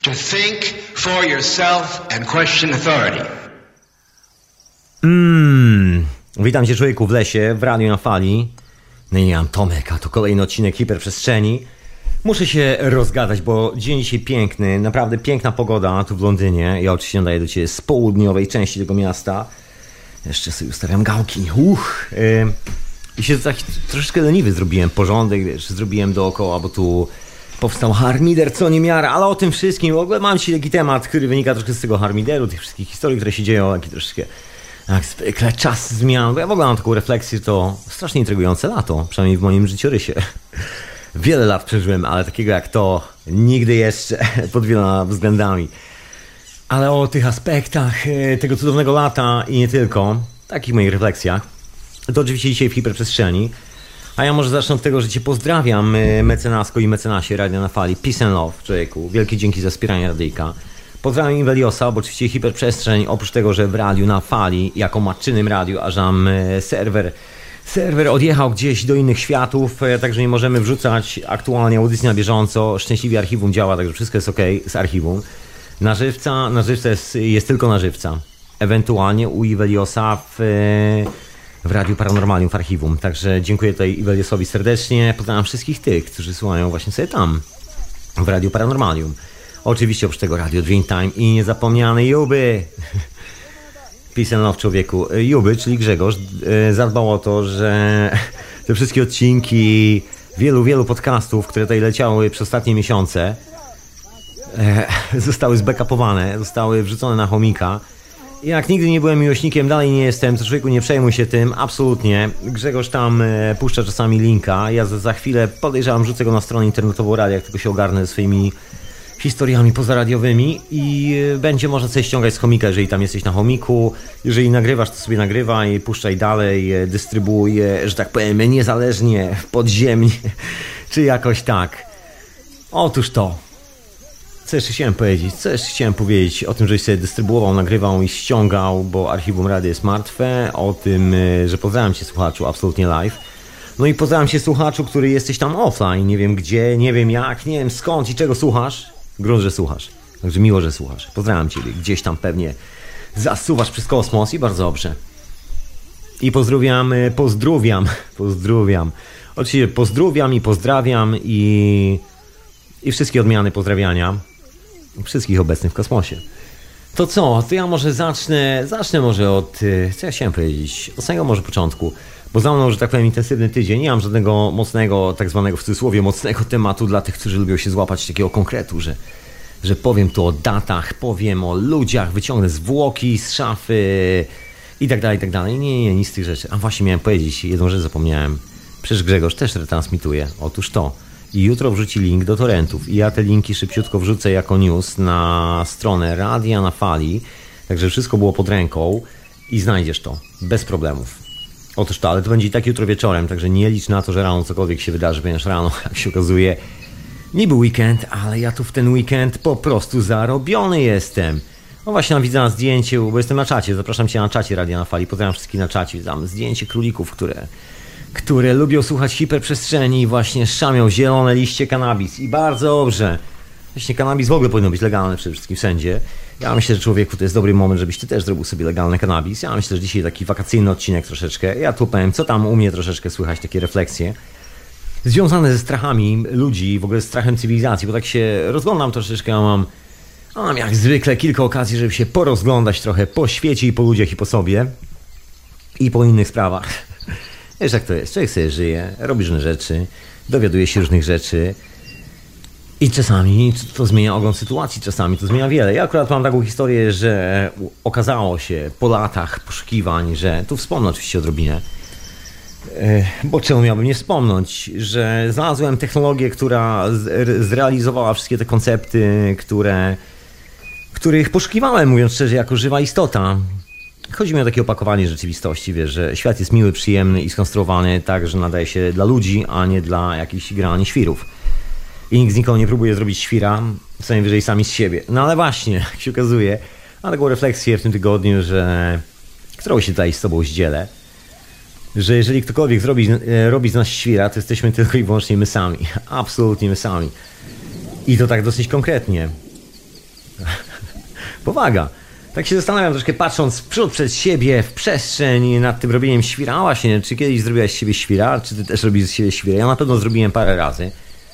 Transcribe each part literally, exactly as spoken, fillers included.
To think for yourself and question authority. Mmm, witam cię człowieku w lesie, w radiu na fali. No i ja mam Tomek, a to kolejny odcinek Hiperprzestrzeni. Muszę się rozgadać, bo dzień dzisiaj piękny, naprawdę piękna pogoda tu w Londynie. Ja oczywiście nadaję do ciebie z południowej części tego miasta. Jeszcze sobie ustawiam gałki. Uch, yy. I się tak troszeczkę leniwy zrobiłem, porządek, wiesz, zrobiłem dookoła, bo tu powstał harmider co niemiara, ale o tym wszystkim, w ogóle mam dzisiaj taki temat, który wynika troszkę z tego harmideru, tych wszystkich historii, które się dzieją, taki troszeczkę, jak zwykle, czas zmian, bo ja w ogóle mam taką refleksję, to strasznie intrygujące lato, przynajmniej w moim życiorysie. Wiele lat przeżyłem, ale takiego jak to nigdy jeszcze, pod wieloma względami. Ale o tych aspektach tego cudownego lata i nie tylko, takich moich refleksjach, to oczywiście dzisiaj w Hiperprzestrzeni. A ja może zacznę od tego, że cię pozdrawiam, mecenasko i mecenasie Radia na Fali. Peace and love, człowieku. Wielkie dzięki za wspieranie radyjka. Pozdrawiam Iweliosa, bo oczywiście Hiperprzestrzeń, oprócz tego, że w Radiu na Fali, jako matczynym radiu, aż nam serwer, serwer odjechał gdzieś do innych światów, także nie możemy wrzucać aktualnie audycji na bieżąco. Szczęśliwie archiwum działa, także wszystko jest ok z archiwum. Na żywca, na żywca jest, jest tylko na żywca. Ewentualnie u Iweliosa w... w Radiu Paranormalium w archiwum. Także dziękuję tutaj Iweliosowi serdecznie. Pozdrawiam wszystkich tych, którzy słuchają właśnie sobie tam, w Radiu Paranormalium. Oczywiście oprócz tego Radio Dreamtime i niezapomniany Juby. Peace and love, człowieku. Juby, czyli Grzegorz, zadbał o to, że te wszystkie odcinki wielu, wielu podcastów, które tutaj leciały przez ostatnie miesiące, zostały zbackupowane, zostały wrzucone na chomika. Jak nigdy nie byłem miłośnikiem, dalej nie jestem, to człowieku nie przejmuj się tym, absolutnie. Grzegorz tam e, puszcza czasami linka, ja za, za chwilę podejrzewam, rzucę go na stronę internetową radia, jak tylko się ogarnę ze swoimi historiami pozaradiowymi i e, będzie można sobie ściągać z chomika, jeżeli tam jesteś na chomiku. Jeżeli nagrywasz, to sobie nagrywaj, puszczaj dalej, e, dystrybuuj, e, że tak powiem, niezależnie, podziemnie, czy jakoś tak. Otóż to. Co jeszcze chciałem powiedzieć? Co jeszcze chciałem powiedzieć o tym, żeś sobie dystrybuował, nagrywał i ściągał, bo archiwum radia jest martwe, o tym, że pozdrawiam cię słuchaczu, absolutnie live. No i pozdrawiam cię słuchaczu, który jesteś tam offline, nie wiem gdzie, nie wiem jak, nie wiem skąd i czego słuchasz. Grunt, że słuchasz. Także miło, że słuchasz. Pozdrawiam ciebie, gdzieś tam pewnie zasuwasz przez kosmos i bardzo dobrze. I pozdrowiam, pozdrowiam, pozdrowiam. Oczywiście pozdrowiam i pozdrawiam i, i wszystkie odmiany pozdrawiania. Wszystkich obecnych w kosmosie. To co? To ja może zacznę, zacznę może od, co ja chciałem powiedzieć, od samego może początku, bo za mną, że tak powiem, intensywny tydzień, nie mam żadnego mocnego, tak zwanego w cudzysłowie, mocnego tematu dla tych, którzy lubią się złapać takiego konkretu, że, że powiem tu o datach, powiem o ludziach, wyciągnę zwłoki z szafy i tak dalej, i tak dalej. Nie, nie, nic z tych rzeczy. A właśnie miałem powiedzieć, jedną rzecz zapomniałem. Przecież Grzegorz też retransmituje. Otóż to. I jutro wrzuci link do torrentów. I ja te linki szybciutko wrzucę jako news na stronę Radia na Fali. Także wszystko było pod ręką i znajdziesz to. Bez problemów. Otóż to, ale to będzie i tak jutro wieczorem, także nie licz na to, że rano cokolwiek się wydarzy, ponieważ rano, jak się okazuje, niby weekend, ale ja tu w ten weekend po prostu zarobiony jestem. No właśnie, widzę na zdjęciu, bo jestem na czacie. Zapraszam cię na czacie Radia na Fali. Pozdrawiam wszystkich na czacie. Tam zdjęcie królików, które... które lubią słuchać hiperprzestrzeni i właśnie szamią zielone liście kanabis. I bardzo dobrze. Właśnie kanabis w ogóle powinno być legalne przede wszystkim wszędzie. Ja myślę, że człowieku to jest dobry moment, żebyś ty też zrobił sobie legalny kanabis. Ja myślę, że dzisiaj taki wakacyjny odcinek troszeczkę. Ja tu powiem, co tam u mnie troszeczkę słychać, takie refleksje związane ze strachami ludzi, w ogóle z strachem cywilizacji, bo tak się rozglądam troszeczkę, a mam, a mam jak zwykle kilka okazji, żeby się porozglądać trochę po świecie i po ludziach i po sobie i po innych sprawach. Wiesz jak to jest, człowiek sobie żyje, robi różne rzeczy, dowiaduje się różnych rzeczy i czasami to zmienia ogląd sytuacji, czasami to zmienia wiele. Ja akurat mam taką historię, że okazało się po latach poszukiwań, że tu wspomnę oczywiście odrobinę, bo czemu miałbym nie wspomnieć, że znalazłem technologię, która zrealizowała wszystkie te koncepty, które, których poszukiwałem, mówiąc szczerze, jako żywa istota. Chodzi mi o takie opakowanie rzeczywistości, wiesz, że świat jest miły, przyjemny i skonstruowany tak, że nadaje się dla ludzi, a nie dla jakichś grani świrów. I nikt z nikogo nie próbuje zrobić świra, co najwyżej sami z siebie. No ale właśnie, jak się okazuje, mam taką refleksję w tym tygodniu, że którą się tutaj z tobą zdzielę, że jeżeli ktokolwiek zrobi, robi z nas świra, to jesteśmy tylko i wyłącznie my sami. Absolutnie my sami. I to tak dosyć konkretnie. Powaga. Tak się zastanawiam troszkę, patrząc w przód przed siebie, w przestrzeń, nad tym robieniem świra. Właśnie, czy kiedyś zrobiłaś z siebie świra, czy ty też robisz z siebie świra? Ja na pewno zrobiłem parę razy.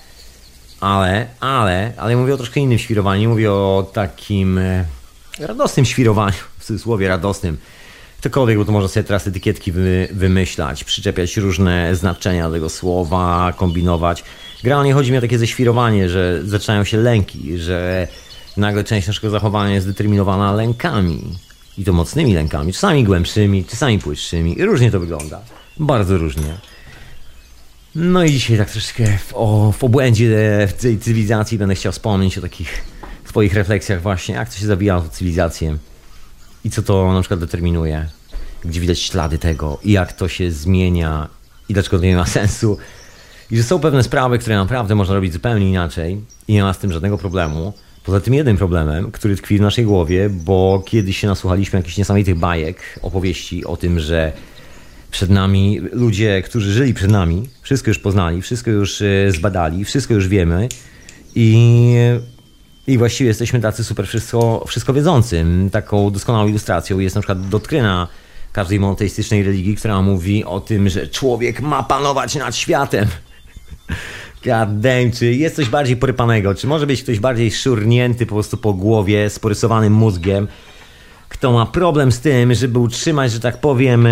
Ale, ale, ale mówię o troszkę innym świrowaniu. Mówię o takim e, radosnym świrowaniu, w cudzysłowie radosnym. Ktokolwiek, bo to można sobie teraz etykietki wy, wymyślać, przyczepiać różne znaczenia do tego słowa, kombinować. Generalnie chodzi mi o takie ześwirowanie, że zaczynają się lęki, że nagle część naszego zachowania jest zdeterminowana lękami. I to mocnymi lękami, czasami głębszymi, czasami płytszymi. I różnie to wygląda. Bardzo różnie. No i dzisiaj tak troszkę w, o, w obłędzie w tej cywilizacji będę chciał wspomnieć o takich swoich refleksjach właśnie, jak to się zabija w cywilizację i co to na przykład determinuje, gdzie widać ślady tego i jak to się zmienia i dlaczego to nie ma sensu. I że są pewne sprawy, które naprawdę można robić zupełnie inaczej i nie ma z tym żadnego problemu. Poza tym jednym problemem, który tkwi w naszej głowie, bo kiedyś się nasłuchaliśmy jakichś niesamowitych bajek, opowieści o tym, że przed nami ludzie, którzy żyli przed nami, wszystko już poznali, wszystko już zbadali, wszystko już wiemy i, i właściwie jesteśmy tacy super wszystko, wszystko wiedzący. Taką doskonałą ilustracją jest na przykład doktryna każdej monoteistycznej religii, która mówi o tym, że człowiek ma panować nad światem. God damn, czy jest coś bardziej porypanego? Czy może być ktoś bardziej szurnięty po prostu po głowie, z porysowanym mózgiem, kto ma problem z tym, żeby utrzymać, że tak powiem,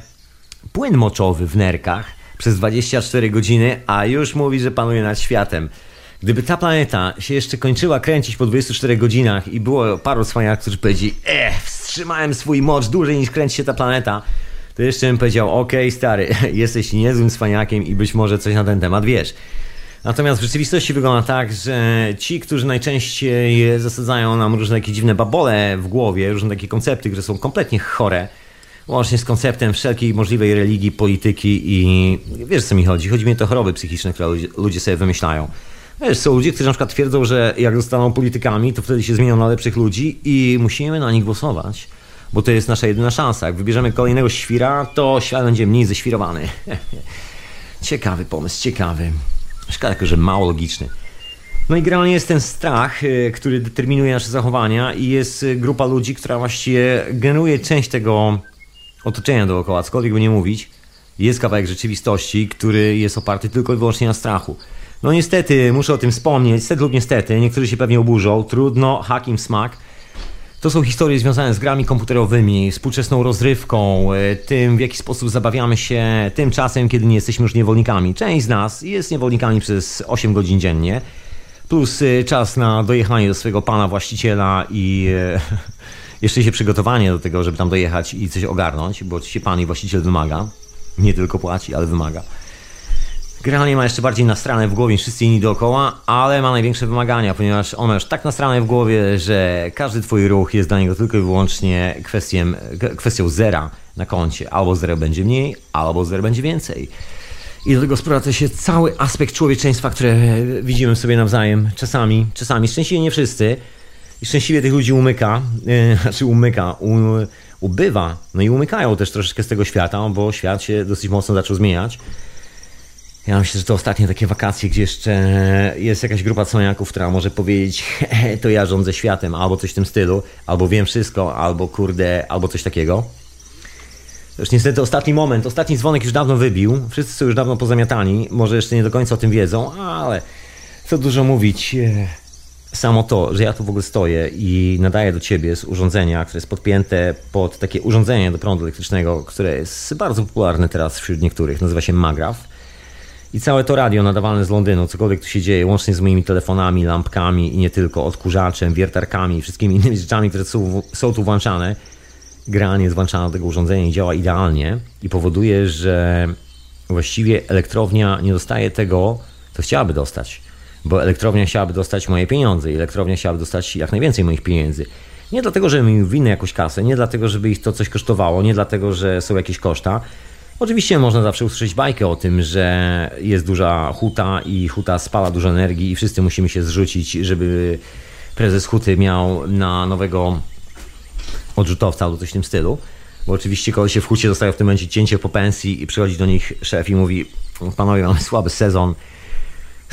płyn moczowy w nerkach przez dwadzieścia cztery godziny, a już mówi, że panuje nad światem. Gdyby ta planeta się jeszcze kończyła kręcić po dwudziestu czterech godzinach i było paru cwaniaków, którzy powiedzieli, eh, wstrzymałem swój mocz dłużej niż kręci się ta planeta, to jeszcze bym powiedział, okej, okay, stary, jesteś niezłym cwaniakiem i być może coś na ten temat wiesz. Natomiast w rzeczywistości wygląda tak, że ci, którzy najczęściej zasadzają nam różne takie dziwne babole w głowie, różne takie koncepty, które są kompletnie chore, łącznie z konceptem wszelkiej możliwej religii, polityki i wiesz, co mi chodzi. Chodzi mi o te choroby psychiczne, które ludzie, ludzie sobie wymyślają. Wiesz, są ludzie, którzy na przykład twierdzą, że jak zostaną politykami, to wtedy się zmienią na lepszych ludzi i musimy na nich głosować, bo to jest nasza jedyna szansa. Jak wybierzemy kolejnego świra, to świat będzie mniej ześwirowany. Ciekawy pomysł, ciekawy. Szkoda tylko, że mało logiczny. No i generalnie jest ten strach, który determinuje nasze zachowania i jest grupa ludzi, która właściwie generuje część tego otoczenia dookoła, cokolwiek by nie mówić. Jest kawałek rzeczywistości, który jest oparty tylko i wyłącznie na strachu. No niestety, muszę o tym wspomnieć, niestety lub niestety, niektórzy się pewnie oburzą, trudno, hak im smak. To są historie związane z grami komputerowymi, współczesną rozrywką, tym w jaki sposób zabawiamy się tym czasem, kiedy nie jesteśmy już niewolnikami. Część z nas jest niewolnikami przez osiem godzin dziennie, plus czas na dojechanie do swojego pana właściciela i jeszcze się przygotowanie do tego, żeby tam dojechać i coś ogarnąć, bo oczywiście pan i właściciel wymaga, nie tylko płaci, ale wymaga. Generalnie ma jeszcze bardziej nastrane w głowie niż wszyscy inni dookoła, ale ma największe wymagania, ponieważ on ma już tak nastrane w głowie, że każdy twój ruch jest dla niego tylko i wyłącznie kwestią, kwestią zera na koncie. Albo zero będzie mniej, albo zero będzie więcej. I do tego sprowadza się cały aspekt człowieczeństwa, które widzimy sobie nawzajem. Czasami, czasami, szczęśliwie nie wszyscy. I szczęśliwie tych ludzi umyka, yy, znaczy umyka, u, ubywa. No i umykają też troszeczkę z tego świata, bo świat się dosyć mocno zaczął zmieniać. Ja myślę, że to ostatnie takie wakacje, gdzie jeszcze jest jakaś grupa cwaniaków, która może powiedzieć, to ja rządzę światem, albo coś w tym stylu, albo wiem wszystko, albo kurde, albo coś takiego. To już niestety ostatni moment, ostatni dzwonek już dawno wybił, wszyscy są już dawno pozamiatani, może jeszcze nie do końca o tym wiedzą, ale co dużo mówić, samo to, że ja tu w ogóle stoję i nadaję do ciebie z urządzenia, które jest podpięte pod takie urządzenie do prądu elektrycznego, które jest bardzo popularne teraz wśród niektórych, nazywa się Magraf. I całe to radio nadawane z Londynu, cokolwiek tu się dzieje, łącznie z moimi telefonami, lampkami i nie tylko, odkurzaczem, wiertarkami i wszystkimi innymi rzeczami, które są, są tu włączane. Generalnie jest włączane do tego urządzenia i działa idealnie i powoduje, że właściwie elektrownia nie dostaje tego, co chciałaby dostać. Bo elektrownia chciałaby dostać moje pieniądze i elektrownia chciałaby dostać jak najwięcej moich pieniędzy. Nie dlatego, że mi winny jakąś kasę, nie dlatego, żeby ich to coś kosztowało, nie dlatego, że są jakieś koszta. Oczywiście można zawsze usłyszeć bajkę o tym, że jest duża huta i huta spala dużo energii i wszyscy musimy się zrzucić, żeby prezes huty miał na nowego odrzutowca albo coś w tym stylu. Bo oczywiście kogoś się w hucie dostaje w tym momencie cięcie po pensji i przychodzi do nich szef i mówi: panowie, mamy słaby sezon,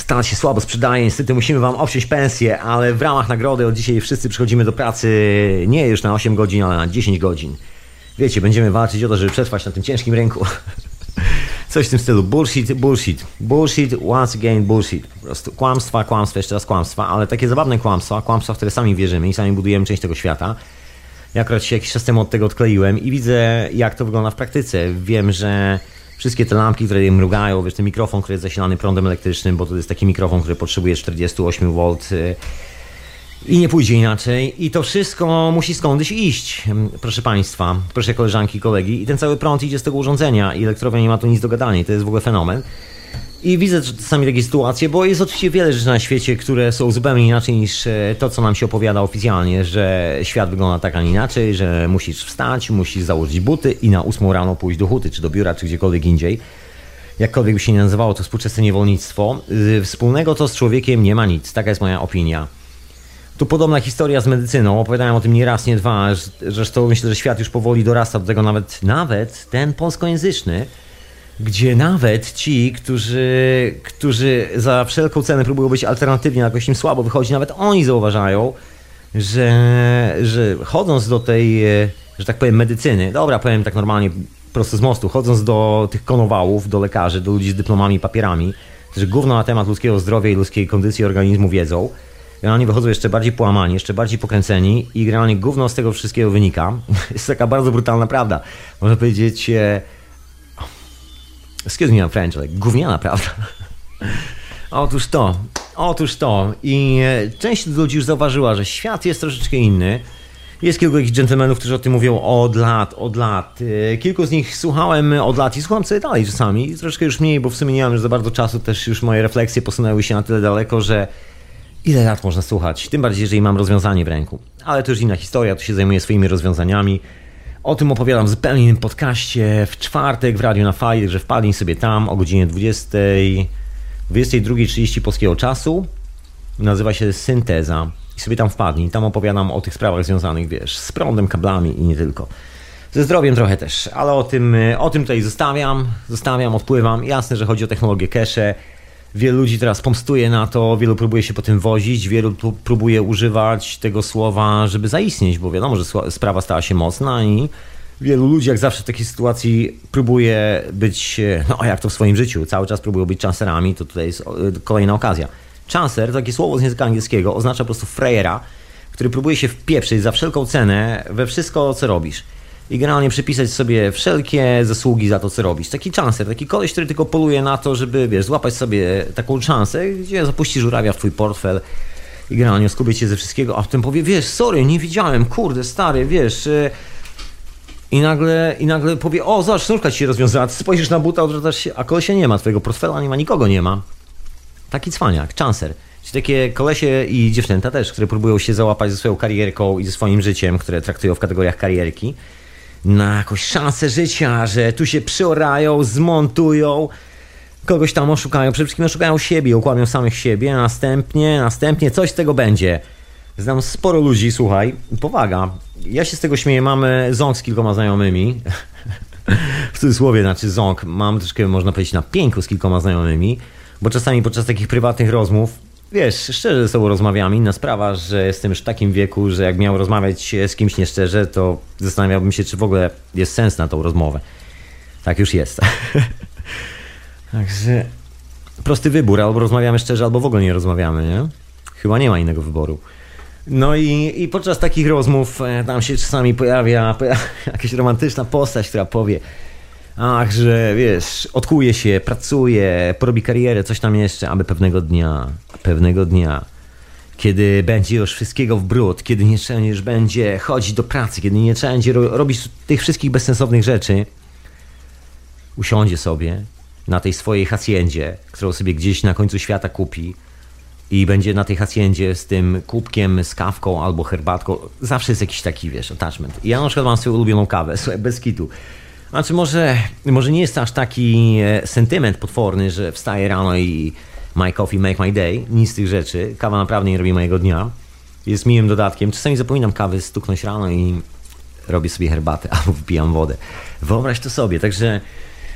stan się słabo sprzedaje, niestety musimy wam obciąć pensję, ale w ramach nagrody od dzisiaj wszyscy przychodzimy do pracy nie już na osiem godzin, ale na dziesięć godzin. Wiecie, będziemy walczyć o to, żeby przetrwać na tym ciężkim rynku. Coś w tym stylu. Bullshit, bullshit. Bullshit, once again bullshit. Po prostu kłamstwa, kłamstwa, jeszcze raz kłamstwa, ale takie zabawne kłamstwa, kłamstwa, w które sami wierzymy i sami budujemy część tego świata. Ja akurat się jakiś czas temu od tego odkleiłem i widzę, jak to wygląda w praktyce. Wiem, że wszystkie te lampki, które mrugają, wiesz, ten mikrofon, który jest zasilany prądem elektrycznym, bo to jest taki mikrofon, który potrzebuje czterdzieści osiem wolt i nie pójdzie inaczej. I to wszystko musi skądś iść, proszę Państwa, proszę koleżanki i kolegi. I ten cały prąd idzie z tego urządzenia i elektrownia nie ma tu nic do gadania. I to jest w ogóle fenomen. I widzę czasami takie sytuacje, bo jest oczywiście wiele rzeczy na świecie, które są zupełnie inaczej niż to, co nam się opowiada oficjalnie, że świat wygląda tak, a nie inaczej, że musisz wstać, musisz założyć buty i na ósmą rano pójść do huty, czy do biura, czy gdziekolwiek indziej. Jakkolwiek by się nie nazywało to współczesne niewolnictwo, wspólnego to z człowiekiem nie ma nic. Taka jest moja opinia. Tu podobna historia z medycyną, opowiadałem o tym nie raz, nie dwa, zresztą myślę, że świat już powoli dorasta do tego, nawet, nawet ten polskojęzyczny, gdzie nawet ci, którzy, którzy za wszelką cenę próbują być alternatywni, jakoś im słabo wychodzi, nawet oni zauważają, że, że chodząc do tej, że tak powiem, medycyny, dobra, powiem tak normalnie, prosto z mostu, chodząc do tych konowałów, do lekarzy, do ludzi z dyplomami, papierami, którzy gówno na temat ludzkiego zdrowia i ludzkiej kondycji organizmu wiedzą, generalnie wychodzą jeszcze bardziej połamani, jeszcze bardziej pokręceni i generalnie gówno z tego wszystkiego wynika. Jest taka bardzo brutalna prawda. Można powiedzieć... Excuse me, I'm French, ale gówniana prawda. Otóż to, otóż to. I część ludzi już zauważyła, że świat jest troszeczkę inny. Jest kilku jakichś dżentelmenów, którzy o tym mówią od lat, od lat. Kilku z nich słuchałem od lat i słucham sobie dalej czasami. Troszkę już mniej, bo w sumie nie mam już za bardzo czasu. Też już moje refleksje posunęły się na tyle daleko, że ile lat można słuchać? Tym bardziej, jeżeli mam rozwiązanie w ręku. Ale to już inna historia, tu się zajmuję swoimi rozwiązaniami. O tym opowiadam w zupełnie innym podcaście w czwartek w Radiu na Fali, także wpadnij sobie tam o godzinie dwudziestej, dwudziestej drugiej trzydzieści polskiego czasu. Nazywa się Synteza. I sobie tam wpadnij. Tam opowiadam o tych sprawach związanych, wiesz, z prądem, kablami i nie tylko. Ze zdrowiem trochę też, ale o tym, o tym tutaj zostawiam, zostawiam, odpływam. Jasne, że chodzi o technologię cache. Wielu ludzi teraz pomstuje na to, wielu próbuje się po tym wozić, wielu próbuje używać tego słowa, żeby zaistnieć, bo wiadomo, że sprawa stała się mocna i wielu ludzi, jak zawsze w takiej sytuacji, próbuje być, no jak to w swoim życiu, cały czas próbują być chancerami, to tutaj jest kolejna okazja. Chancer, takie słowo z języka angielskiego, oznacza po prostu frejera, który próbuje się wpieprzyć za wszelką cenę we wszystko, co robisz. I generalnie przypisać sobie wszelkie zasługi za to, co robisz. Taki chancer, taki koleś, który tylko poluje na to, żeby, wiesz, złapać sobie taką szansę, gdzie zapuści żurawia w twój portfel i generalnie skupić się ze wszystkiego, a potem powie, wiesz, sorry, nie widziałem, kurde, stary, wiesz... I nagle, I nagle powie, o, zobacz, sznurka ci się rozwiązała, ty spojrzysz na buta, odwracasz się, a kolesia nie ma, twojego portfela nie ma, nikogo nie ma. Taki cwaniak, chancer. Czyli takie kolesie i dziewczęta też, które próbują się załapać ze swoją karierką i ze swoim życiem, które traktują w kategoriach karierki, na jakąś szansę życia, że tu się przyorają, zmontują, kogoś tam oszukają, przede wszystkim oszukają siebie, okłamią samych siebie, a następnie, następnie coś z tego będzie. Znam sporo ludzi, słuchaj, powaga. Ja się z tego śmieję, mamy ząg z kilkoma znajomymi, w cudzysłowie, znaczy ząg, mam troszkę, można powiedzieć, na pięku z kilkoma znajomymi, bo czasami podczas takich prywatnych rozmów, wiesz, szczerze ze sobą rozmawiam, inna sprawa, że jestem już w takim wieku, że jak miał rozmawiać z kimś nieszczerze, to zastanawiałbym się, czy w ogóle jest sens na tą rozmowę. Tak już jest. Także prosty wybór, albo rozmawiamy szczerze, albo w ogóle nie rozmawiamy, nie? Chyba nie ma innego wyboru. No i, i podczas takich rozmów tam się czasami pojawia, pojawia jakaś romantyczna postać, która powie: ach, że wiesz, odkuje się, pracuje, porobi karierę, coś tam jeszcze, aby pewnego dnia, pewnego dnia, kiedy będzie już wszystkiego w bród, kiedy nie trzeba już będzie chodzić do pracy, kiedy nie trzeba będzie ro- robić tych wszystkich bezsensownych rzeczy, usiądzie sobie na tej swojej haciendzie, którą sobie gdzieś na końcu świata kupi i będzie na tej haciendzie z tym kubkiem, z kawką albo herbatką. Zawsze jest jakiś taki, wiesz, attachment. I ja na przykład mam swoją ulubioną kawę, słuchaj, bez kitu. Znaczy może, może nie jest aż taki sentyment potworny, że wstaję rano i my coffee make my day, nic z tych rzeczy. Kawa naprawdę nie robi mojego dnia. Jest miłym dodatkiem. Czasami zapominam kawy stuknąć rano i robię sobie herbatę albo wypijam wodę. Wyobraź to sobie. Także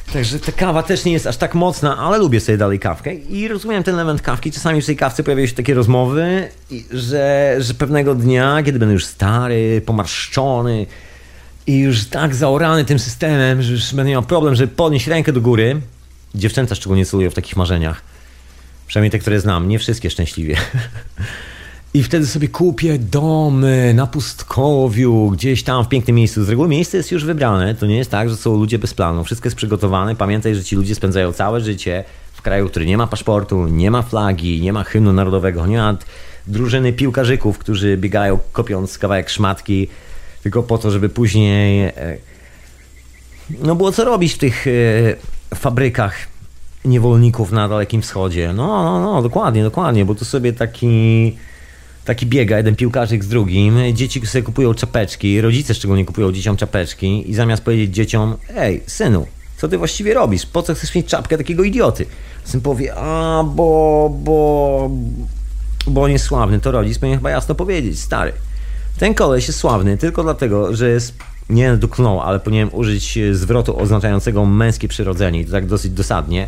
Także ta kawa też nie jest aż tak mocna, ale lubię sobie dalej kawkę i rozumiem ten element kawki. Czasami w tej kawce pojawiają się takie rozmowy, że, że pewnego dnia, kiedy będę już stary, pomarszczony i już tak zaorany tym systemem, że już będę miał problem, żeby podnieść rękę do góry. Dziewczęta szczególnie celują w takich marzeniach. Przynajmniej te, które znam, nie wszystkie szczęśliwie. I wtedy sobie kupię domy na pustkowiu, gdzieś tam w pięknym miejscu. Z reguły miejsce jest już wybrane. To nie jest tak, że są ludzie bez planu. Wszystko jest przygotowane. Pamiętaj, że ci ludzie spędzają całe życie w kraju, który nie ma paszportu, nie ma flagi, nie ma hymnu narodowego, nie ma drużyny piłkarzyków, którzy biegają kopiąc kawałek szmatki, tylko po to, żeby później no było co robić w tych fabrykach niewolników na Dalekim Wschodzie. No, no, no, dokładnie, dokładnie, bo tu sobie taki... Taki biega, jeden piłkarzyk z drugim, dzieci sobie kupują czapeczki, rodzice szczególnie kupują dzieciom czapeczki i zamiast powiedzieć dzieciom, ej, synu, co ty właściwie robisz? Po co chcesz mieć czapkę takiego idioty? Syn powie, a bo, bo, bo on jest sławny, to rodzic powinien chyba jasno powiedzieć, stary, ten koleś jest sławny tylko dlatego, że jest, nie duknął, ale powinienem użyć zwrotu oznaczającego męskie przyrodzenie i to tak dosyć dosadnie.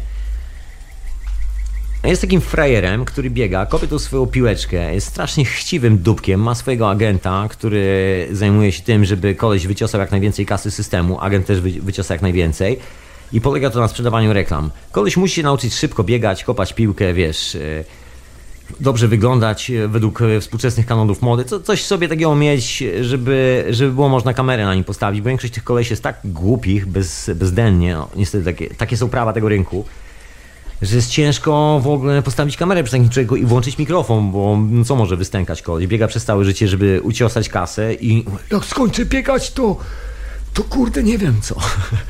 Jest takim frajerem, który biega, kopie tą swoją piłeczkę, jest strasznie chciwym dupkiem, ma swojego agenta, który zajmuje się tym, żeby koleś wyciosał jak najwięcej kasy systemu, agent też wyciosa jak najwięcej i polega to na sprzedawaniu reklam. Koleś musi się nauczyć szybko biegać, kopać piłkę, wiesz, dobrze wyglądać według współczesnych kanonów mody, co, coś sobie takiego mieć, żeby, żeby było można kamerę na nim postawić, bo większość tych kolesi jest tak głupich, bez, bezdennie, no, niestety takie, takie są prawa tego rynku, że jest ciężko w ogóle postawić kamerę przy takim człowieku i włączyć mikrofon, bo no co może wystękać koleś? Biega przez całe życie, żeby uciosać kasę i jak skończę biegać, to to kurde nie wiem co.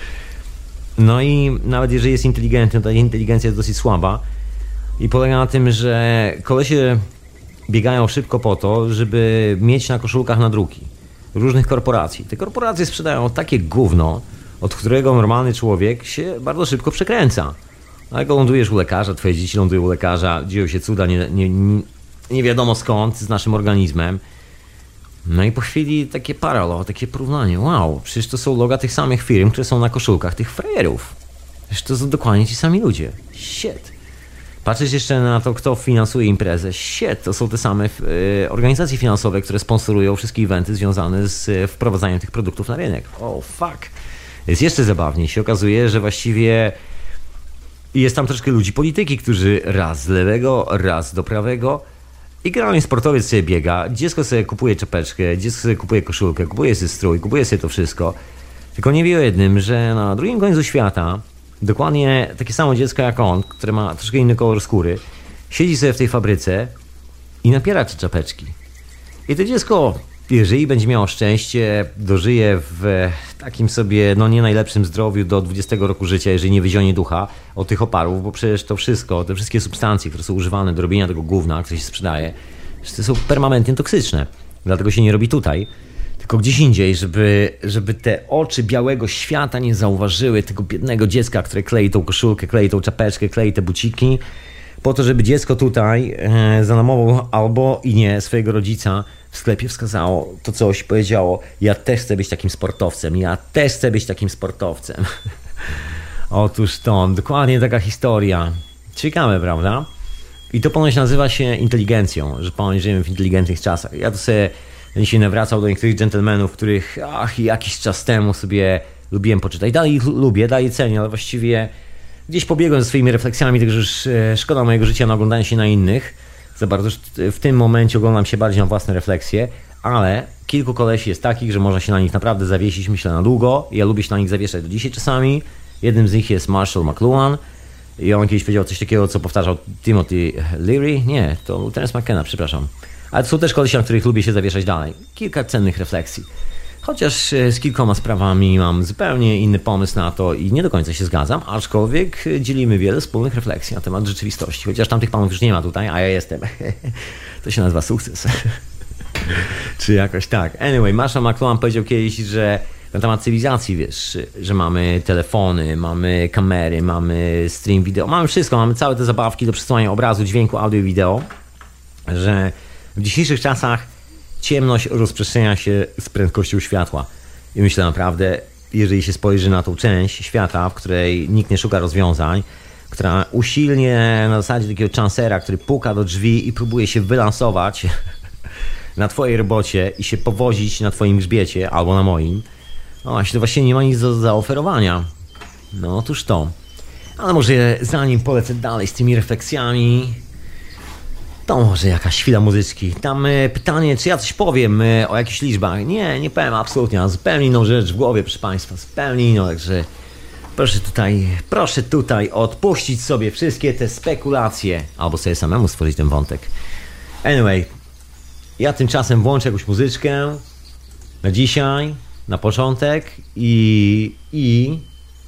No i nawet jeżeli jest inteligentny, to ta inteligencja jest dosyć słaba i polega na tym, że kolesie biegają szybko po to, żeby mieć na koszulkach nadruki różnych korporacji. Te korporacje sprzedają takie gówno, od którego normalny człowiek się bardzo szybko przekręca. Ale jak lądujesz u lekarza, twoje dzieci lądują u lekarza, dzieją się cuda nie, nie, nie, nie wiadomo skąd z naszym organizmem. No i po chwili takie paralo, takie porównanie. Wow, przecież to są loga tych samych firm, które są na koszulkach tych frajerów. Przecież to są dokładnie ci sami ludzie. Shit. Patrzeć jeszcze na to, kto finansuje imprezę. Shit, to są te same y, organizacje finansowe, które sponsorują wszystkie eventy związane z y, wprowadzaniem tych produktów na rynek. Oh fuck. Jest jeszcze zabawniej. Się okazuje, że właściwie i jest tam troszkę ludzi polityki, którzy raz z lewego, raz do prawego i generalnie sportowiec sobie biega, dziecko sobie kupuje czapeczkę, dziecko sobie kupuje koszulkę, kupuje sobie strój, kupuje sobie to wszystko. Tylko nie wie o jednym, że na drugim końcu świata dokładnie takie samo dziecko jak on, które ma troszkę inny kolor skóry, siedzi sobie w tej fabryce i napiera te czapeczki. I to dziecko, jeżeli będzie miało szczęście, dożyje w takim sobie, no nie najlepszym zdrowiu do dwudziestego roku życia, jeżeli nie wyzionie ducha od tych oparów, bo przecież to wszystko, te wszystkie substancje, które są używane do robienia tego gówna, które się sprzedaje, to są permanentnie toksyczne. Dlatego się nie robi tutaj, tylko gdzieś indziej, żeby, żeby te oczy białego świata nie zauważyły tego biednego dziecka, które klei tą koszulkę, klei tą czapeczkę, klei te buciki, po to, żeby dziecko tutaj e, zanamował albo i nie swojego rodzica w sklepie wskazało to coś, powiedziało, ja też chcę być takim sportowcem, ja też chcę być takim sportowcem. Otóż to, dokładnie taka historia. Ciekawe, prawda? I to ponoć nazywa się inteligencją, że ponoć żyjemy w inteligentnych czasach. Ja to sobie się nawracał do niektórych dżentelmenów, których ach, jakiś czas temu sobie lubiłem poczytać. Dalej ich lubię, dalej cenię, ale właściwie gdzieś pobiegłem ze swoimi refleksjami, także już szkoda mojego życia na oglądanie się na innych. Za bardzo w tym momencie oglądam się bardziej na własne refleksje, ale kilku kolesi jest takich, że można się na nich naprawdę zawiesić, myślę, na długo. Ja lubię się na nich zawieszać do dzisiaj czasami. Jednym z nich jest Marshall McLuhan i on kiedyś powiedział coś takiego, co powtarzał Timothy Leary. Nie, to Terence McKenna, przepraszam. Ale to są też kolesi, na których lubię się zawieszać dalej. Kilka cennych refleksji. Chociaż z kilkoma sprawami mam zupełnie inny pomysł na to i nie do końca się zgadzam, aczkolwiek dzielimy wiele wspólnych refleksji na temat rzeczywistości. Chociaż tamtych panów już nie ma tutaj, a ja jestem. To się nazywa sukces. Czy jakoś tak. Anyway, Marshall McLuhan powiedział kiedyś, że na temat cywilizacji, wiesz, że mamy telefony, mamy kamery, mamy stream wideo, mamy wszystko, mamy całe te zabawki do przesyłania obrazu, dźwięku, audio i wideo, że w dzisiejszych czasach ciemność rozprzestrzenia się z prędkością światła. I myślę naprawdę, jeżeli się spojrzy na tą część świata, w której nikt nie szuka rozwiązań, która usilnie na zasadzie takiego chancera, który puka do drzwi i próbuje się wylansować na twojej robocie i się powozić na twoim grzbiecie albo na moim, no właśnie, to właśnie nie ma nic do zaoferowania. No otóż to. Ale może zanim polecę dalej z tymi refleksjami, to może jakaś chwila muzyczki. Tam e, pytanie, czy ja coś powiem e, o jakichś liczbach. Nie, nie powiem absolutnie. Mam zupełnie inną rzecz w głowie, proszę Państwa. Zupełnie inną, także proszę tutaj, proszę tutaj odpuścić sobie wszystkie te spekulacje. Albo sobie samemu stworzyć ten wątek. Anyway, ja tymczasem włączę jakąś muzyczkę na dzisiaj, na początek i... i...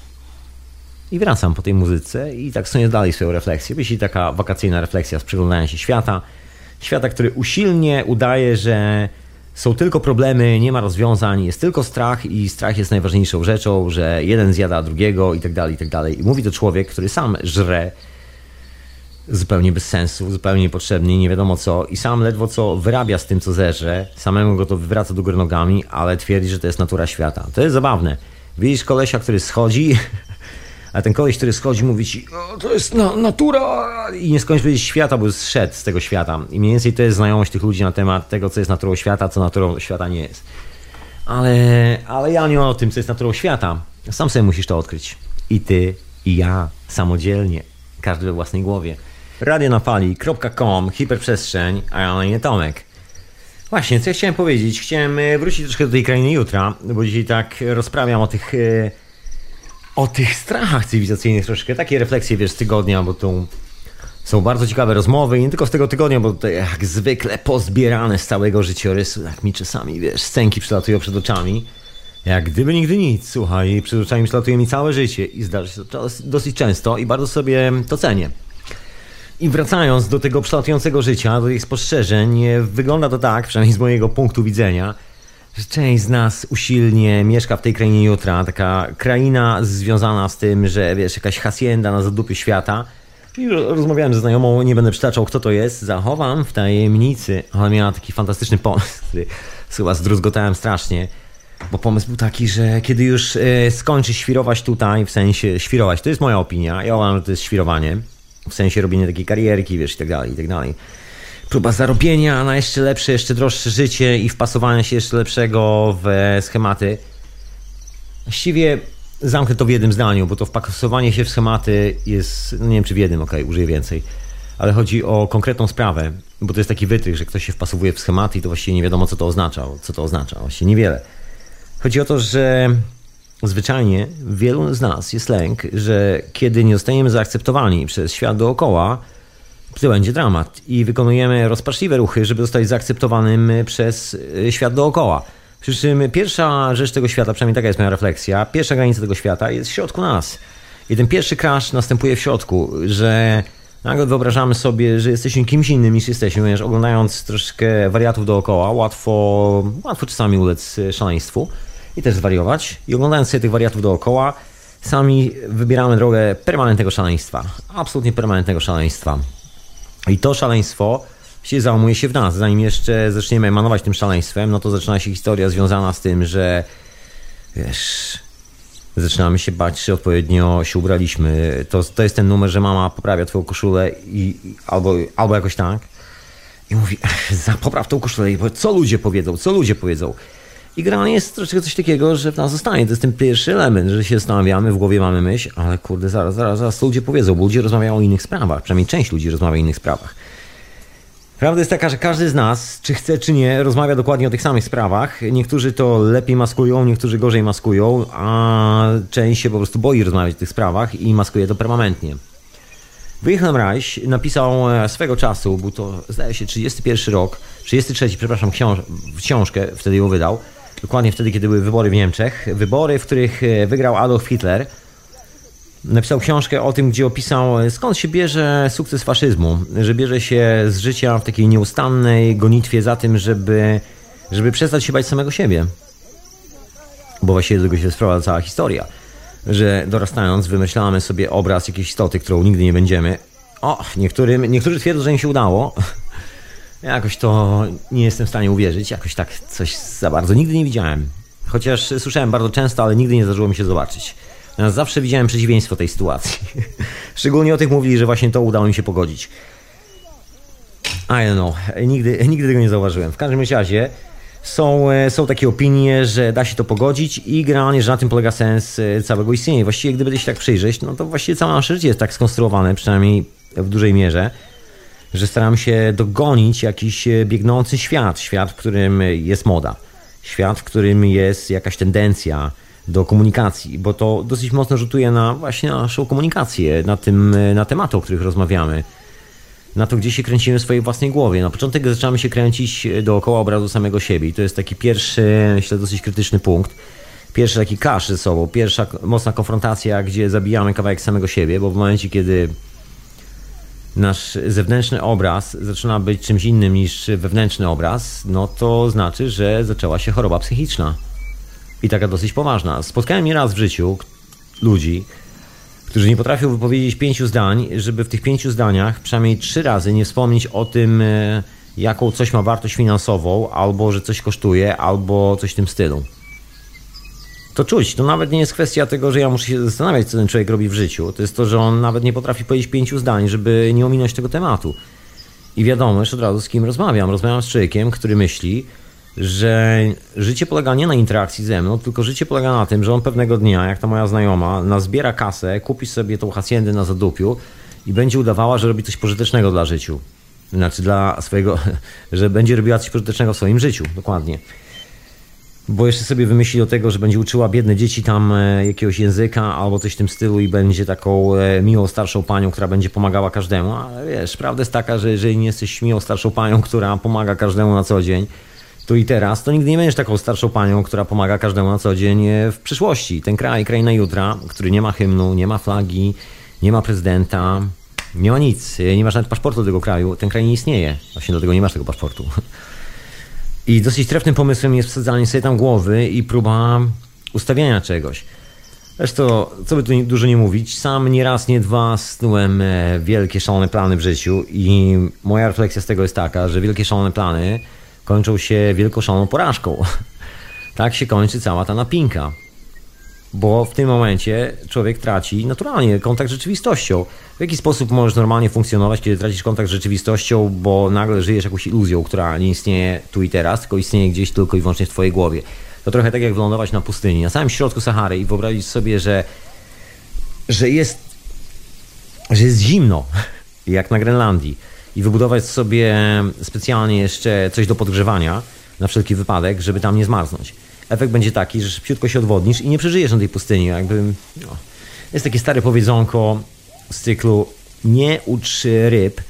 I wracam po tej muzyce i tak sobie dalej swoją refleksję. Myśli taka wakacyjna refleksja z przeglądania się świata. Świata, który usilnie udaje, że są tylko problemy, nie ma rozwiązań, jest tylko strach i strach jest najważniejszą rzeczą, że jeden zjada drugiego i tak dalej, i tak dalej. I mówi to człowiek, który sam żre zupełnie bez sensu, zupełnie niepotrzebnie, nie wiadomo co i sam ledwo co wyrabia z tym, co zerze. Samemu go to wywraca do góry nogami, ale twierdzi, że to jest natura świata. To jest zabawne. Widzisz kolesia, który schodzi... A ten koleś, który schodzi, mówi ci, o, to jest na, natura i nie skończy powiedzieć świata, bo zszedł z tego świata. I mniej więcej to jest znajomość tych ludzi na temat tego, co jest naturą świata, co naturą świata nie jest. Ale, ale ja nie o tym, co jest naturą świata. Sam sobie musisz to odkryć. I ty, i ja, samodzielnie. Każdy we własnej głowie. radio na fali kropka com, hiperprzestrzeń, a ja na imię Tomek. Właśnie, co ja chciałem powiedzieć? Chciałem wrócić troszkę do tej krainy jutra, bo dzisiaj tak rozprawiam o tych... o tych strachach cywilizacyjnych troszkę, takie refleksje, wiesz, z tygodnia, bo tu są bardzo ciekawe rozmowy i nie tylko z tego tygodnia, bo to jak zwykle pozbierane z całego życiorysu, jak mi czasami, wiesz, scenki przelatują przed oczami, jak gdyby nigdy nic, słuchaj, przed oczami przelatuje mi całe życie i zdarza się to dosyć często i bardzo sobie to cenię. I wracając do tego przelatującego życia, do tych spostrzeżeń, wygląda to tak, przynajmniej z mojego punktu widzenia, że część z nas usilnie mieszka w tej krainie jutra, taka kraina związana z tym, że wiesz, jakaś hacienda na zadupiu świata. I rozmawiałem ze znajomą, nie będę przytaczał, kto to jest, zachowam w tajemnicy, ale miała taki fantastyczny pomysł, który chyba zdruzgotałem strasznie, bo pomysł był taki, że kiedy już e, skończy świrować tutaj, w sensie świrować, to jest moja opinia, ja uważam, że to jest świrowanie, w sensie robienie takiej karierki, wiesz, i tak dalej, i tak dalej. Próba zarobienia na jeszcze lepsze, jeszcze droższe życie i wpasowania się jeszcze lepszego w schematy. Właściwie zamknę to w jednym zdaniu, bo to wpasowanie się w schematy jest, no nie wiem czy w jednym, okej, okay, użyję więcej, ale chodzi o konkretną sprawę, bo to jest taki wytrych, że ktoś się wpasowuje w schematy i to właściwie nie wiadomo co to oznacza, co to oznacza, właściwie niewiele. Chodzi o to, że zwyczajnie wielu z nas jest lęk, że kiedy nie zostaniemy zaakceptowani przez świat dookoła, to będzie dramat i wykonujemy rozpaczliwe ruchy, żeby zostać zaakceptowanym przez świat dookoła. Przy czym pierwsza rzecz tego świata, przynajmniej taka jest moja refleksja, pierwsza granica tego świata jest w środku nas. I ten pierwszy crash następuje w środku, że nagle wyobrażamy sobie, że jesteśmy kimś innym niż jesteśmy, ponieważ oglądając troszkę wariatów dookoła, łatwo, łatwo czasami ulec szaleństwu i też zwariować. I oglądając sobie tych wariatów dookoła, sami wybieramy drogę permanentnego szaleństwa. Absolutnie permanentnego szaleństwa. I to szaleństwo się załamuje się w nas. Zanim jeszcze zaczniemy emanować tym szaleństwem, no to zaczyna się historia związana z tym, że wiesz, zaczynamy się bać, czy odpowiednio się ubraliśmy. To, to jest ten numer, że mama poprawia twoją koszulę i, i, albo, albo jakoś tak. I mówi, popraw tą koszulę i powie, co ludzie powiedzą, co ludzie powiedzą. I generalnie jest troszeczkę coś takiego, że w nas zostanie. To jest ten pierwszy element, że się zastanawiamy, w głowie mamy myśl, ale kurde, zaraz, zaraz, zaraz, co ludzie powiedzą, bo ludzie rozmawiają o innych sprawach. Przynajmniej część ludzi rozmawia o innych sprawach. Prawda jest taka, że każdy z nas, czy chce, czy nie, rozmawia dokładnie o tych samych sprawach. Niektórzy to lepiej maskują, niektórzy gorzej maskują, a część się po prostu boi rozmawiać o tych sprawach i maskuje to permanentnie. Wilhelm Reich napisał swego czasu, był to, zdaje się, trzydziesty pierwszy rok, trzydziesty trzeci, przepraszam, książ książkę, wtedy ją wydał. Dokładnie wtedy, kiedy były wybory w Niemczech. Wybory, w których wygrał Adolf Hitler. Napisał książkę o tym, gdzie opisał, skąd się bierze sukces faszyzmu. Że bierze się z życia w takiej nieustannej gonitwie za tym, żeby, żeby przestać się bać samego siebie. Bo właściwie do tego się sprowadza cała historia. Że dorastając wymyślamy sobie obraz jakiejś istoty, którą nigdy nie będziemy. O, niektórym, niektórzy twierdzą, że im się udało. Jakoś to nie jestem w stanie uwierzyć. Jakoś tak coś za bardzo nigdy nie widziałem. Chociaż słyszałem bardzo często, ale nigdy nie zdarzyło mi się zobaczyć. Ja zawsze widziałem przeciwieństwo tej sytuacji. Szczególnie o tych mówili, że właśnie to udało mi się pogodzić. I don't know. Nigdy, nigdy tego nie zauważyłem. W każdym razie są, są takie opinie, że da się to pogodzić i generalnie, że na tym polega sens całego istnienia. Właściwie gdyby się tak przyjrzeć, no to właściwie całe nasze życie jest tak skonstruowane, przynajmniej w dużej mierze, że staram się dogonić jakiś biegnący świat. Świat, w którym jest moda. Świat, w którym jest jakaś tendencja do komunikacji, bo to dosyć mocno rzutuje na właśnie naszą komunikację, na, tym, na tematy, o których rozmawiamy, na to, gdzie się kręcimy w swojej własnej głowie. Na początek zaczynamy się kręcić dookoła obrazu samego siebie i to jest taki pierwszy, myślę, dosyć krytyczny punkt. Pierwszy taki clash ze sobą, pierwsza mocna konfrontacja, gdzie zabijamy kawałek samego siebie, bo w momencie, kiedy nasz zewnętrzny obraz zaczyna być czymś innym niż wewnętrzny obraz, no to znaczy, że zaczęła się choroba psychiczna. I taka dosyć poważna. Spotkałem nieraz w życiu ludzi, którzy nie potrafią wypowiedzieć pięciu zdań, żeby w tych pięciu zdaniach przynajmniej trzy razy nie wspomnieć o tym, jaką coś ma wartość finansową, albo że coś kosztuje, albo coś w tym stylu. To czuć. To nawet nie jest kwestia tego, że ja muszę się zastanawiać, co ten człowiek robi w życiu. To jest to, że on nawet nie potrafi powiedzieć pięciu zdań, żeby nie ominąć tego tematu. I wiadomo już od razu, z kim rozmawiam. Rozmawiam z człowiekiem, który myśli, że życie polega nie na interakcji ze mną, tylko życie polega na tym, że on pewnego dnia, jak ta moja znajoma, nazbiera kasę, kupi sobie tą haciendę na zadupiu i będzie udawała, że robi coś pożytecznego dla życiu. Znaczy dla swojego, że będzie robiła coś pożytecznego w swoim życiu, dokładnie. Bo jeszcze sobie wymyśli do tego, że będzie uczyła biedne dzieci tam jakiegoś języka albo coś w tym stylu i będzie taką miłą starszą panią, która będzie pomagała każdemu. Ale wiesz, prawda jest taka, że jeżeli nie jesteś miłą starszą panią, która pomaga każdemu na co dzień, tu i teraz, to nigdy nie będziesz taką starszą panią, która pomaga każdemu na co dzień w przyszłości. Ten kraj, kraina jutra, który nie ma hymnu, nie ma flagi, nie ma prezydenta, nie ma nic, nie masz nawet paszportu do tego kraju, ten kraj nie istnieje. Właśnie dlatego nie masz tego paszportu. I dosyć trefnym pomysłem jest wsadzanie sobie tam głowy i próba ustawiania czegoś. Zresztą, co by tu dużo nie mówić, sam nie raz, nie dwa snułem wielkie, szalone plany w życiu i moja refleksja z tego jest taka, że wielkie, szalone plany kończą się wielką, szaloną porażką. Tak się kończy cała ta napinka. Bo w tym momencie człowiek traci naturalnie kontakt z rzeczywistością. W jaki sposób możesz normalnie funkcjonować, kiedy tracisz kontakt z rzeczywistością, bo nagle żyjesz jakąś iluzją, która nie istnieje tu i teraz, tylko istnieje gdzieś tylko i wyłącznie w twojej głowie. To trochę tak jak wylądować na pustyni, na samym środku Sahary i wyobrazić sobie, że, że, jest, że jest zimno, jak na Grenlandii. I wybudować sobie specjalnie jeszcze coś do podgrzewania na wszelki wypadek, żeby tam nie zmarznąć. Efekt będzie taki, że szybciutko się odwodnisz i nie przeżyjesz na tej pustyni. Jakby, no. Jest takie stare powiedzonko z cyklu: nie ucz ryb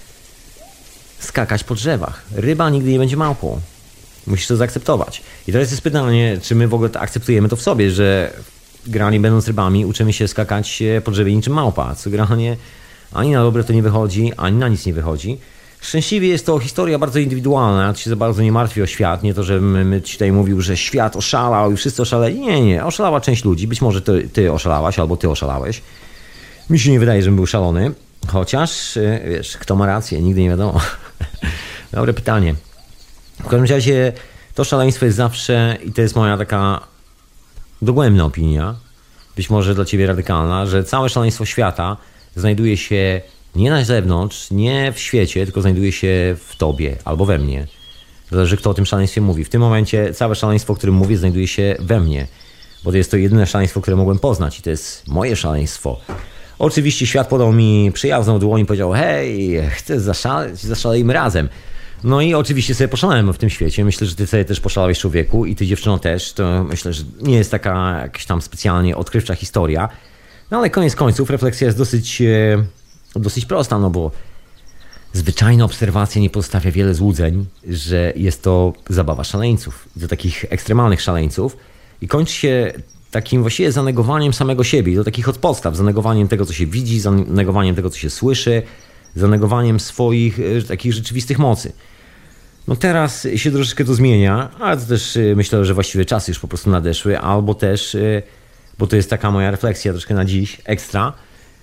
skakać po drzewach. Ryba nigdy nie będzie małpą. Musisz to zaakceptować. I teraz jest pytanie, czy my w ogóle akceptujemy to w sobie, że generalnie będąc rybami uczymy się skakać po drzewie niczym małpa, co generalnie ani na dobre to nie wychodzi, ani na nic nie wychodzi. Szczęśliwie jest to historia bardzo indywidualna, ja się za bardzo nie martwię o świat, nie to, że my, my ci tutaj mówił, że świat oszalał i wszyscy oszaleli. Nie, nie, oszalała część ludzi, być może ty, ty oszalałaś albo ty oszalałeś. Mi się nie wydaje, żebym był szalony, chociaż, wiesz, kto ma rację, nigdy nie wiadomo. Dobre pytanie. W każdym razie to szaleństwo jest zawsze, i to jest moja taka dogłębna opinia, być może dla ciebie radykalna, że całe szaleństwo świata znajduje się nie na zewnątrz, nie w świecie, tylko znajduje się w tobie albo we mnie. Zależy, kto o tym szaleństwie mówi. W tym momencie całe szaleństwo, o którym mówię, znajduje się we mnie, bo to jest to jedyne szaleństwo, które mogłem poznać i to jest moje szaleństwo. Oczywiście świat podał mi przyjazną dłoń i powiedział: hej, chcę zaszaleć, zaszalejmy razem. No i oczywiście sobie poszalałem w tym świecie. Myślę, że ty sobie też poszalałeś, człowieku, i ty, dziewczyno, też. To myślę, że nie jest taka jakaś tam specjalnie odkrywcza historia. No ale koniec końców refleksja jest dosyć, e, dosyć prosta, no bo zwyczajna obserwacja nie pozostawia wiele złudzeń, że jest to zabawa szaleńców, do takich ekstremalnych szaleńców, i kończy się takim właściwie zanegowaniem samego siebie, do takich od podstaw, zanegowaniem tego, co się widzi, zanegowaniem tego, co się słyszy, zanegowaniem swoich e, takich rzeczywistych mocy. No teraz się troszeczkę to zmienia, ale to też e, myślę, że właściwie czasy już po prostu nadeszły, albo też, e, bo to jest taka moja refleksja troszkę na dziś, ekstra,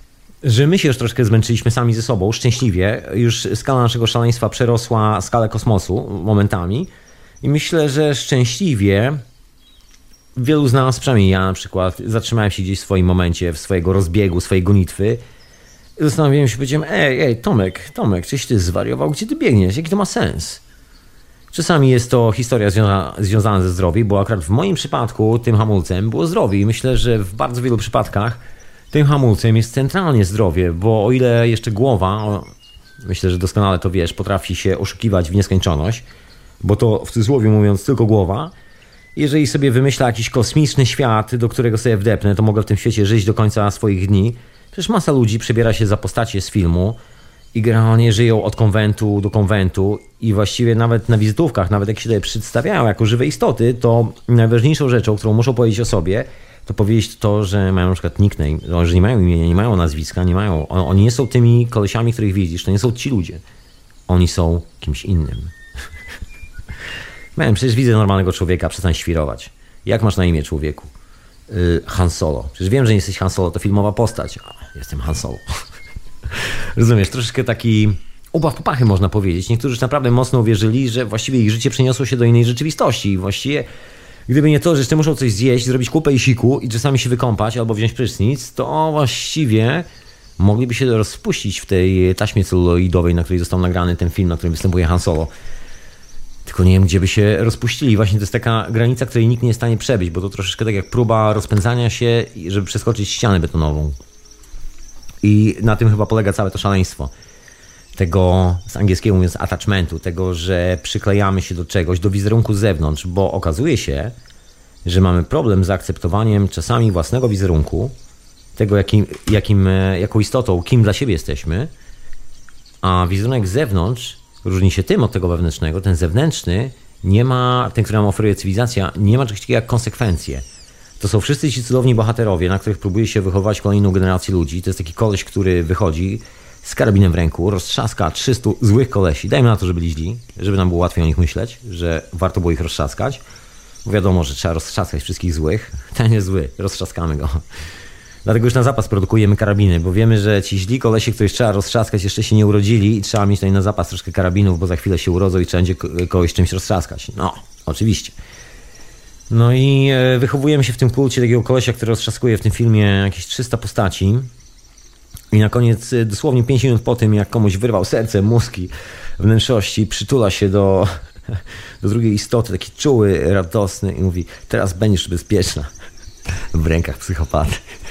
że my się już troszkę zmęczyliśmy sami ze sobą, szczęśliwie. Już skala naszego szaleństwa przerosła skalę kosmosu momentami i myślę, że szczęśliwie wielu z nas, przynajmniej ja na przykład, zatrzymałem się gdzieś w swoim momencie, w swojego rozbiegu, swojej gonitwy i zastanawiałem się, powiedziałem, ej, ej, Tomek, Tomek, czyś ty zwariował, gdzie ty biegniesz, jaki to ma sens? Czasami jest to historia związana, związana ze zdrowiem, bo akurat w moim przypadku tym hamulcem było zdrowie i myślę, że w bardzo wielu przypadkach tym hamulcem jest centralnie zdrowie, bo o ile jeszcze głowa, myślę, że doskonale to wiesz, potrafi się oszukiwać w nieskończoność, bo to w cudzysłowie mówiąc tylko głowa, jeżeli sobie wymyśla jakiś kosmiczny świat, do którego sobie wdepnę, to mogę w tym świecie żyć do końca swoich dni. Przecież masa ludzi przebiera się za postacie z filmu i generalnie żyją od konwentu do konwentu i właściwie nawet na wizytówkach, nawet jak się tutaj przedstawiają jako żywe istoty, to najważniejszą rzeczą, którą muszą powiedzieć o sobie, to powiedzieć to, że mają na przykład nickname, że nie mają imienia, nie mają nazwiska, nie mają, oni nie są tymi kolesiami, których widzisz, to nie są ci ludzie. Oni są kimś innym. Miałem, przecież widzę normalnego człowieka, przestań świrować. Jak masz na imię, człowieku? Yy, Han Solo. Przecież wiem, że nie jesteś Han Solo, to filmowa postać. A, jestem Han Solo. Rozumiesz, troszeczkę taki ubaw popachy można powiedzieć. Niektórzy już naprawdę mocno uwierzyli, że właściwie ich życie przeniosło się do innej rzeczywistości. I właściwie, gdyby nie to, że jeszcze muszą coś zjeść, zrobić kupę i siku i czasami się wykąpać albo wziąć prysznic, to właściwie mogliby się rozpuścić w tej taśmie celuloidowej, na której został nagrany ten film, na którym występuje Han Solo. Tylko nie wiem, gdzie by się rozpuścili. Właśnie to jest taka granica, której nikt nie jest w stanie przebyć, bo to troszeczkę tak jak próba rozpędzania się, żeby przeskoczyć ścianę betonową. I na tym chyba polega całe to szaleństwo. Tego, z angielskiego mówiąc, attachmentu, tego, że przyklejamy się do czegoś, do wizerunku z zewnątrz, bo okazuje się, że mamy problem z akceptowaniem czasami własnego wizerunku, tego, jakim, jakim, jaką istotą, kim dla siebie jesteśmy, a wizerunek z zewnątrz różni się tym od tego wewnętrznego. Ten zewnętrzny nie ma, ten, który nam oferuje cywilizacja, nie ma czegoś takiego jak konsekwencje. To są wszyscy ci cudowni bohaterowie, na których próbuje się wychowywać kolejną generację ludzi. To jest taki koleś, który wychodzi z karabinem w ręku, roztrzaska trzystu złych kolesi. Dajmy na to, że byli źli, żeby nam było łatwiej o nich myśleć, że warto było ich roztrzaskać. Bo wiadomo, że trzeba roztrzaskać wszystkich złych. Ten jest zły, roztrzaskamy go. Dlatego już na zapas produkujemy karabiny, bo wiemy, że ci źli kolesie, których trzeba roztrzaskać, jeszcze się nie urodzili i trzeba mieć tutaj na zapas troszkę karabinów, bo za chwilę się urodzą i trzeba będzie kogoś czymś roztrzaskać. No, oczywiście. No i wychowujemy się w tym kulcie takiego kolesia, który roztrzaskuje w tym filmie jakieś trzysta postaci i na koniec, dosłownie pięć minut po tym, jak komuś wyrwał serce, mózgi, wnętrzości, przytula się do, do drugiej istoty, taki czuły, radosny i mówi, teraz będziesz bezpieczna w rękach psychopaty.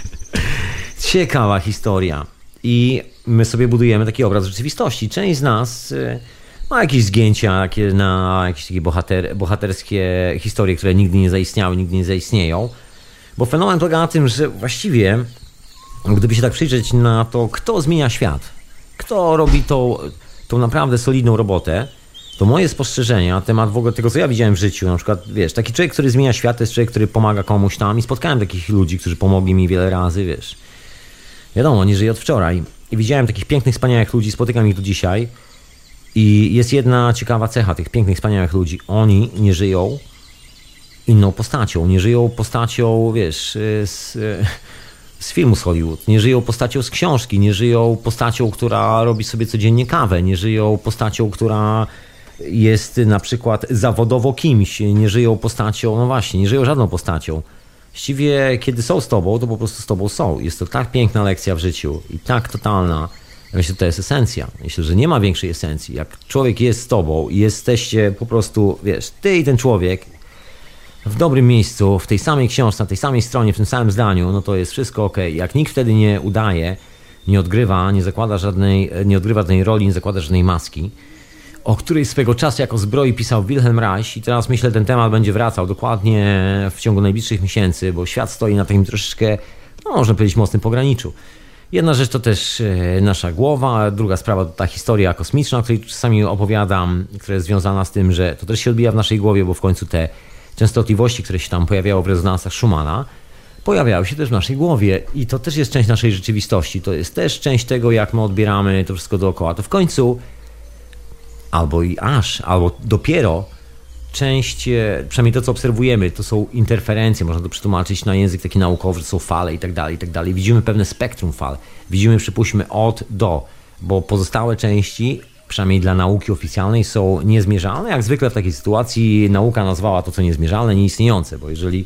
Ciekawa historia. I my sobie budujemy taki obraz rzeczywistości. Część z nas ma jakieś zgięcia na jakieś takie bohater, bohaterskie historie, które nigdy nie zaistniały, nigdy nie zaistnieją. Bo fenomen polega na tym, że właściwie, gdyby się tak przyjrzeć na to, kto zmienia świat, kto robi tą, tą naprawdę solidną robotę, to moje spostrzeżenia na temat w ogóle tego, co ja widziałem w życiu, na przykład, wiesz, taki człowiek, który zmienia świat, to jest człowiek, który pomaga komuś tam i spotkałem takich ludzi, którzy pomogli mi wiele razy, wiesz. Wiadomo, nie żyję od wczoraj i widziałem takich pięknych, wspaniałych ludzi, spotykam ich do dzisiaj i jest jedna ciekawa cecha tych pięknych, wspaniałych ludzi. Oni nie żyją inną postacią, nie żyją postacią, wiesz, z, z filmu z Hollywood, nie żyją postacią z książki, nie żyją postacią, która robi sobie codziennie kawę, nie żyją postacią, która jest na przykład zawodowo kimś, nie żyją postacią, no właśnie, nie żyją żadną postacią. Właściwie, kiedy są z tobą, to po prostu z tobą są. Jest to tak piękna lekcja w życiu i tak totalna. Myślę, że to jest esencja. Myślę, że nie ma większej esencji. Jak człowiek jest z tobą i jesteście po prostu, wiesz, ty i ten człowiek w dobrym miejscu, w tej samej książce, na tej samej stronie, w tym samym zdaniu, no to jest wszystko okej. Jak nikt wtedy nie udaje, nie odgrywa, nie zakłada żadnej, nie odgrywa żadnej roli, nie zakłada żadnej maski, o której swego czasu jako zbroi pisał Wilhelm Reich i teraz myślę, ten temat będzie wracał dokładnie w ciągu najbliższych miesięcy, bo świat stoi na takim troszeczkę, no można powiedzieć, mocnym pograniczu. Jedna rzecz to też nasza głowa, a druga sprawa to ta historia kosmiczna, o której czasami opowiadam, która jest związana z tym, że to też się odbija w naszej głowie, bo w końcu te częstotliwości, które się tam pojawiały w rezonansach Schumana, pojawiały się też w naszej głowie i to też jest część naszej rzeczywistości, to jest też część tego, jak my odbieramy to wszystko dookoła. To w końcu albo i aż, albo dopiero część, przynajmniej to, co obserwujemy, to są interferencje, można to przetłumaczyć na język taki naukowy, że są fale i tak dalej, i tak dalej. Widzimy pewne spektrum fal. Widzimy, przypuśćmy, od do, bo pozostałe części, przynajmniej dla nauki oficjalnej, są niezmierzalne. Jak zwykle w takiej sytuacji nauka nazwała to, co niezmierzalne, nieistniejące, bo jeżeli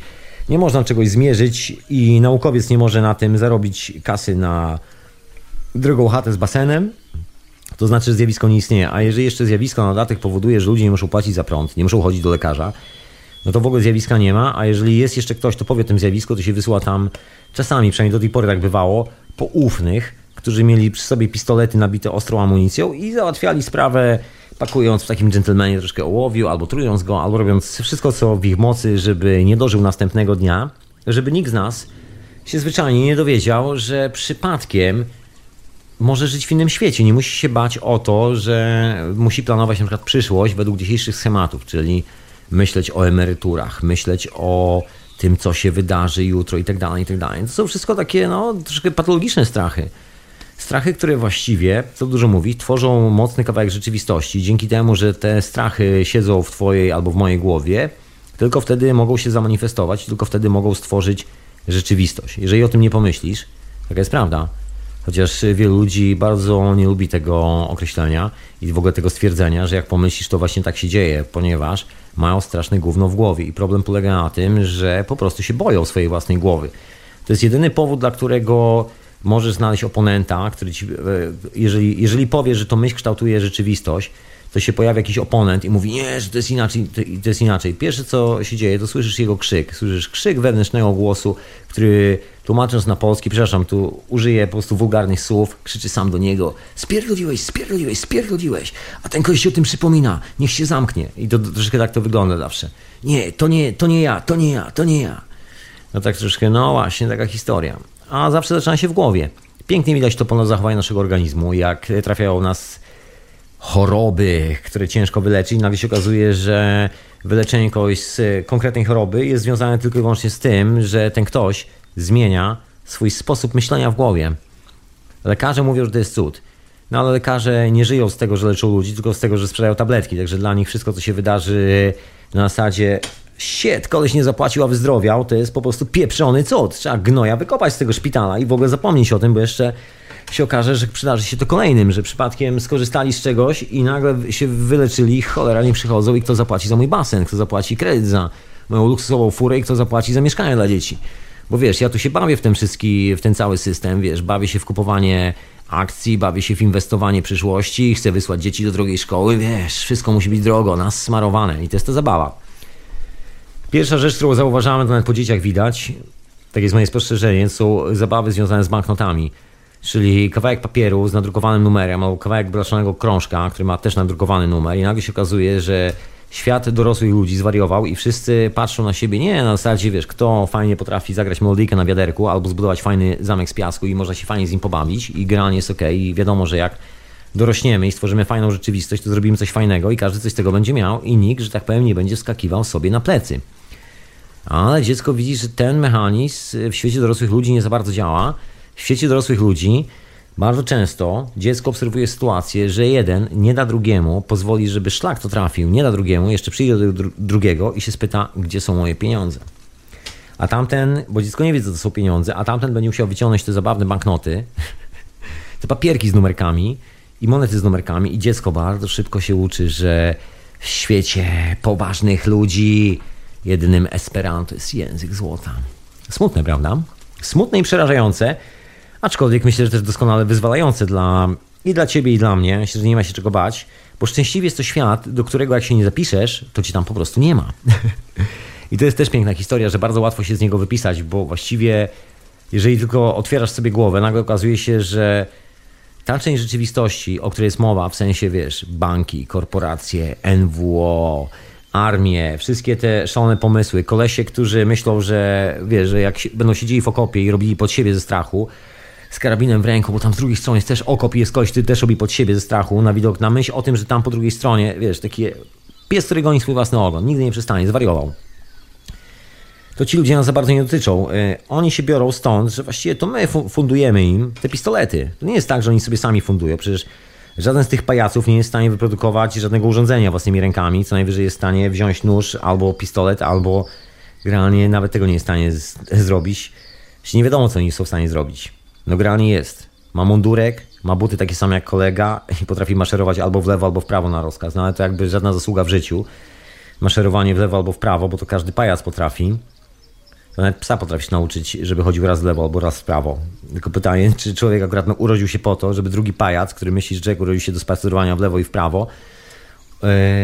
nie można czegoś zmierzyć i naukowiec nie może na tym zarobić kasy na drogą chatę z basenem, to znaczy, że zjawisko nie istnieje. A jeżeli jeszcze zjawisko na dodatek powoduje, że ludzie nie muszą płacić za prąd, nie muszą chodzić do lekarza, no to w ogóle zjawiska nie ma, a jeżeli jest jeszcze ktoś, kto powie o tym zjawisku, to się wysyła tam czasami, przynajmniej do tej pory tak bywało, poufnych, którzy mieli przy sobie pistolety nabite ostrą amunicją i załatwiali sprawę, pakując w takim dżentelmenie troszkę ołowiu, albo trując go, albo robiąc wszystko, co w ich mocy, żeby nie dożył następnego dnia, żeby nikt z nas się zwyczajnie nie dowiedział, że przypadkiem może żyć w innym świecie. Nie musi się bać o to, że musi planować na przykład przyszłość według dzisiejszych schematów, czyli myśleć o emeryturach, myśleć o tym, co się wydarzy jutro i tak dalej, i tak dalej. To są wszystko takie, no, troszkę patologiczne strachy. Strachy, które właściwie, co dużo mówi, tworzą mocny kawałek rzeczywistości. Dzięki temu, że te strachy siedzą w twojej albo w mojej głowie, tylko wtedy mogą się zamanifestować, tylko wtedy mogą stworzyć rzeczywistość. Jeżeli o tym nie pomyślisz, taka jest prawda. Chociaż wielu ludzi bardzo nie lubi tego określenia i w ogóle tego stwierdzenia, że jak pomyślisz, to właśnie tak się dzieje, ponieważ mają straszne gówno w głowie i problem polega na tym, że po prostu się boją swojej własnej głowy. To jest jedyny powód, dla którego możesz znaleźć oponenta, który ci, jeżeli, jeżeli powiesz, że to myśl kształtuje rzeczywistość, to się pojawia jakiś oponent i mówi, nie, że to jest inaczej, to jest inaczej. Pierwsze, co się dzieje, to słyszysz jego krzyk. Słyszysz krzyk wewnętrznego głosu, który tłumacząc na polski, przepraszam, tu użyję po prostu wulgarnych słów, krzyczy sam do niego, spierdoliłeś, spierdoliłeś, spierdoliłeś, a ten koleś się o tym przypomina, niech się zamknie. I to, to troszkę tak to wygląda zawsze. Nie, to nie, to nie ja, to nie ja, to nie ja. No tak troszkę, no właśnie, taka historia. A zawsze zaczyna się w głowie. Pięknie widać to ponad zachowanie naszego organizmu, jak trafiają u nas choroby, które ciężko wyleczyć. Nagle się okazuje, że wyleczenie kogoś z konkretnej choroby jest związane tylko i wyłącznie z tym, że ten ktoś zmienia swój sposób myślenia w głowie. Lekarze mówią, że to jest cud. No ale lekarze nie żyją z tego, że leczą ludzi, tylko z tego, że sprzedają tabletki. Także dla nich wszystko, co się wydarzy na zasadzie shit, koleś nie zapłacił, a wyzdrowiał, to jest po prostu pieprzony cud. Trzeba gnoja wykopać z tego szpitala i w ogóle zapomnieć o tym, bo jeszcze się okaże, że przydarzy się to kolejnym, że przypadkiem skorzystali z czegoś i nagle się wyleczyli, cholera nie przychodzą i kto zapłaci za mój basen, kto zapłaci kredyt za moją luksusową furę i kto zapłaci za mieszkanie dla dzieci. Bo wiesz, ja tu się bawię w ten wszystki, w ten cały system, wiesz, bawię się w kupowanie akcji, bawię się w inwestowanie przyszłości, chcę wysłać dzieci do drogiej szkoły, wiesz, wszystko musi być drogo, nas smarowane i to jest ta zabawa. Pierwsza rzecz, którą zauważamy, to nawet po dzieciach widać, tak jest moje spostrzeżenie, są zabawy związane z banknotami. Czyli kawałek papieru z nadrukowanym numerem albo kawałek blaszanego krążka, który ma też nadrukowany numer i nagle się okazuje, że świat dorosłych ludzi zwariował i wszyscy patrzą na siebie nie na zasadzie, wiesz, kto fajnie potrafi zagrać melodyjkę na wiaderku albo zbudować fajny zamek z piasku i można się fajnie z nim pobawić i generalnie jest okej. I wiadomo, że jak dorośniemy i stworzymy fajną rzeczywistość, to zrobimy coś fajnego i każdy coś z tego będzie miał i nikt, że tak powiem, nie będzie skakiwał sobie na plecy. Ale dziecko widzi, że ten mechanizm w świecie dorosłych ludzi nie za bardzo działa. W świecie dorosłych ludzi bardzo często dziecko obserwuje sytuację, że jeden nie da drugiemu, pozwoli, żeby szlak to trafił, nie da drugiemu, jeszcze przyjdzie do dru- drugiego i się spyta, gdzie są moje pieniądze. A tamten, bo dziecko nie wie, co to są pieniądze, a tamten będzie musiał wyciągnąć te zabawne banknoty, te papierki z numerkami i monety z numerkami i dziecko bardzo szybko się uczy, że w świecie poważnych ludzi jedynym Esperanto jest język złota. Smutne, prawda? Smutne i przerażające, aczkolwiek myślę, że też doskonale wyzwalające dla, i dla ciebie, i dla mnie. Myślę, że nie ma się czego bać, bo szczęśliwie jest to świat, do którego jak się nie zapiszesz, to ci tam po prostu nie ma. I to jest też piękna historia, że bardzo łatwo się z niego wypisać, bo właściwie jeżeli tylko otwierasz sobie głowę, nagle okazuje się, że ta część rzeczywistości, o której jest mowa, w sensie, wiesz, banki, korporacje, N W O, armię, wszystkie te szalone pomysły, kolesie, którzy myślą, że wiesz, że jak się, będą siedzieli w okopie i robili pod siebie ze strachu, z karabinem w ręku, bo tam z drugiej strony jest też okop i jest koleś, który też robi pod siebie ze strachu, na widok, na myśl o tym, że tam po drugiej stronie, wiesz, taki pies, który goni swój własny ogon, nigdy nie przestanie, zwariował. To ci ludzie nas za bardzo nie dotyczą. Oni się biorą stąd, że właściwie to my fundujemy im te pistolety. To nie jest tak, że oni sobie sami fundują, przecież żaden z tych pajaców nie jest w stanie wyprodukować żadnego urządzenia własnymi rękami, co najwyżej jest w stanie wziąć nóż albo pistolet, albo generalnie nawet tego nie jest w stanie z- zrobić. Jeśli nie wiadomo, co oni są w stanie zrobić. No generalnie jest. Ma mundurek, ma buty takie same jak kolega i potrafi maszerować albo w lewo, albo w prawo na rozkaz. No ale to jakby żadna zasługa w życiu. Maszerowanie w lewo albo w prawo, bo to każdy pajac potrafi. To nawet psa potrafisz nauczyć, żeby chodził raz w lewo albo raz w prawo. Tylko pytanie, czy człowiek akurat no, urodził się po to, żeby drugi pajac, który myśli, że człowiek urodził się do spacerowania w lewo i w prawo, yy...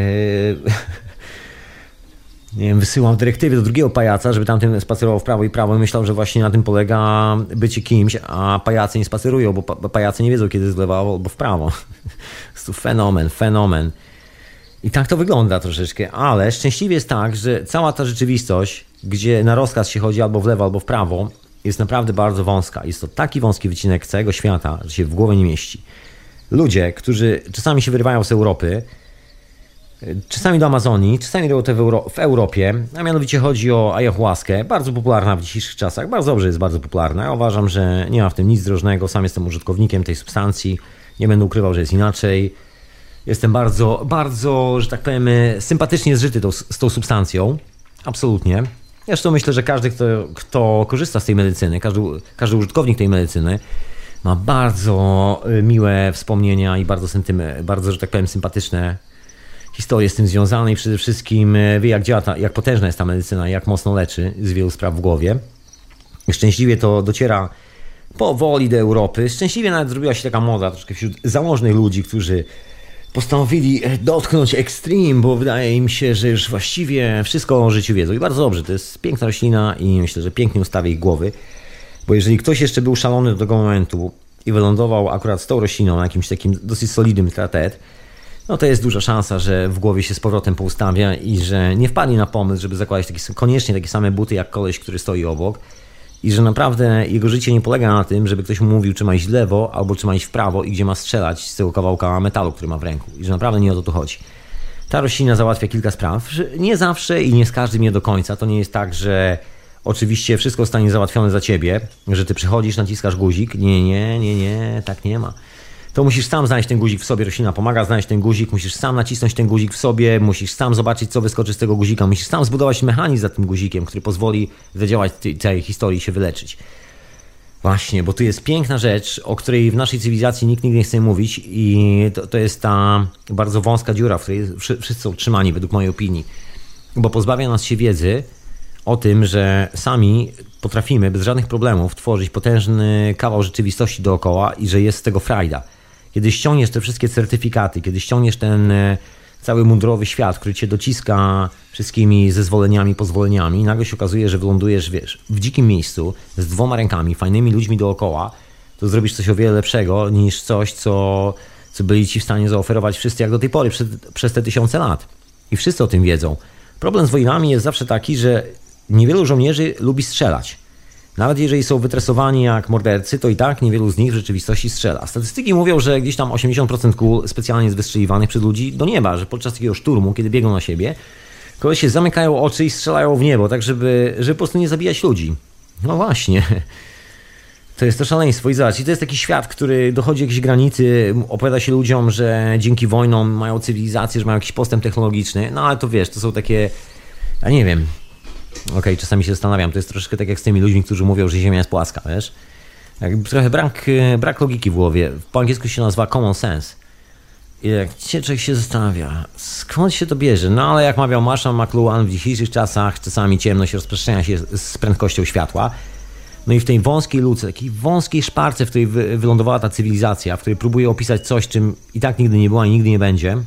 nie wiem, wysyłał dyrektywy do drugiego pajaca, żeby tamten spacerował w prawo i prawo i myślał, że właśnie na tym polega bycie kimś, a pajacy nie spacerują, bo pa- pajacy nie wiedzą, kiedy jest w lewo albo w prawo. Jest to fenomen, fenomen. I tak to wygląda troszeczkę, ale szczęśliwie jest tak, że cała ta rzeczywistość, gdzie na rozkaz się chodzi albo w lewo, albo w prawo, jest naprawdę bardzo wąska. Jest to taki wąski wycinek całego świata, że się w głowę nie mieści. Ludzie, którzy czasami się wyrywają z Europy, czasami do Amazonii, czasami do w, Euro- w Europie, a mianowicie chodzi o ayahuaskę, bardzo popularna w dzisiejszych czasach, bardzo dobrze jest bardzo popularna. Ja uważam, że nie ma w tym nic drożnego, sam jestem użytkownikiem tej substancji, nie będę ukrywał, że jest inaczej. Jestem bardzo, bardzo, że tak powiem, sympatycznie zżyty tą, z tą substancją, absolutnie. Zresztą myślę, że każdy, kto, kto korzysta z tej medycyny, każdy, każdy użytkownik tej medycyny ma bardzo miłe wspomnienia i bardzo, sentymy, bardzo, że tak powiem, sympatyczne historie z tym związane i przede wszystkim wie, jak działa, ta, jak potężna jest ta medycyna, jak mocno leczy z wielu spraw w głowie. Szczęśliwie to dociera powoli do Europy. Szczęśliwie nawet zrobiła się taka moda troszkę wśród zamożnych ludzi, którzy postanowili dotknąć extreme, bo wydaje im się, że już właściwie wszystko o życiu wiedzą. I bardzo dobrze, to jest piękna roślina i myślę, że pięknie ustawia ich głowy. Bo jeżeli ktoś jeszcze był szalony do tego momentu i wylądował akurat z tą rośliną na jakimś takim dosyć solidnym tratet, no to jest duża szansa, że w głowie się z powrotem poustawia i że nie wpadnie na pomysł, żeby zakładać takie, koniecznie takie same buty jak koleś, który stoi obok i że naprawdę jego życie nie polega na tym, żeby ktoś mu mówił, czy ma iść w lewo albo czy ma iść w prawo i gdzie ma strzelać z tego kawałka metalu, który ma w ręku i że naprawdę nie o to tu chodzi. Ta roślina załatwia kilka spraw, nie zawsze i nie z każdym nie do końca. To nie jest tak, że oczywiście wszystko zostanie załatwione za ciebie, że ty przychodzisz, naciskasz guzik. Nie, nie, nie, nie, tak nie ma. To musisz sam znaleźć ten guzik w sobie, roślina pomaga znaleźć ten guzik, musisz sam nacisnąć ten guzik w sobie, musisz sam zobaczyć, co wyskoczy z tego guzika, musisz sam zbudować mechanizm za tym guzikiem, który pozwoli zadziałać tej całej historii i się wyleczyć. Właśnie, bo tu jest piękna rzecz, o której w naszej cywilizacji nikt nigdy nie chce mówić i to, to jest ta bardzo wąska dziura, w której wszyscy są trzymani, według mojej opinii, bo pozbawia nas się wiedzy o tym, że sami potrafimy bez żadnych problemów tworzyć potężny kawał rzeczywistości dookoła i że jest z tego frajda. Kiedy ściągniesz te wszystkie certyfikaty, kiedy ściągniesz ten cały mundurowy świat, który cię dociska wszystkimi zezwoleniami, pozwoleniami, nagle się okazuje, że wylądujesz, wiesz, w dzikim miejscu z dwoma rękami, fajnymi ludźmi dookoła, to zrobisz coś o wiele lepszego niż coś, co, co byli ci w stanie zaoferować wszyscy jak do tej pory, przez, przez te tysiące lat. I wszyscy o tym wiedzą. Problem z wojnami jest zawsze taki, że niewielu żołnierzy lubi strzelać. Nawet jeżeli są wytresowani jak mordercy, to i tak niewielu z nich w rzeczywistości strzela. Statystyki mówią, że gdzieś tam osiemdziesiąt procent kul specjalnie jest wystrzeliwanych przez ludzi do nieba, że podczas takiego szturmu, kiedy biegną na siebie, koleś się zamykają oczy i strzelają w niebo, tak żeby, żeby po prostu nie zabijać ludzi. No właśnie. To jest to szaleństwo. I zobacz, i to jest taki świat, który dochodzi do jakiejś granicy, opowiada się ludziom, że dzięki wojnom mają cywilizację, że mają jakiś postęp technologiczny, no ale to wiesz, to są takie, ja nie wiem. Okej, okay, czasami się zastanawiam, to jest troszeczkę tak jak z tymi ludźmi, którzy mówią, że Ziemia jest płaska, wiesz? Jak trochę brak, brak logiki w głowie. Po angielsku się nazywa common sense. I jak człowiek się zastanawia, skąd się to bierze? No ale jak mawiał Marshall McLuhan, w dzisiejszych czasach czasami ciemność rozprzestrzenia się z prędkością światła. No i w tej wąskiej luce, takiej wąskiej szparce, w której wy, wylądowała ta cywilizacja, w której próbuje opisać coś, czym i tak nigdy nie była i nigdy nie będzie,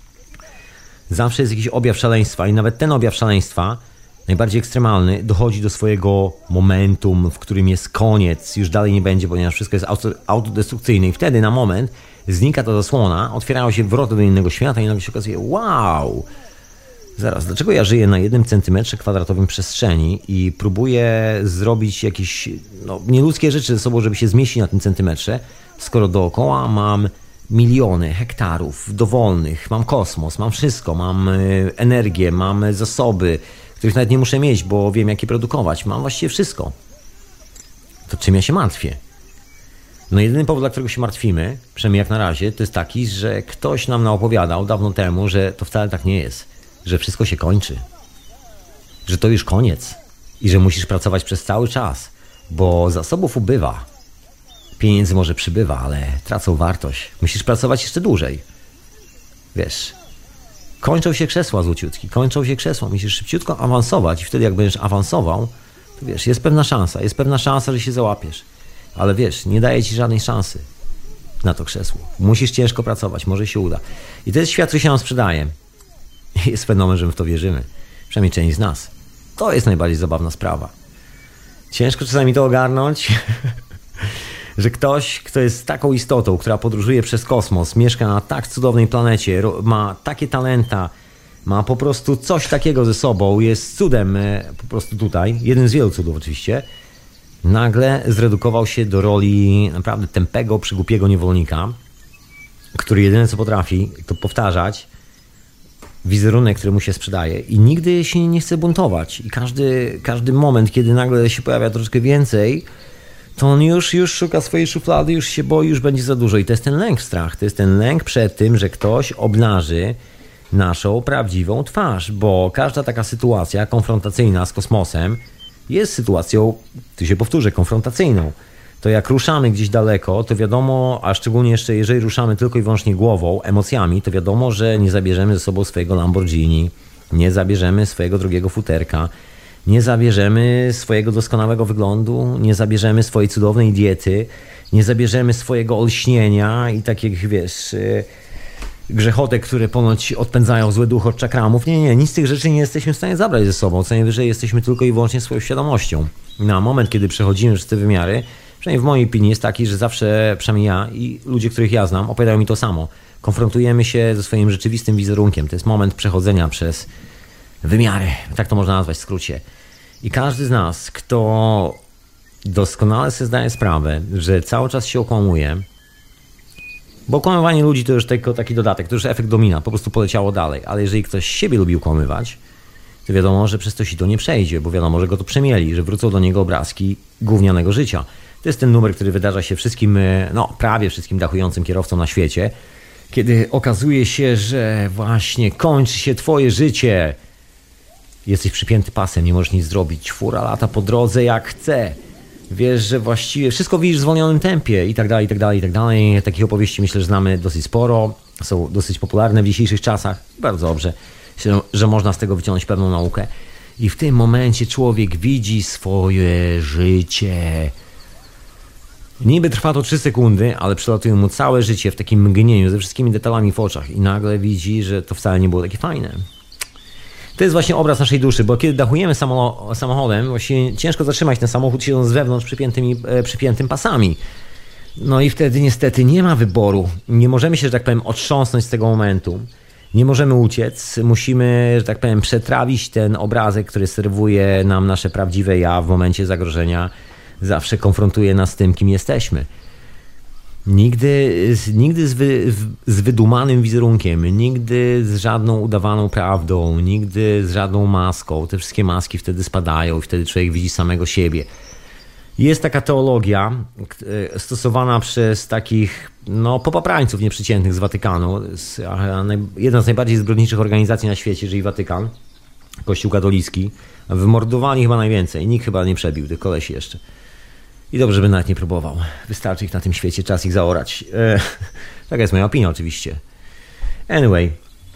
zawsze jest jakiś objaw szaleństwa i nawet ten objaw szaleństwa najbardziej ekstremalny, dochodzi do swojego momentum, w którym jest koniec, już dalej nie będzie, ponieważ wszystko jest auto, autodestrukcyjne i wtedy na moment znika ta zasłona, otwierają się wrota do innego świata i nagle się okazuje, wow, zaraz, dlaczego ja żyję na jednym centymetrze kwadratowym przestrzeni i próbuję zrobić jakieś no, nieludzkie rzeczy ze sobą, żeby się zmieścić na tym centymetrze, skoro dookoła mam miliony hektarów dowolnych, mam kosmos, mam wszystko, mam energię, mam zasoby, których nawet nie muszę mieć, bo wiem, jak je produkować. Mam właściwie wszystko. To czym ja się martwię? No jedyny powód, dla którego się martwimy, przynajmniej jak na razie, to jest taki, że ktoś nam naopowiadał dawno temu, że to wcale tak nie jest. Że wszystko się kończy. Że to już koniec. I że musisz pracować przez cały czas. Bo zasobów ubywa. Pieniędzy może przybywa, ale tracą wartość. Musisz pracować jeszcze dłużej. Wiesz... Kończą się krzesła złociutki, kończą się krzesła, musisz szybciutko awansować i wtedy jak będziesz awansował, to wiesz, jest pewna szansa, jest pewna szansa, że się załapiesz. Ale wiesz, nie daje ci żadnej szansy na to krzesło. Musisz ciężko pracować, może się uda. I to jest świat, który się nam sprzedaje. Jest fenomen, że my w to wierzymy. Przynajmniej część z nas. To jest najbardziej zabawna sprawa. Ciężko czasami to ogarnąć, że ktoś, kto jest taką istotą, która podróżuje przez kosmos, mieszka na tak cudownej planecie, ma takie talenta, ma po prostu coś takiego ze sobą, jest cudem po prostu tutaj, jeden z wielu cudów oczywiście, nagle zredukował się do roli naprawdę tępego, przygłupiego niewolnika, który jedyne co potrafi, to powtarzać wizerunek, który mu się sprzedaje i nigdy się nie chce buntować. I każdy, każdy moment, kiedy nagle się pojawia troszkę więcej, to on już, już szuka swojej szuflady, już się boi, już będzie za dużo. I to jest ten lęk, strach. To jest ten lęk przed tym, że ktoś obnaży naszą prawdziwą twarz, bo każda taka sytuacja konfrontacyjna z kosmosem jest sytuacją, tu się powtórzę, konfrontacyjną. To jak ruszamy gdzieś daleko, to wiadomo, a szczególnie jeszcze jeżeli ruszamy tylko i wyłącznie głową, emocjami, to wiadomo, że nie zabierzemy ze sobą swojego Lamborghini, nie zabierzemy swojego drugiego futerka, nie zabierzemy swojego doskonałego wyglądu, nie zabierzemy swojej cudownej diety, nie zabierzemy swojego olśnienia i takich, wiesz, grzechotek, które ponoć odpędzają złe duchy od czakramów. Nie, nie, nic z tych rzeczy nie jesteśmy w stanie zabrać ze sobą. Co najwyżej jesteśmy tylko i wyłącznie swoją świadomością. Na moment, kiedy przechodzimy przez te wymiary, przynajmniej w mojej opinii jest taki, że zawsze, przynajmniej ja i ludzie, których ja znam, opowiadają mi to samo. Konfrontujemy się ze swoim rzeczywistym wizerunkiem. To jest moment przechodzenia przez wymiary. Tak to można nazwać w skrócie. I każdy z nas, kto doskonale sobie zdaje sprawę, że cały czas się okłamuje, bo okłamywanie ludzi to już tylko taki dodatek, to już efekt domina, po prostu poleciało dalej. Ale jeżeli ktoś siebie lubi okłamywać, to wiadomo, że przez to sito nie przejdzie, bo wiadomo, że go to przemieli, że wrócą do niego obrazki gównianego życia. To jest ten numer, który wydarza się wszystkim, no prawie wszystkim dachującym kierowcom na świecie, kiedy okazuje się, że właśnie kończy się twoje życie. Jesteś przypięty pasem, nie możesz nic zrobić. Fura lata po drodze jak chce. Wiesz, że właściwie wszystko widzisz w zwolnionym tempie i tak dalej, i tak dalej, i tak dalej. Takich opowieści myślę, że znamy dosyć sporo. Są dosyć popularne w dzisiejszych czasach. Bardzo dobrze, że można z tego wyciągnąć pewną naukę. I w tym momencie człowiek widzi swoje życie. Niby trwa to trzy sekundy, ale przelatuje mu całe życie w takim mgnieniu, ze wszystkimi detalami w oczach. I nagle widzi, że to wcale nie było takie fajne. To jest właśnie obraz naszej duszy, bo kiedy dachujemy samochodem, właśnie ciężko zatrzymać ten samochód siedząc z wewnątrz przypiętymi, przypiętym pasami. No i wtedy niestety nie ma wyboru. Nie możemy się, że tak powiem, otrząsnąć z tego momentu. Nie możemy uciec. Musimy, że tak powiem, przetrawić ten obrazek, który serwuje nam nasze prawdziwe ja w momencie zagrożenia. Zawsze konfrontuje nas z tym, kim jesteśmy. Nigdy, nigdy z, wy, z wydumanym wizerunkiem, nigdy z żadną udawaną prawdą, nigdy z żadną maską. Te wszystkie maski wtedy spadają i wtedy człowiek widzi samego siebie. Jest taka teologia stosowana przez takich no, popaprańców nieprzeciętnych z Watykanu. Jedna z najbardziej zbrodniczych organizacji na świecie, czyli Watykan, Kościół katolicki. Wymordowali chyba najwięcej. Nikt chyba nie przebił, tych kolesi jeszcze. I dobrze, by nawet nie próbował. Wystarczy ich na tym świecie, czas ich zaorać. E, taka jest moja opinia oczywiście. Anyway.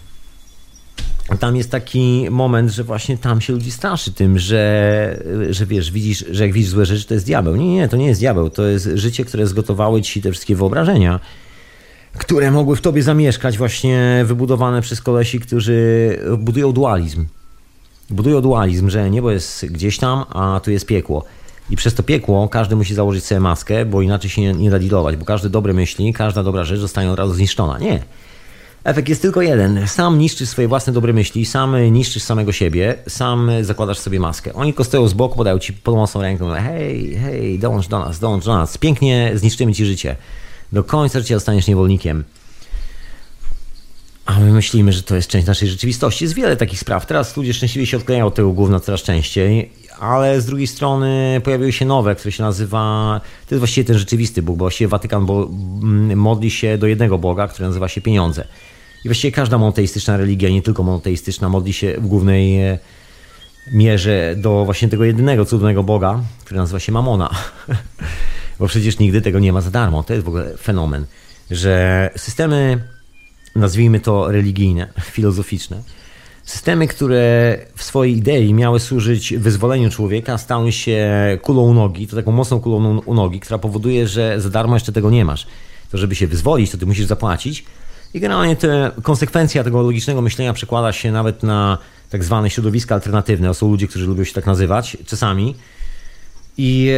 Tam jest taki moment, że właśnie tam się ludzi straszy tym, że, że wiesz, widzisz, że jak widzisz złe rzeczy, to jest diabeł. Nie, nie, to nie jest diabeł. To jest życie, które zgotowały ci te wszystkie wyobrażenia, które mogły w tobie zamieszkać, właśnie wybudowane przez kolesi, którzy budują dualizm. Budują dualizm, że niebo jest gdzieś tam, a tu jest piekło. I przez to piekło każdy musi założyć sobie maskę, bo inaczej się nie, nie da dealować, bo każde dobre myśli, każda dobra rzecz zostanie od razu zniszczona. Nie. Efekt jest tylko jeden. Sam niszczysz swoje własne dobre myśli, sam niszczysz samego siebie, sam zakładasz sobie maskę. Oni tylko stoją z boku, podają ci pomocną ręką, mówią, hej, hej, dołącz do nas, dołącz do nas. Pięknie zniszczymy ci życie. Do końca życia zostaniesz niewolnikiem. A my myślimy, że to jest część naszej rzeczywistości. Jest wiele takich spraw. Teraz ludzie szczęśliwie się odklejają od tego gówna coraz częściej, ale z drugiej strony pojawiły się nowe, które się nazywa... To jest właściwie ten rzeczywisty Bóg, bo właściwie Watykan bo, modli się do jednego Boga, który nazywa się pieniądze. I właściwie każda monoteistyczna religia, nie tylko monoteistyczna, modli się w głównej mierze do właśnie tego jedynego cudownego Boga, który nazywa się Mamona. Bo przecież nigdy tego nie ma za darmo. To jest w ogóle fenomen, że systemy, nazwijmy to religijne, filozoficzne, Systemy, które w swojej idei miały służyć wyzwoleniu człowieka, stały się kulą u nogi, to taką mocną kulą u nogi, która powoduje, że za darmo jeszcze tego nie masz. To żeby się wyzwolić, to ty musisz zapłacić. I generalnie te konsekwencja tego logicznego myślenia przekłada się nawet na tak zwane środowiska alternatywne. Są ludzie, którzy lubią się tak nazywać czasami. I,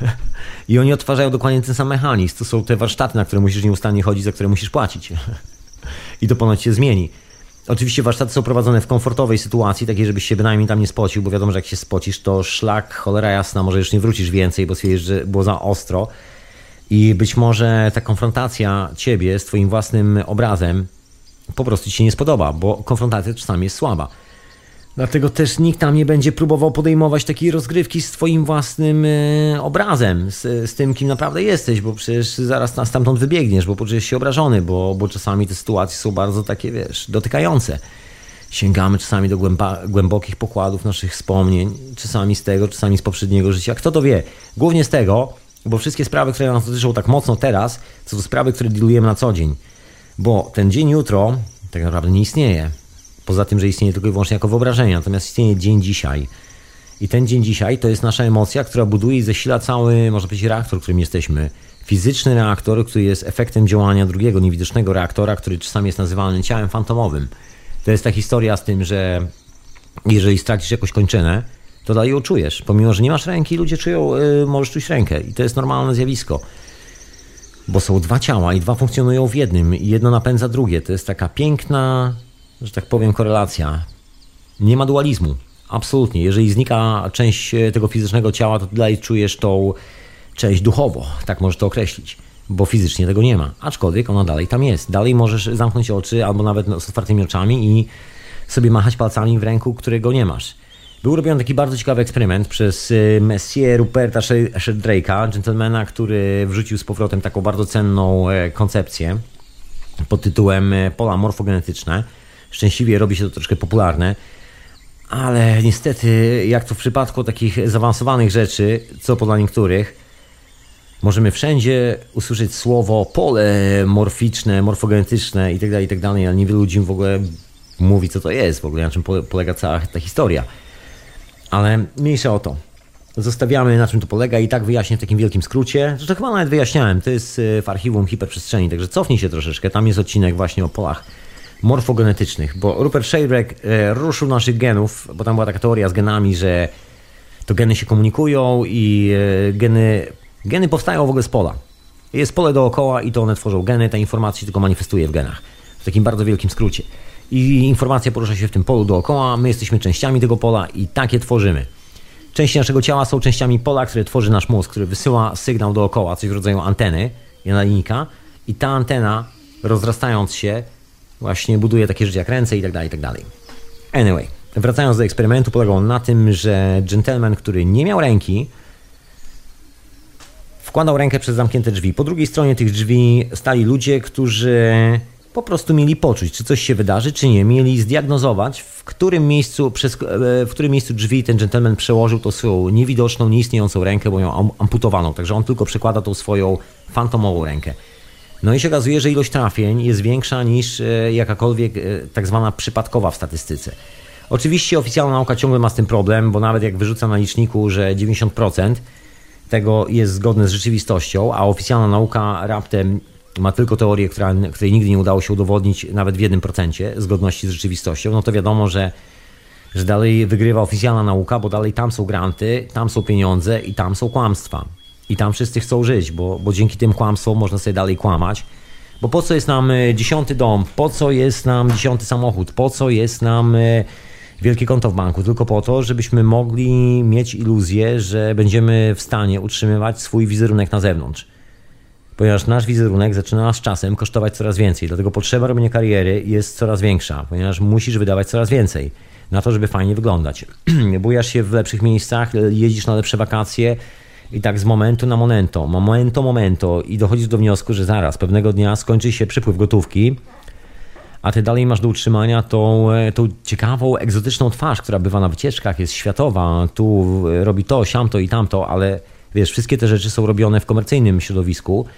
I oni odtwarzają dokładnie ten sam mechanizm. To są te warsztaty, na które musisz nieustannie chodzić, za które musisz płacić. I to ponoć się zmieni. Oczywiście warsztaty są prowadzone w komfortowej sytuacji, takiej, żebyś się bynajmniej tam nie spocił, bo wiadomo, że jak się spocisz, to szlak, cholera jasna, może już nie wrócisz więcej, bo stwierdzisz, że było za ostro. I być może ta konfrontacja ciebie z twoim własnym obrazem po prostu ci się nie spodoba, bo konfrontacja czasami jest słaba. Dlatego też nikt tam nie będzie próbował podejmować takiej rozgrywki z twoim własnym e, obrazem, z, z tym, kim naprawdę jesteś, bo przecież zaraz nas stamtąd wybiegniesz, bo poczujesz się obrażony, bo, bo czasami te sytuacje są bardzo takie, wiesz, dotykające. Sięgamy czasami do głęba, głębokich pokładów naszych wspomnień, czasami z tego, czasami z poprzedniego życia. Kto to wie? Głównie z tego, bo wszystkie sprawy, które nas dotyczą tak mocno teraz, to są sprawy, które dealujemy na co dzień. Bo ten dzień jutro tak naprawdę nie istnieje. Poza tym, że istnieje tylko i wyłącznie jako wyobrażenie. Natomiast istnieje dzień dzisiaj. I ten dzień dzisiaj to jest nasza emocja, która buduje i zasila cały, można powiedzieć, reaktor, którym jesteśmy. Fizyczny reaktor, który jest efektem działania drugiego, niewidocznego reaktora, który czasami jest nazywany ciałem fantomowym. To jest ta historia z tym, że jeżeli stracisz jakąś kończynę, to dalej ją czujesz. Pomimo, że nie masz ręki, ludzie czują, yy, możesz czuć rękę. I to jest normalne zjawisko. Bo są dwa ciała i dwa funkcjonują w jednym. I jedno napędza drugie. To jest taka piękna, że tak powiem, korelacja. Nie ma dualizmu. Absolutnie. Jeżeli znika część tego fizycznego ciała, to dalej czujesz tą część duchowo. Tak możesz to określić. Bo fizycznie tego nie ma. Aczkolwiek ona dalej tam jest. Dalej możesz zamknąć oczy albo nawet z otwartymi oczami i sobie machać palcami w ręku, którego nie masz. Był robiony taki bardzo ciekawy eksperyment przez Messier Ruperta Sheldrake'a, dżentelmena, który wrzucił z powrotem taką bardzo cenną koncepcję pod tytułem pola morfogenetyczne. Szczęśliwie robi się to troszkę popularne, ale niestety, jak to w przypadku takich zaawansowanych rzeczy, co dla niektórych, możemy wszędzie usłyszeć słowo pole morficzne, morfogenetyczne itd., itd., ale niewielu ludzi w ogóle mówi, co to jest, w ogóle na czym polega cała ta historia. Ale mniejsza o to. Zostawiamy, na czym to polega i tak wyjaśnię w takim wielkim skrócie. Zresztą chyba nawet wyjaśniałem, to jest w archiwum hiperprzestrzeni, także cofnij się troszeczkę, tam jest odcinek właśnie o polach morfogenetycznych, bo Rupert Sheldrake ruszył naszych genów, bo tam była taka teoria z genami, że to geny się komunikują i geny, geny powstają w ogóle z pola. Jest pole dookoła i to one tworzą geny, ta informacja się tylko manifestuje w genach. W takim bardzo wielkim skrócie. I informacja porusza się w tym polu dookoła, my jesteśmy częściami tego pola i takie tworzymy. Części naszego ciała są częściami pola, które tworzy nasz mózg, który wysyła sygnał dookoła, coś w rodzaju anteny, nadajnika i ta antena, rozrastając się, właśnie buduje takie rzeczy jak ręce i tak dalej, i tak dalej. Anyway, wracając do eksperymentu, polegał on na tym, że gentleman, który nie miał ręki, wkładał rękę przez zamknięte drzwi. Po drugiej stronie tych drzwi stali ludzie, którzy po prostu mieli poczuć, czy coś się wydarzy, czy nie. Mieli zdiagnozować, w którym miejscu, przez, w którym miejscu drzwi ten gentleman przełożył tą swoją niewidoczną, nieistniejącą rękę, bo ją amputowaną. Także on tylko przekłada tą swoją fantomową rękę. No i się okazuje, że ilość trafień jest większa niż jakakolwiek tak zwana przypadkowa w statystyce. Oczywiście oficjalna nauka ciągle ma z tym problem, bo nawet jak wyrzuca na liczniku, że dziewięćdziesiąt procent tego jest zgodne z rzeczywistością, a oficjalna nauka raptem ma tylko teorię, która, której nigdy nie udało się udowodnić nawet w jednym procencie zgodności z rzeczywistością, no to wiadomo, że, że dalej wygrywa oficjalna nauka, bo dalej tam są granty, tam są pieniądze i tam są kłamstwa. I tam wszyscy chcą żyć, bo, bo dzięki tym kłamstwom można sobie dalej kłamać. Bo po co jest nam dziesiąty dom, po co jest nam dziesiąty samochód, po co jest nam wielkie konto w banku? Tylko po to, żebyśmy mogli mieć iluzję, że będziemy w stanie utrzymywać swój wizerunek na zewnątrz. Ponieważ nasz wizerunek zaczyna z czasem kosztować coraz więcej. Dlatego potrzeba robienia kariery jest coraz większa, ponieważ musisz wydawać coraz więcej na to, żeby fajnie wyglądać. Bujasz się w lepszych miejscach, jeździsz na lepsze wakacje i tak z momentu na momento, momento, momento i dochodzisz do wniosku, że zaraz, pewnego dnia skończy się przypływ gotówki, a ty dalej masz do utrzymania tą, tą ciekawą, egzotyczną twarz, która bywa na wycieczkach, jest światowa, tu robi to, siamto i tamto, ale wiesz, wszystkie te rzeczy są robione w komercyjnym środowisku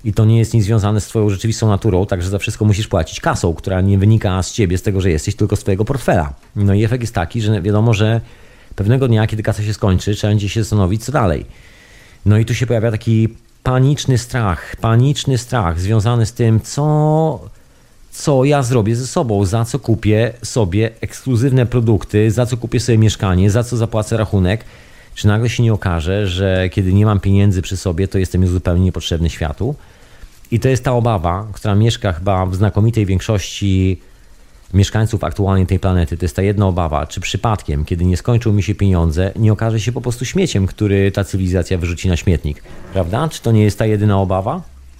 I to nie jest nic związane z twoją rzeczywistą naturą, także za wszystko musisz płacić kasą, która nie wynika z ciebie, z tego, że jesteś, tylko z twojego portfela. No i efekt jest taki, że wiadomo, że pewnego dnia, kiedy kasa się skończy, trzeba będzie się zastanowić, co dalej. No i tu się pojawia taki paniczny strach, paniczny strach związany z tym, co, co ja zrobię ze sobą, za co kupię sobie ekskluzywne produkty, za co kupię sobie mieszkanie, za co zapłacę rachunek. Czy nagle się nie okaże, że kiedy nie mam pieniędzy przy sobie, to jestem już zupełnie niepotrzebny światu? I to jest ta obawa, która mieszka chyba w znakomitej większości mieszkańców aktualnie tej planety. To jest ta jedna obawa, czy przypadkiem, kiedy nie skończą mi się pieniądze, nie okaże się po prostu śmieciem, który ta cywilizacja wyrzuci na śmietnik. Prawda? Czy to nie jest ta jedyna obawa?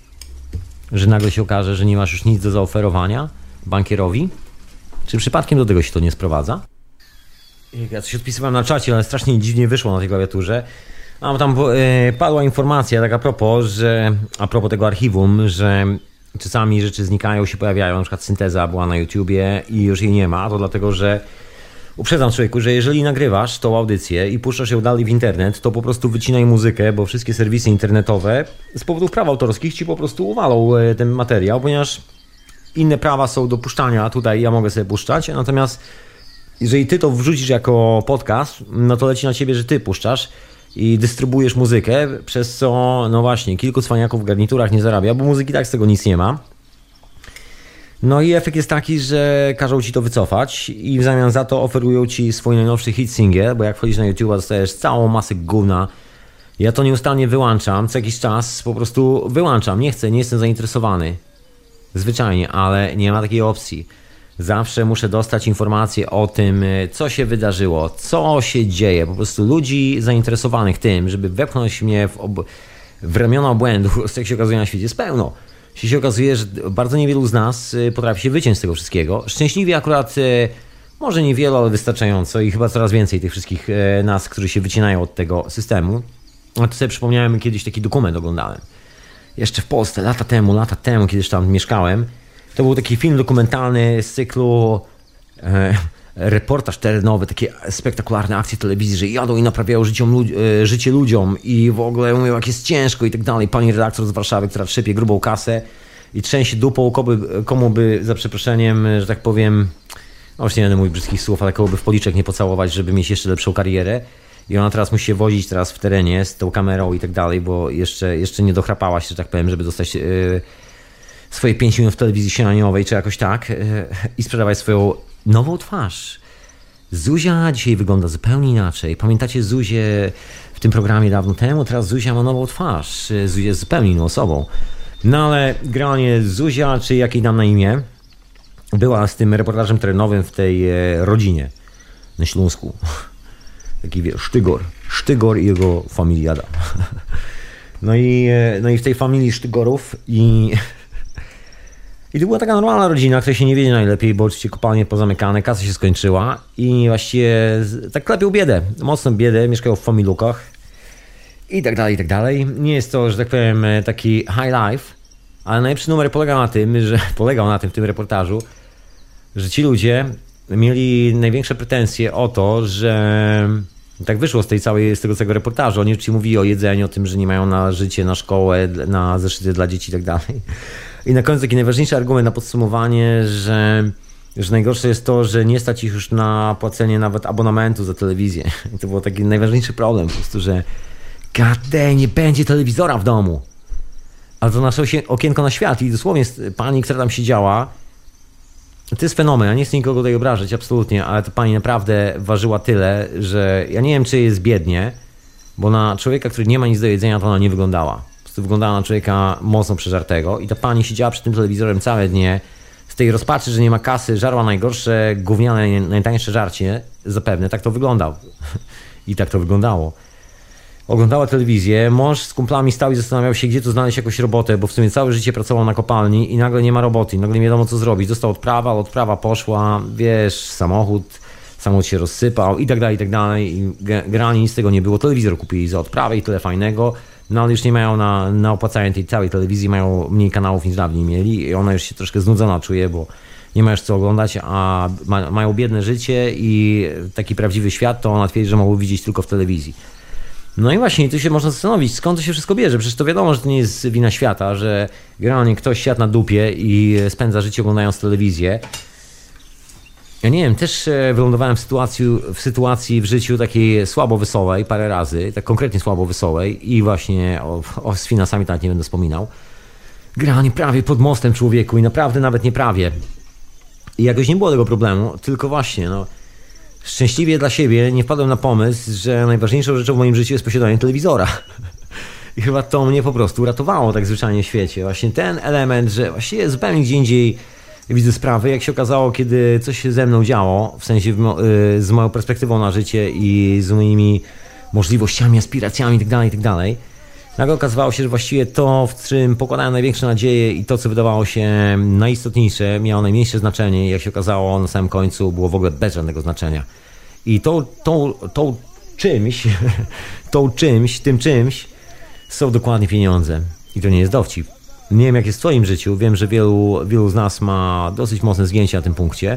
Że nagle się okaże, że nie masz już nic do zaoferowania bankierowi? Czy przypadkiem do tego się to nie sprowadza? Ja coś odpisywałem na czacie, ale strasznie dziwnie wyszło na tej klawiaturze. A tam e, padła informacja tak a propos, że a propos tego archiwum, że czasami rzeczy znikają, się pojawiają, na przykład synteza była na YouTubie i już jej nie ma, to dlatego, że uprzedzam człowieku, że jeżeli nagrywasz tą audycję i puszczasz ją dalej w internet, to po prostu wycinaj muzykę, bo wszystkie serwisy internetowe z powodów praw autorskich ci po prostu uwalą ten materiał, ponieważ inne prawa są do puszczania, tutaj ja mogę sobie puszczać, natomiast jeżeli ty to wrzucisz jako podcast, no to leci na ciebie, że ty puszczasz i dystrybuujesz muzykę, przez co, no właśnie, kilku cwaniaków w garniturach nie zarabia, bo muzyki tak z tego nic nie ma. No i efekt jest taki, że każą ci to wycofać i w zamian za to oferują ci swój najnowszy hit single, bo jak wchodzisz na YouTube'a, dostajesz całą masę gówna. Ja to nieustannie wyłączam, co jakiś czas po prostu wyłączam, nie chcę, nie jestem zainteresowany. Zwyczajnie, ale nie ma takiej opcji. Zawsze muszę dostać informacje o tym, co się wydarzyło, co się dzieje. Po prostu ludzi zainteresowanych tym, żeby wepchnąć mnie w, ob- w ramiona błędów, jak się okazuje na świecie, jest pełno. Jeśli się okazuje, że bardzo niewielu z nas potrafi się wyciąć z tego wszystkiego. Szczęśliwie akurat, może niewielu, ale wystarczająco i chyba coraz więcej tych wszystkich nas, którzy się wycinają od tego systemu. A to sobie przypomniałem, kiedyś taki dokument oglądałem. Jeszcze w Polsce, lata temu, lata temu, kiedyś tam mieszkałem. To był taki film dokumentalny z cyklu e, reportaż terenowy, takie spektakularne akcje telewizji, że jadą i naprawiają życiom, e, życie ludziom i w ogóle mówią, jak jest ciężko i tak dalej. Pani redaktor z Warszawy, która trzepie grubą kasę i trzęsie dupą, komu by, komu by za przeproszeniem, że tak powiem, no już nie będę mówić brzydkich słów, ale komu by w policzek nie pocałować, żeby mieć jeszcze lepszą karierę. I ona teraz musi się wozić teraz w terenie z tą kamerą i tak dalej, bo jeszcze, jeszcze nie dochrapała się, że tak powiem, żeby dostać... E, swoje pięć minut w telewizji śniadaniowej, czy jakoś tak, yy, i sprzedawać swoją nową twarz. Zuzia dzisiaj wygląda zupełnie inaczej. Pamiętacie Zuzię w tym programie dawno temu? Teraz Zuzia ma nową twarz. Zuzia jest zupełnie inną osobą. No ale granie Zuzia, czy jak jej dam na imię, była z tym reportażem terenowym w tej e, rodzinie na Śląsku. Taki wie, Sztygor. Sztygor i jego familiada. No i, e, no i w tej familii Sztygorów i... I to była taka normalna rodzina, której się nie wiedzie najlepiej, bo oczywiście kopalnie pozamykane, kasa się skończyła i właściwie tak klepią biedę, mocną biedę, mieszkają w familukach i tak dalej, i tak dalej. Nie jest to, że tak powiem, taki high life, ale najlepszy numer polega na tym, że polegał na tym w tym reportażu, że ci ludzie mieli największe pretensje o to, że tak wyszło z tej całej, z tego całego reportażu. Oni ci mówili o jedzeniu, o tym, że nie mają na życie, na szkołę, na zeszyty dla dzieci i tak dalej. I na końcu taki najważniejszy argument na podsumowanie, że, że najgorsze jest to, że nie stać ich już na płacenie nawet abonamentu za telewizję. I to był taki najważniejszy problem po prostu, że gadej, nie będzie telewizora w domu. Ale to nasze okienko na świat i dosłownie pani, która tam siedziała, to jest fenomen, ja nie chcę nikogo tutaj obrażać, absolutnie, ale ta pani naprawdę ważyła tyle, że ja nie wiem, czy jest biednie, bo na człowieka, który nie ma nic do jedzenia, to ona nie wyglądała. Po prostu wyglądała na człowieka mocno przeżartego i ta pani siedziała przed tym telewizorem całe dnie, z tej rozpaczy, że nie ma kasy, żarła najgorsze, gówniane, najtańsze żarcie, zapewne tak to wyglądał. I tak to wyglądało. Oglądała telewizję, mąż z kumplami stał i zastanawiał się, gdzie tu znaleźć jakąś robotę, bo w sumie całe życie pracował na kopalni i nagle nie ma roboty, nagle nie wiadomo co zrobić. Dostał odprawa, ale odprawa poszła, wiesz, samochód, samochód się rozsypał i tak dalej, i tak dalej. I generalnie nic z tego nie było. Telewizor kupili za odprawę i tyle fajnego, no ale już nie mają na, na opłacanie tej całej telewizji, mają mniej kanałów niż dawniej mieli i ona już się troszkę znudzona czuje, bo nie ma już co oglądać, a ma, mają biedne życie i taki prawdziwy świat to ona twierdzi, że mogą widzieć tylko w telewizji. No i właśnie, tu się można zastanowić, skąd to się wszystko bierze. Przecież to wiadomo, że to nie jest wina świata, że generalnie ktoś siadł na dupie i spędza życie oglądając telewizję. Ja nie wiem, też wylądowałem w sytuacji, w sytuacji w życiu takiej słabo wesołej parę razy, tak konkretnie słabo wesołej i właśnie o, o z finansami tak nie będę wspominał. Granie prawie pod mostem człowieku i naprawdę nawet nie prawie. I jakoś nie było tego problemu, tylko właśnie no szczęśliwie dla siebie nie wpadłem na pomysł, że najważniejszą rzeczą w moim życiu jest posiadanie telewizora. I chyba to mnie po prostu uratowało tak zwyczajnie w świecie. Właśnie ten element, że właściwie zupełnie gdzie indziej widzę sprawy, jak się okazało, kiedy coś się ze mną działo, w sensie z moją perspektywą na życie i z moimi możliwościami, aspiracjami itd., itd. Nagle okazywało się, że właściwie to, w czym pokładałem największe nadzieje i to, co wydawało się najistotniejsze, miało najmniejsze znaczenie i jak się okazało na samym końcu było w ogóle bez żadnego znaczenia. I tą, tą, tą czymś, tą czymś, tym czymś są dokładnie pieniądze. I to nie jest dowcip. Nie wiem jak jest w twoim życiu, wiem, że wielu, wielu z nas ma dosyć mocne zgięcie na tym punkcie,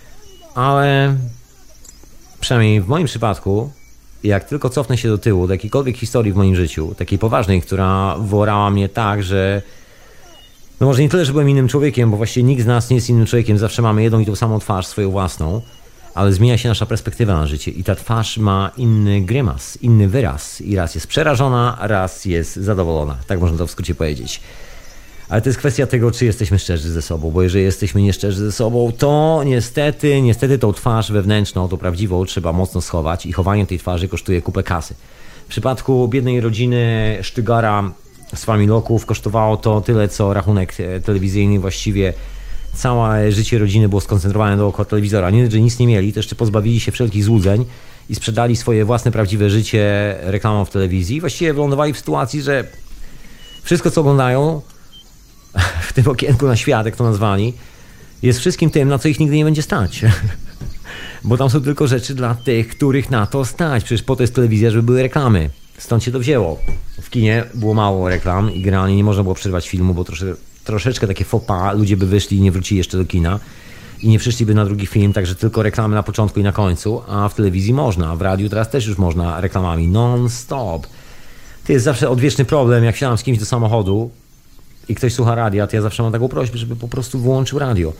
ale przynajmniej w moim przypadku, jak tylko cofnę się do tyłu, do jakiejkolwiek historii w moim życiu, takiej poważnej, która worała mnie tak, że no może nie tyle, że byłem innym człowiekiem, bo właściwie nikt z nas nie jest innym człowiekiem, zawsze mamy jedną i tą samą twarz, swoją własną, ale zmienia się nasza perspektywa na życie i ta twarz ma inny grymas, inny wyraz i raz jest przerażona, raz jest zadowolona, tak można to w skrócie powiedzieć. Ale to jest kwestia tego, czy jesteśmy szczerzy ze sobą, bo jeżeli jesteśmy nieszczerzy ze sobą, to niestety, niestety tą twarz wewnętrzną, tą prawdziwą trzeba mocno schować i chowanie tej twarzy kosztuje kupę kasy. W przypadku biednej rodziny Sztygara z Familoków kosztowało to tyle, co rachunek telewizyjny. Właściwie całe życie rodziny było skoncentrowane dookoła telewizora. Nie, że nic nie mieli, to jeszcze pozbawili się wszelkich złudzeń i sprzedali swoje własne prawdziwe życie reklamą w telewizji. Właściwie wylądowali w sytuacji, że wszystko, co oglądają w tym okienku na świat, jak to nazwali, jest wszystkim tym, na co ich nigdy nie będzie stać. Bo tam są tylko rzeczy dla tych, których na to stać. Przecież po to jest telewizja, żeby były reklamy. Stąd się to wzięło. W kinie było mało reklam i generalnie nie można było przerwać filmu, bo trosze, troszeczkę takie faux pas, ludzie by wyszli i nie wrócili jeszcze do kina i nie przyszliby na drugi film, także tylko reklamy na początku i na końcu, a w telewizji można, w radiu teraz też już można reklamami non-stop. To jest zawsze odwieczny problem, jak siadam z kimś do samochodu i ktoś słucha radia, to ja zawsze mam taką prośbę, żeby po prostu wyłączył radio.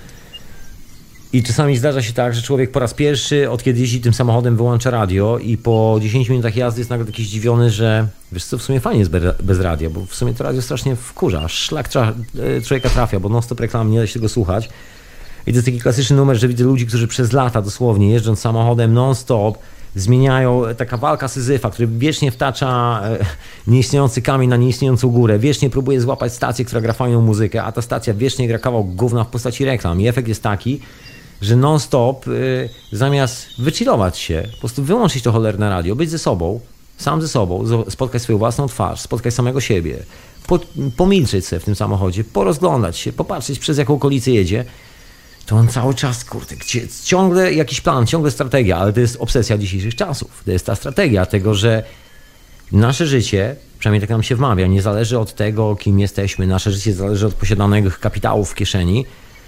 I czasami zdarza się tak, że człowiek po raz pierwszy, od kiedy jeździ tym samochodem, wyłącza radio i po dziesięciu minutach jazdy jest nagle taki zdziwiony, że wiesz co, w sumie fajnie jest bez radia, bo w sumie to radio strasznie wkurza, szlak tra- człowieka trafia, bo non-stop reklam, nie da się tego słuchać. I to jest taki klasyczny numer, że widzę ludzi, którzy przez lata dosłownie jeżdżąc samochodem non-stop zmieniają, taka walka Syzyfa, który wiecznie wtacza nieistniejący kamień na nieistniejącą górę, wiecznie próbuje złapać stację, która gra fajną muzykę, a ta stacja wiecznie gra kawał gówna w postaci reklam. I efekt jest taki, że non-stop y, zamiast wychillować się, po prostu wyłączyć to cholerne radio, być ze sobą, sam ze sobą, spotkać swoją własną twarz, spotkać samego siebie, po, pomilczeć sobie w tym samochodzie, porozglądać się, popatrzeć przez jaką okolicę jedzie, to on cały czas, kurde, gdzie, ciągle jakiś plan, ciągle strategia, ale to jest obsesja dzisiejszych czasów. To jest ta strategia tego, że nasze życie, przynajmniej tak nam się wmawia, nie zależy od tego, kim jesteśmy. Nasze życie zależy od posiadanych kapitałów w kieszeni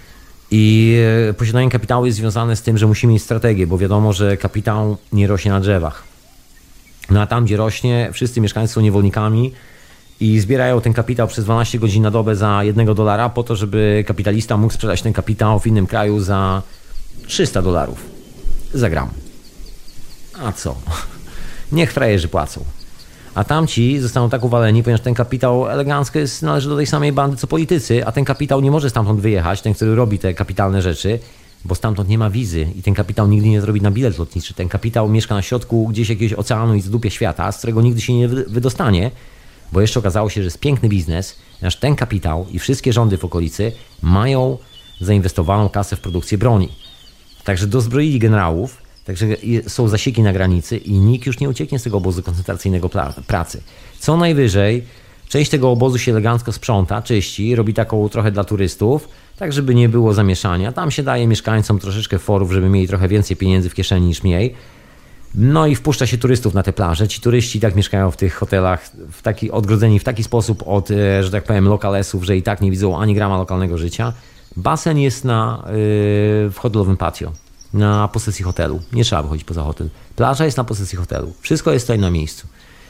i posiadanie kapitału jest związane z tym, że musimy mieć strategię, bo wiadomo, że kapitał nie rośnie na drzewach. No a tam, gdzie rośnie, wszyscy mieszkańcy są niewolnikami i zbierają ten kapitał przez dwanaście godzin na dobę za jednego dolara po to, żeby kapitalista mógł sprzedać ten kapitał w innym kraju za trzysta dolarów za gram. A co? Niech frajerzy płacą. A tamci zostaną tak uwaleni, ponieważ ten kapitał elegancko jest, należy do tej samej bandy co politycy, a ten kapitał nie może stamtąd wyjechać, ten, który robi te kapitalne rzeczy, bo stamtąd nie ma wizy i ten kapitał nigdy nie zrobi na bilet lotniczy. Ten kapitał mieszka na środku gdzieś jakiegoś oceanu i z dupie świata, z którego nigdy się nie wydostanie, bo jeszcze okazało się, że jest piękny biznes, aż ten kapitał i wszystkie rządy w okolicy mają zainwestowaną kasę w produkcję broni. Także dozbroili generałów, także są zasieki na granicy i nikt już nie ucieknie z tego obozu koncentracyjnego pracy. Co najwyżej część tego obozu się elegancko sprząta, czyści, robi taką trochę dla turystów, tak żeby nie było zamieszania. Tam się daje mieszkańcom troszeczkę forów, żeby mieli trochę więcej pieniędzy w kieszeni niż mniej. No i wpuszcza się turystów na te plaże. Ci turyści tak mieszkają w tych hotelach, w taki, odgrodzeni w taki sposób od, że tak powiem, lokalesów, że i tak nie widzą ani grama lokalnego życia. Basen jest na, yy, w hotelowym patio, na posesji hotelu. Nie trzeba wychodzić poza hotel. Plaża jest na posesji hotelu. Wszystko jest tutaj na miejscu.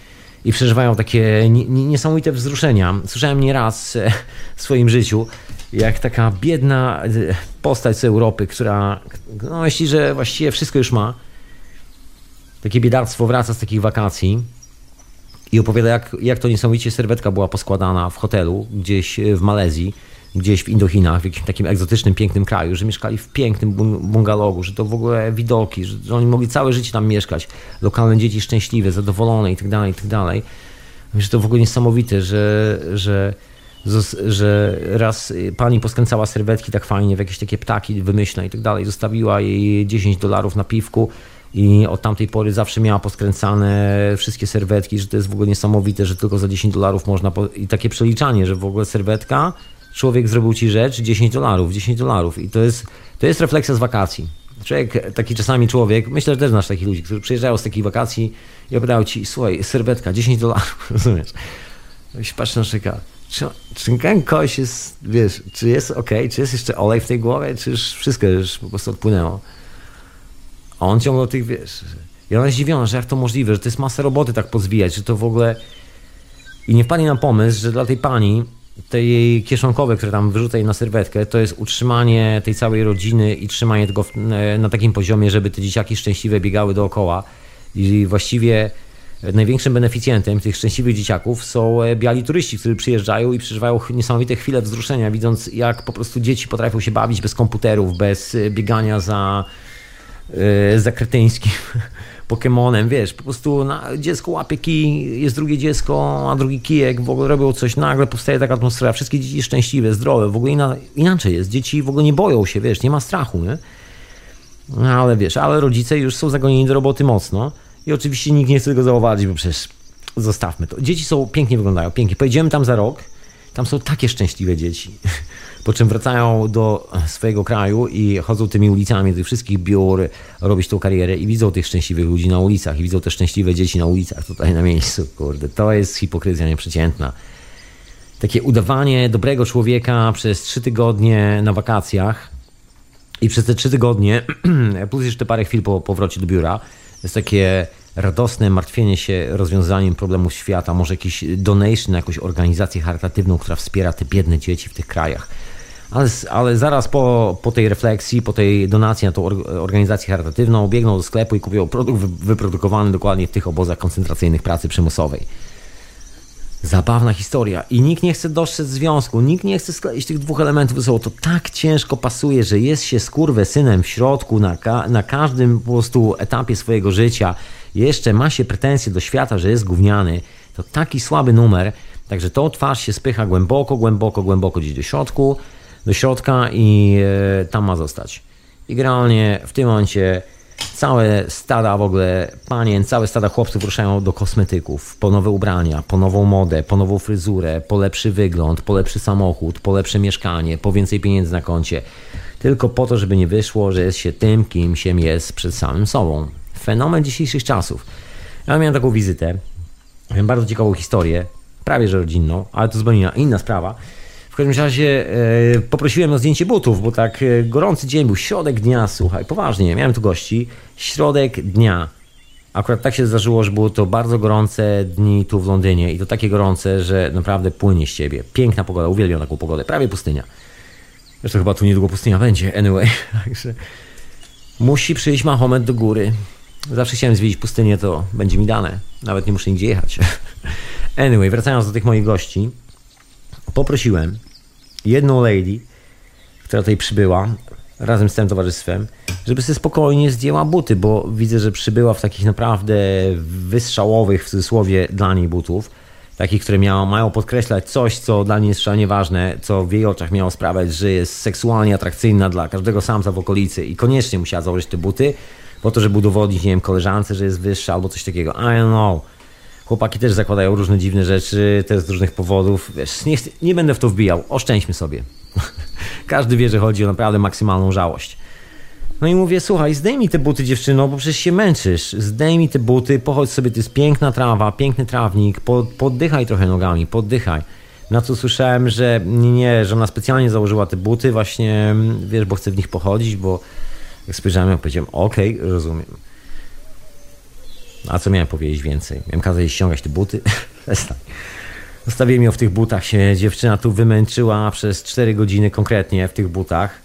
i przeżywają takie niesamowite wzruszenia. Słyszałem nieraz w swoim życiu, jak taka biedna postać z Europy, która no myśli, że właściwie wszystko już ma, takie biedactwo, wraca z takich wakacji i opowiada, jak, jak to niesamowicie serwetka była poskładana w hotelu gdzieś w Malezji, gdzieś w Indochinach, w jakimś takim egzotycznym, pięknym kraju, że mieszkali w pięknym bungalowu, że to w ogóle widoki, że, że oni mogli całe życie tam mieszkać, lokalne dzieci szczęśliwe, zadowolone i tak dalej, i tak dalej. Że to w ogóle niesamowite, że, że, że raz pani poskręcała serwetki tak fajnie w jakieś takie ptaki wymyślne i tak dalej, zostawiła jej dziesięć dolarów na piwku i od tamtej pory zawsze miała poskręcane wszystkie serwetki, że to jest w ogóle niesamowite, że tylko za dziesięć dolarów można, po... i takie przeliczanie, że w ogóle serwetka, człowiek zrobił ci rzecz, dziesięć dolarów, dziesięć dolarów i to jest, to jest refleksja z wakacji. Człowiek, taki czasami człowiek, myślę, że też znasz takich ludzi, którzy przyjeżdżają z takich wakacji i opowiadają ci, słuchaj, serwetka, dziesięć dolarów, rozumiesz? I się patrzy na szyka, czy, czy ten kość jest, wiesz, czy jest okej, okay, czy jest jeszcze olej w tej głowie, czy już wszystko już po prostu odpłynęło. A on ciągnął tych, wiesz, i ona jest zdziwiona, że jak to możliwe, że to jest masa roboty tak pozwijać, że to w ogóle... I nie wpadli na pomysł, że dla tej pani, te jej kieszonkowe, które tam wyrzuca jej na serwetkę, to jest utrzymanie tej całej rodziny i trzymanie tego na takim poziomie, żeby te dzieciaki szczęśliwe biegały dookoła. I właściwie największym beneficjentem tych szczęśliwych dzieciaków są biali turyści, którzy przyjeżdżają i przeżywają niesamowite chwile wzruszenia, widząc jak po prostu dzieci potrafią się bawić bez komputerów, bez biegania za... za kretyńskim Pokemonem, wiesz, po prostu na, dziecko łapie kij, jest drugie dziecko, a drugi kijek, w ogóle robią coś, nagle powstaje taka atmosfera, wszystkie dzieci szczęśliwe, zdrowe, w ogóle ina, inaczej jest, dzieci w ogóle nie boją się, wiesz, nie ma strachu, nie? No, ale wiesz, ale rodzice już są zagonieni do roboty mocno i oczywiście nikt nie chce tego zauważyć, bo przecież zostawmy to. Dzieci są, pięknie wyglądają, pięknie, pojedziemy tam za rok, tam są takie szczęśliwe dzieci. Po czym wracają do swojego kraju i chodzą tymi ulicami do tych wszystkich biur, robić tą karierę i widzą tych szczęśliwych ludzi na ulicach i widzą te szczęśliwe dzieci na ulicach tutaj na miejscu. Kurde, to jest hipokryzja nieprzeciętna. Takie udawanie dobrego człowieka przez trzy tygodnie na wakacjach i przez te trzy tygodnie, plus jeszcze parę chwil po powrocie do biura, jest takie radosne martwienie się rozwiązaniem problemów świata, może jakiś donation na jakąś organizację charytatywną, która wspiera te biedne dzieci w tych krajach. Ale, ale zaraz po, po tej refleksji, po tej donacji na tą organizację charytatywną biegną do sklepu i kupują produkt wyprodukowany dokładnie w tych obozach koncentracyjnych pracy przymusowej. Zabawna historia. I nikt nie chce dostrzec związku, nikt nie chce skleić tych dwóch elementów ze sobą. To tak ciężko pasuje, że jest się skurwysynem w środku na, ka- na każdym po prostu etapie swojego życia. Jeszcze ma się pretensje do świata, że jest gówniany. To taki słaby numer. Także tą twarz się spycha głęboko, głęboko, głęboko gdzieś do środku, do środka i e, tam ma zostać. I generalnie w tym momencie całe stada w ogóle panien, całe stada chłopców ruszają do kosmetyków, po nowe ubrania, po nową modę, po nową fryzurę, po lepszy wygląd, po lepszy samochód, po lepsze mieszkanie, po więcej pieniędzy na koncie. Tylko po to, żeby nie wyszło, że jest się tym, kim się jest przed samym sobą. Fenomen dzisiejszych czasów. Ja miałem taką wizytę, miałem bardzo ciekawą historię, prawie że rodzinną, ale to zupełnie inna sprawa. W każdym razie e, poprosiłem o zdjęcie butów, bo tak e, gorący dzień był, środek dnia, słuchaj, poważnie, miałem tu gości, środek dnia. Akurat tak się zdarzyło, że było to bardzo gorące dni tu w Londynie i to takie gorące, że naprawdę płynie z ciebie. Piękna pogoda, uwielbiam taką pogodę, prawie pustynia. Zresztą chyba tu niedługo pustynia będzie, anyway. Także musi przyjść Mahomet do góry. Zawsze chciałem zwiedzić pustynię, to będzie mi dane. Nawet nie muszę nigdzie jechać. Anyway, wracając do tych moich gości, poprosiłem jedną lady, która tutaj przybyła razem z tym towarzystwem, żeby sobie spokojnie zdjęła buty, bo widzę, że przybyła w takich naprawdę wystrzałowych, w cudzysłowie, dla niej butów, takich, które miało, mają podkreślać coś, co dla niej jest szalenie ważne, co w jej oczach miało sprawiać, że jest seksualnie atrakcyjna dla każdego samca w okolicy i koniecznie musiała założyć te buty, po to, żeby udowodnić, nie wiem, koleżance, że jest wyższa albo coś takiego. I don't know. Chłopaki też zakładają różne dziwne rzeczy, też z różnych powodów. Wiesz, nie, nie będę w to wbijał, oszczędźmy sobie. Każdy wie, że chodzi o naprawdę maksymalną żałość. No i mówię, słuchaj, zdejmij te buty, dziewczyno, bo przecież się męczysz. Zdejmij te buty, pochodź sobie, to jest piękna trawa, piękny trawnik, pod, poddychaj trochę nogami, poddychaj. Na co słyszałem, że nie, nie, że ona specjalnie założyła te buty właśnie, wiesz, bo chce w nich pochodzić, bo jak spojrzałem, jak powiedziałem, okej, okay, rozumiem. A co miałem powiedzieć więcej? Miałem kazać jej ściągać te buty? Przestań. Zostawiłem ją w tych butach, się dziewczyna tu wymęczyła przez cztery godziny konkretnie w tych butach.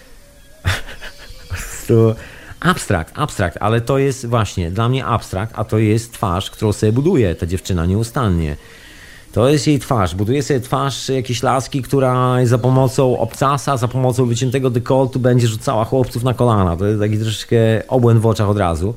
To abstrakt, abstrakt, ale to jest właśnie dla mnie abstrakt, a to jest twarz, którą sobie buduje ta dziewczyna nieustannie. To jest jej twarz. Buduje sobie twarz jakiejś laski, która za pomocą obcasa, za pomocą wyciętego dekoltu będzie rzucała chłopców na kolana. To jest taki troszeczkę obłęd w oczach od razu.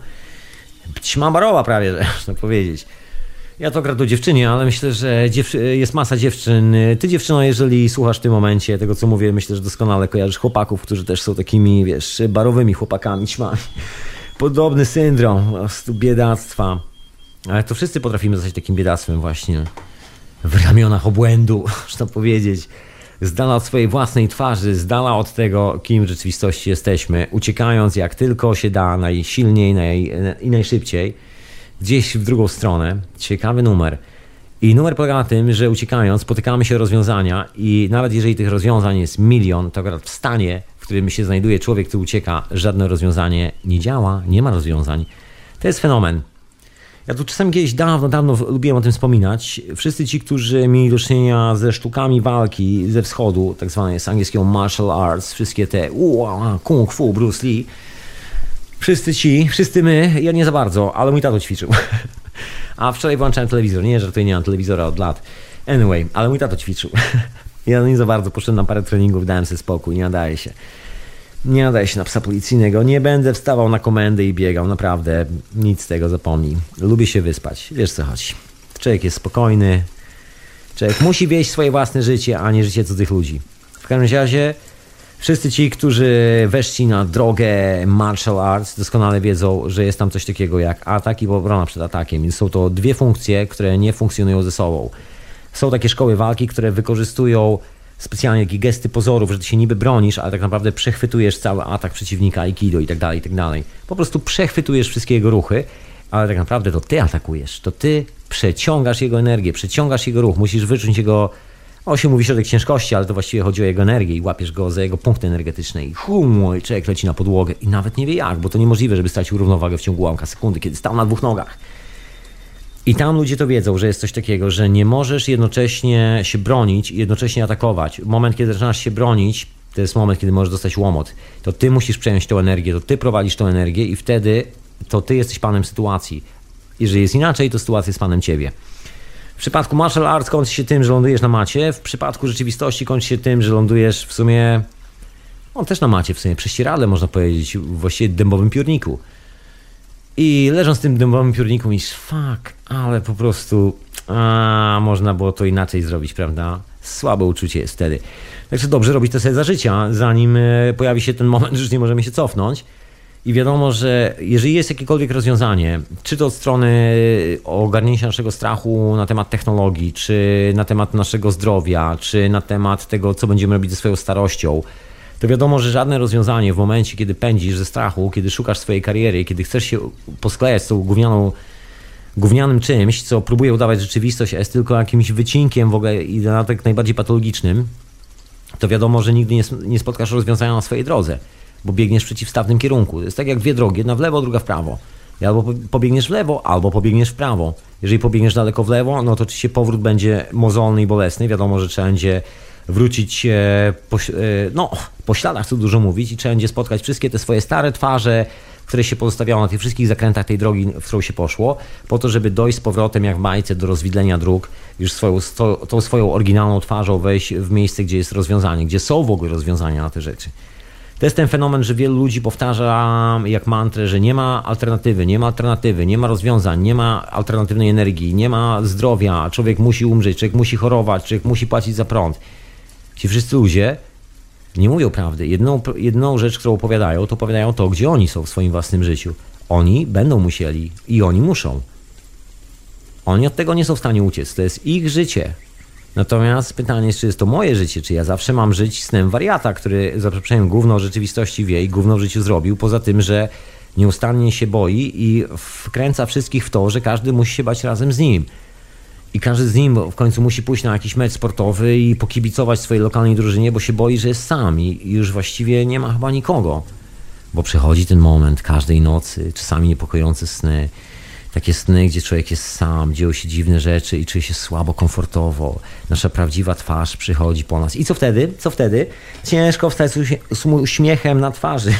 Ćma barowa prawie, że można powiedzieć. Ja to akurat do dziewczynie, ale myślę, że dziew- jest masa dziewczyn. Ty, dziewczyno, jeżeli słuchasz w tym momencie tego, co mówię, myślę, że doskonale kojarzysz chłopaków, którzy też są takimi, wiesz, barowymi chłopakami, ćmami. Podobny syndrom, po prostu biedactwa. Ale to wszyscy potrafimy zostać takim biedactwem właśnie. W ramionach obłędu, można powiedzieć. Z dala od swojej własnej twarzy, z dala od tego, kim w rzeczywistości jesteśmy, uciekając jak tylko się da, najsilniej naj, i najszybciej, gdzieś w drugą stronę. Ciekawy numer. I numer polega na tym, że uciekając spotykamy się rozwiązania i nawet jeżeli tych rozwiązań jest milion, to akurat w stanie, w którym się znajduje człowiek, który ucieka, żadne rozwiązanie nie działa, nie ma rozwiązań. To jest fenomen. Ja tu czasem kiedyś dawno, dawno lubiłem o tym wspominać. Wszyscy ci, którzy mieli do czynienia ze sztukami walki ze wschodu, tak zwane z angielskiego martial arts, wszystkie te ua, kung fu, Bruce Lee, wszyscy ci, wszyscy my, ja nie za bardzo, ale mój tato ćwiczył. A wczoraj włączałem telewizor, nie żartuję, nie mam telewizora od lat. Anyway, ale mój tato ćwiczył. Ja nie za bardzo, poszedłem na parę treningów, dałem sobie spokój, nie nadaje się. Nie nadaje się na psa policyjnego, nie będę wstawał na komendę i biegał, naprawdę, nic z tego, zapomnij. Lubię się wyspać, wiesz co chodzi. Człowiek jest spokojny, człowiek musi wieść swoje własne życie, a nie życie cudzych ludzi. W każdym razie wszyscy ci, którzy weszli na drogę martial arts, doskonale wiedzą, że jest tam coś takiego jak atak i obrona przed atakiem. I są to dwie funkcje, które nie funkcjonują ze sobą. Są takie szkoły walki, które wykorzystują specjalnie takie gesty pozorów, że ty się niby bronisz, ale tak naprawdę przechwytujesz cały atak przeciwnika, aikido i tak dalej, i tak dalej. Po prostu przechwytujesz wszystkie jego ruchy, ale tak naprawdę to ty atakujesz, to ty przeciągasz jego energię, przeciągasz jego ruch, musisz wyczuć jego, o się mówi środek ciężkości, ale to właściwie chodzi o jego energię i łapiesz go za jego punkty energetyczne i hum, i człowiek leci na podłogę i nawet nie wie jak, bo to niemożliwe, żeby stracił równowagę w ciągu ułamka sekundy, kiedy stał na dwóch nogach. I tam ludzie to wiedzą, że jest coś takiego, że nie możesz jednocześnie się bronić i jednocześnie atakować. Moment, kiedy zaczynasz się bronić, to jest moment, kiedy możesz dostać łomot. To ty musisz przejąć tą energię, to ty prowadzisz tą energię i wtedy to ty jesteś panem sytuacji. Jeżeli jest inaczej, to sytuacja jest panem ciebie. W przypadku martial arts kończy się tym, że lądujesz na macie. W przypadku rzeczywistości kończy się tym, że lądujesz w sumie, no też na macie w sumie, prześcieradle można powiedzieć, właściwie dębowym piórniku. I leżąc w tym dębowym piórniku myślisz, fuck, ale po prostu a, można było to inaczej zrobić, prawda? Słabe uczucie jest wtedy. Także dobrze robić to sobie za życia, zanim pojawi się ten moment, że już nie możemy się cofnąć. I wiadomo, że jeżeli jest jakiekolwiek rozwiązanie, czy to od strony ogarnięcia naszego strachu na temat technologii, czy na temat naszego zdrowia, czy na temat tego, co będziemy robić ze swoją starością, to wiadomo, że żadne rozwiązanie w momencie, kiedy pędzisz ze strachu, kiedy szukasz swojej kariery, kiedy chcesz się posklejać z tą gównianą, gównianym czymś, co próbuje udawać rzeczywistość, a jest tylko jakimś wycinkiem w ogóle i na tak najbardziej patologicznym, to wiadomo, że nigdy nie, nie spotkasz rozwiązania na swojej drodze, bo biegniesz w przeciwstawnym kierunku. To jest tak jak dwie drogi, jedna w lewo, druga w prawo. I albo pobiegniesz w lewo, albo pobiegniesz w prawo. Jeżeli pobiegniesz daleko w lewo, no to oczywiście powrót będzie mozolny i bolesny. Wiadomo, że trzeba będzie wrócić po, no, po śladach, co dużo mówić, i trzeba będzie spotkać wszystkie te swoje stare twarze, które się pozostawiało na tych wszystkich zakrętach tej drogi, w którą się poszło, po to, żeby dojść z powrotem jak w bajce do rozwidlenia dróg, już swoją, tą swoją oryginalną twarzą wejść w miejsce, gdzie jest rozwiązanie, gdzie są w ogóle rozwiązania na te rzeczy. To jest ten fenomen, że wielu ludzi powtarza jak mantrę, że nie ma alternatywy, nie ma alternatywy, nie ma rozwiązań, nie ma alternatywnej energii, nie ma zdrowia, człowiek musi umrzeć, człowiek musi chorować, człowiek musi płacić za prąd. Ci wszyscy ludzie nie mówią prawdy. Jedną, jedną rzecz, którą opowiadają, to opowiadają to, gdzie oni są w swoim własnym życiu. Oni będą musieli i oni muszą. Oni od tego nie są w stanie uciec. To jest ich życie. Natomiast pytanie jest, czy jest to moje życie, czy ja zawsze mam żyć snem wariata, który za przeproszeniem gówno o rzeczywistości wie i gówno w życiu zrobił, poza tym, że nieustannie się boi i wkręca wszystkich w to, że każdy musi się bać razem z nim. I każdy z nim w końcu musi pójść na jakiś mecz sportowy i pokibicować swojej lokalnej drużynie, bo się boi, że jest sam i już właściwie nie ma chyba nikogo. Bo przychodzi ten moment każdej nocy, czasami niepokojące sny, Takie sny, gdzie człowiek jest sam, dzieją się dziwne rzeczy i czuje się słabo, komfortowo. Nasza prawdziwa twarz przychodzi po nas. I co wtedy? Co wtedy? Ciężko wstać z uśmiechem na twarzy.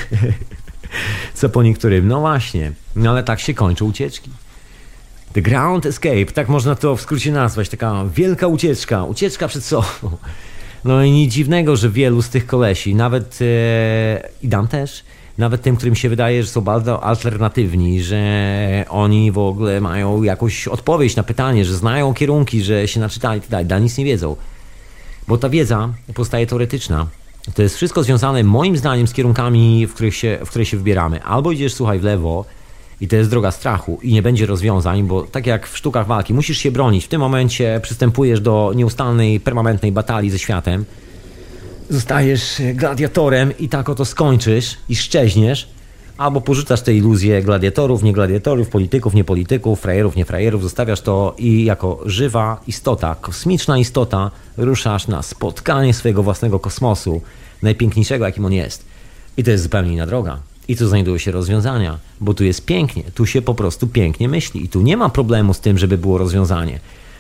Co po niektórym. No właśnie. No ale tak się kończą ucieczki. The Ground Escape, tak można to w skrócie nazwać. Taka wielka ucieczka. Ucieczka przed sobą. No i nic dziwnego, że wielu z tych kolesi, nawet e, i dam też, nawet tym, którym się wydaje, że są bardzo alternatywni, że oni w ogóle mają jakąś odpowiedź na pytanie, że znają kierunki, że się naczytali i tak dalej, da nic nie wiedzą. Bo ta wiedza postaje teoretyczna. To jest wszystko związane moim zdaniem z kierunkami, w których się, w które się wybieramy. Albo idziesz, słuchaj, w lewo i to jest droga strachu i nie będzie rozwiązań, bo tak jak w sztukach walki, musisz się bronić. W tym momencie przystępujesz do nieustannej, permanentnej batalii ze światem. Zostajesz gladiatorem i tak oto skończysz i szczeźniesz, albo porzucasz tę iluzję gladiatorów, nie gladiatorów, polityków, nie polityków, frajerów, nie frajerów, zostawiasz to i jako żywa istota, kosmiczna istota ruszasz na spotkanie swojego własnego kosmosu, najpiękniejszego jakim on jest. I to jest zupełnie inna droga. I tu znajdują się rozwiązania, bo tu jest pięknie, tu się po prostu pięknie myśli i tu nie ma problemu z tym, żeby było rozwiązanie.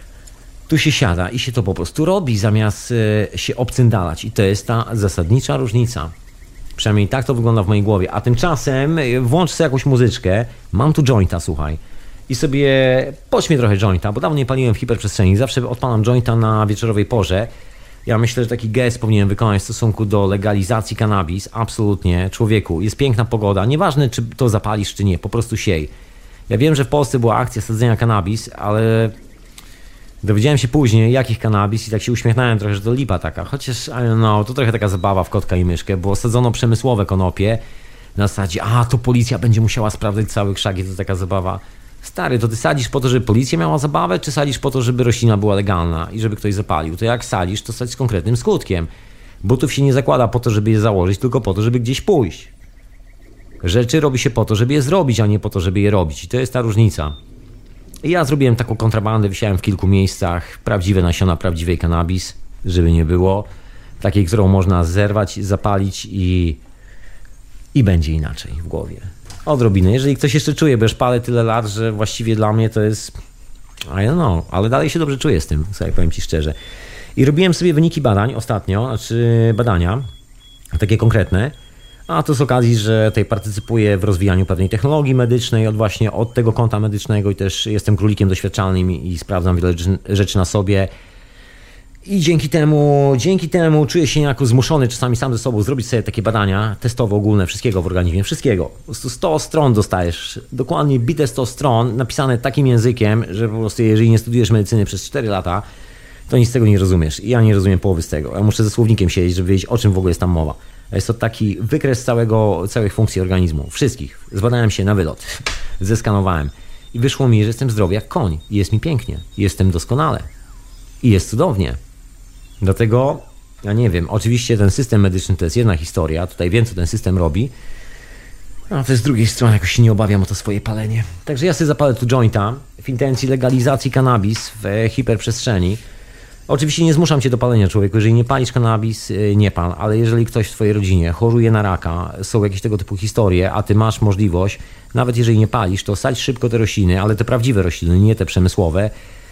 Tu się siada i się to po prostu robi, zamiast y, się obcyndalać. I to jest ta zasadnicza różnica. Przynajmniej tak to wygląda w mojej głowie. A tymczasem y, włącz sobie jakąś muzyczkę. Mam tu jointa, słuchaj. I sobie poćmie trochę jointa, bo dawno nie paliłem w hiperprzestrzeni. Zawsze odpalam jointa na wieczorowej porze. Ja myślę, że taki gest powinienem wykonać w stosunku do legalizacji cannabis. Absolutnie. Człowieku, jest piękna pogoda. Nieważne, czy to zapalisz, czy nie. Po prostu siej. Ja wiem, że w Polsce była akcja sadzenia cannabis, ale... Dowiedziałem się później, jakich cannabis i tak się uśmiechnąłem trochę, że to lipa taka. Chociaż, I don't know, to trochę taka zabawa w kotka i myszkę, bo sadzono przemysłowe konopie na zasadzie, a to policja będzie musiała sprawdzać cały krzak i to taka zabawa. Stary, to ty sadzisz po to, żeby policja miała zabawę, czy sadzisz po to, żeby roślina była legalna i żeby ktoś zapalił? To jak sadzisz, to sadź z konkretnym skutkiem. Butów się nie zakłada po to, żeby je założyć, tylko po to, żeby gdzieś pójść. Rzeczy robi się po to, żeby je zrobić, a nie po to, żeby je robić. I to jest ta różnica. Ja zrobiłem taką kontrabandę, wisiałem w kilku miejscach, prawdziwe nasiona prawdziwej cannabis, żeby nie było, takiej, którą można zerwać, zapalić i, i będzie inaczej w głowie. Odrobinę, jeżeli ktoś jeszcze czuje, bo już palę tyle lat, że właściwie dla mnie to jest, I don't know, ale dalej się dobrze czuję z tym, sobie powiem ci szczerze. I robiłem sobie wyniki badań ostatnio, znaczy badania, takie konkretne, a to z okazji, że tutaj partycypuję w rozwijaniu pewnej technologii medycznej od właśnie od tego kąta medycznego i też jestem królikiem doświadczalnym i sprawdzam wiele rzeczy na sobie. I dzięki temu, dzięki temu czuję się niejako zmuszony czasami sam ze sobą zrobić sobie takie badania testowe ogólne wszystkiego w organizmie, wszystkiego. Po prostu sto stron dostajesz, dokładnie bite sto stron, napisane takim językiem, że po prostu jeżeli nie studiujesz medycyny przez cztery lata, to nic z tego nie rozumiesz. I ja nie rozumiem połowy z tego. Ja muszę ze słownikiem siedzieć, żeby wiedzieć, o czym w ogóle jest tam mowa. Jest to taki wykres całego, całych funkcji organizmu. Wszystkich. Zbadałem się na wylot. Zeskanowałem. I wyszło mi, że jestem zdrowy jak koń. I jest mi pięknie. I jestem doskonale. I jest cudownie. Dlatego, ja nie wiem, oczywiście ten system medyczny to jest jedna historia. Tutaj wiem, co ten system robi. A to z drugiej strony jakoś się nie obawiam o to swoje palenie. Także ja sobie zapalę tu jointa w intencji legalizacji cannabis w hiperprzestrzeni. Oczywiście nie zmuszam cię do palenia, człowieku. Jeżeli nie palisz cannabis, nie pal. Ale jeżeli ktoś w twojej rodzinie choruje na raka, są jakieś tego typu historie, a ty masz możliwość, nawet jeżeli nie palisz, to sadź szybko te rośliny, ale te prawdziwe rośliny, nie te przemysłowe,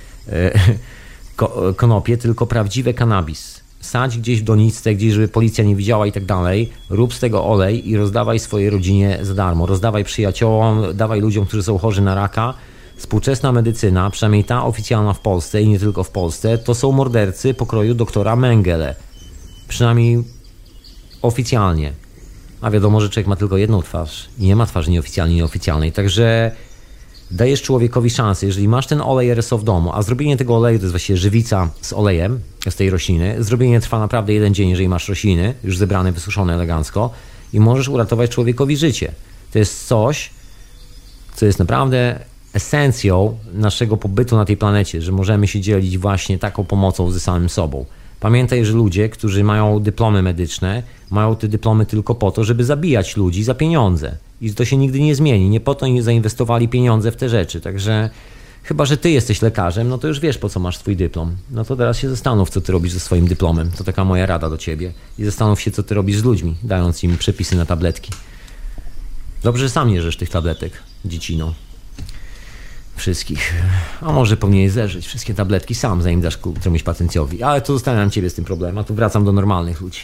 konopie, tylko prawdziwe cannabis. Sadź gdzieś w doniczce, gdzieś, żeby policja nie widziała i tak dalej. Rób z tego olej i rozdawaj swojej rodzinie za darmo. Rozdawaj przyjaciołom, dawaj ludziom, którzy są chorzy na raka. Współczesna medycyna, przynajmniej ta oficjalna w Polsce i nie tylko w Polsce, to są mordercy pokroju doktora Mengele. Przynajmniej oficjalnie. A wiadomo, że człowiek ma tylko jedną twarz i nie ma twarzy nieoficjalnej, nieoficjalnej. Także dajesz człowiekowi szansę, jeżeli masz ten olej R S O w domu, a zrobienie tego oleju to jest właściwie żywica z olejem z tej rośliny. Zrobienie trwa naprawdę jeden dzień, jeżeli masz rośliny już zebrane, wysuszone elegancko i możesz uratować człowiekowi życie. To jest coś, co jest naprawdę esencją naszego pobytu na tej planecie, że możemy się dzielić właśnie taką pomocą ze samym sobą. Pamiętaj, że ludzie, którzy mają dyplomy medyczne, mają te dyplomy tylko po to, żeby zabijać ludzi za pieniądze. I to się nigdy nie zmieni. Nie po to nie zainwestowali pieniądze w te rzeczy. Także chyba, że ty jesteś lekarzem, no to już wiesz, po co masz twój dyplom. No to teraz się zastanów, co ty robisz ze swoim dyplomem. To taka moja rada do ciebie. I zastanów się, co ty robisz z ludźmi, dając im przepisy na tabletki. Dobrze, że sam nie żesz tych tabletek, dziecino. wszystkich. A może powinieneś zeżyć wszystkie tabletki sam, zanim dasz któremuś pacjentowi. Ale to zostawiam ciebie z tym problemem, a tu wracam do normalnych ludzi.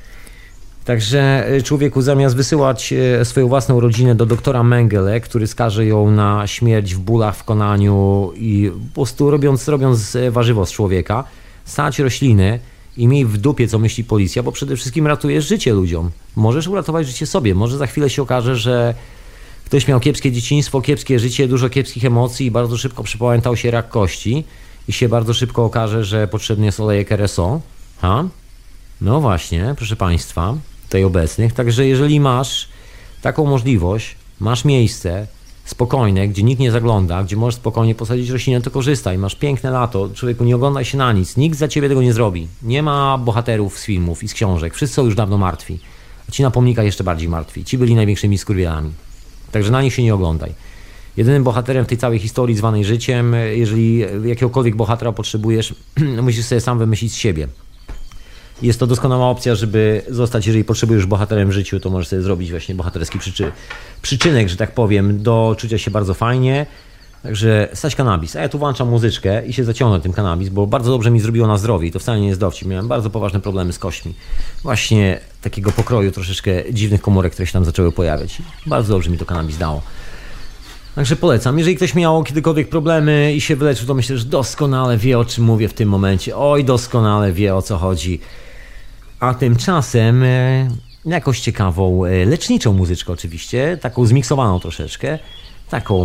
Także człowieku, zamiast wysyłać swoją własną rodzinę do doktora Mengele, który skaże ją na śmierć w bólach, w konaniu i po prostu robiąc, robiąc warzywo z człowieka, sadź rośliny i miej w dupie, co myśli policja, bo przede wszystkim ratujesz życie ludziom. Możesz uratować życie sobie. Może za chwilę się okaże, że ktoś miał kiepskie dzieciństwo, kiepskie życie, dużo kiepskich emocji i bardzo szybko przypamiętał się rak kości i się bardzo szybko okaże, że potrzebny jest olejek R S O. Ha? No właśnie, proszę Państwa, tutaj obecnych. Także jeżeli masz taką możliwość, masz miejsce spokojne, gdzie nikt nie zagląda, gdzie możesz spokojnie posadzić roślinę, to korzystaj. Masz piękne lato, człowieku, nie oglądaj się na nic. Nikt za ciebie tego nie zrobi. Nie ma bohaterów z filmów i z książek. Wszyscy są już dawno martwi. A ci na pomnikach jeszcze bardziej martwi. Ci byli największymi skurwielami. Także na nich się nie oglądaj. Jedynym bohaterem w tej całej historii zwanej życiem, jeżeli jakiegokolwiek bohatera potrzebujesz, musisz sobie sam wymyślić z siebie. Jest to doskonała opcja, żeby zostać, jeżeli potrzebujesz bohaterem w życiu, to możesz sobie zrobić właśnie bohaterski przyczy, przyczynek, że tak powiem, do czucia się bardzo fajnie. Także stać kanabis. A ja tu włączam muzyczkę i się zaciągnę tym kanabis, bo bardzo dobrze mi zrobiło na zdrowie i to wcale nie jest dowcip. Miałem bardzo poważne problemy z kośćmi. Właśnie takiego pokroju, troszeczkę dziwnych komórek, które się tam zaczęły pojawiać. Bardzo dobrze mi to kanabis dało. Także polecam. Jeżeli ktoś miał kiedykolwiek problemy i się wyleczył, to myślę, że doskonale wie, o czym mówię w tym momencie. Oj, doskonale wie, o co chodzi. A tymczasem e, jakąś ciekawą, e, leczniczą muzyczkę oczywiście, taką zmiksowaną troszeczkę, taką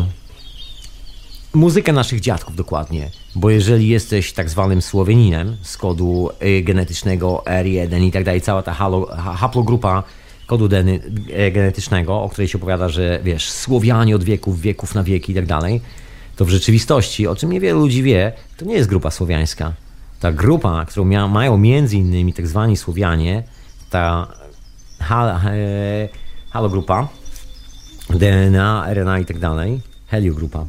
muzykę naszych dziadków dokładnie, bo jeżeli jesteś tak zwanym Słowianinem z kodu y, genetycznego R jeden i tak dalej, cała ta halo, ha, haplogrupa kodu deny, y, genetycznego, o której się opowiada, że wiesz, Słowianie od wieków, wieków na wieki i tak dalej, to w rzeczywistości, o czym niewielu ludzi wie, to nie jest grupa słowiańska. Ta grupa, którą mia, mają między innymi tak zwani Słowianie, ta hal, e, halogrupa, D N A, R N A i tak dalej, heliogrupa,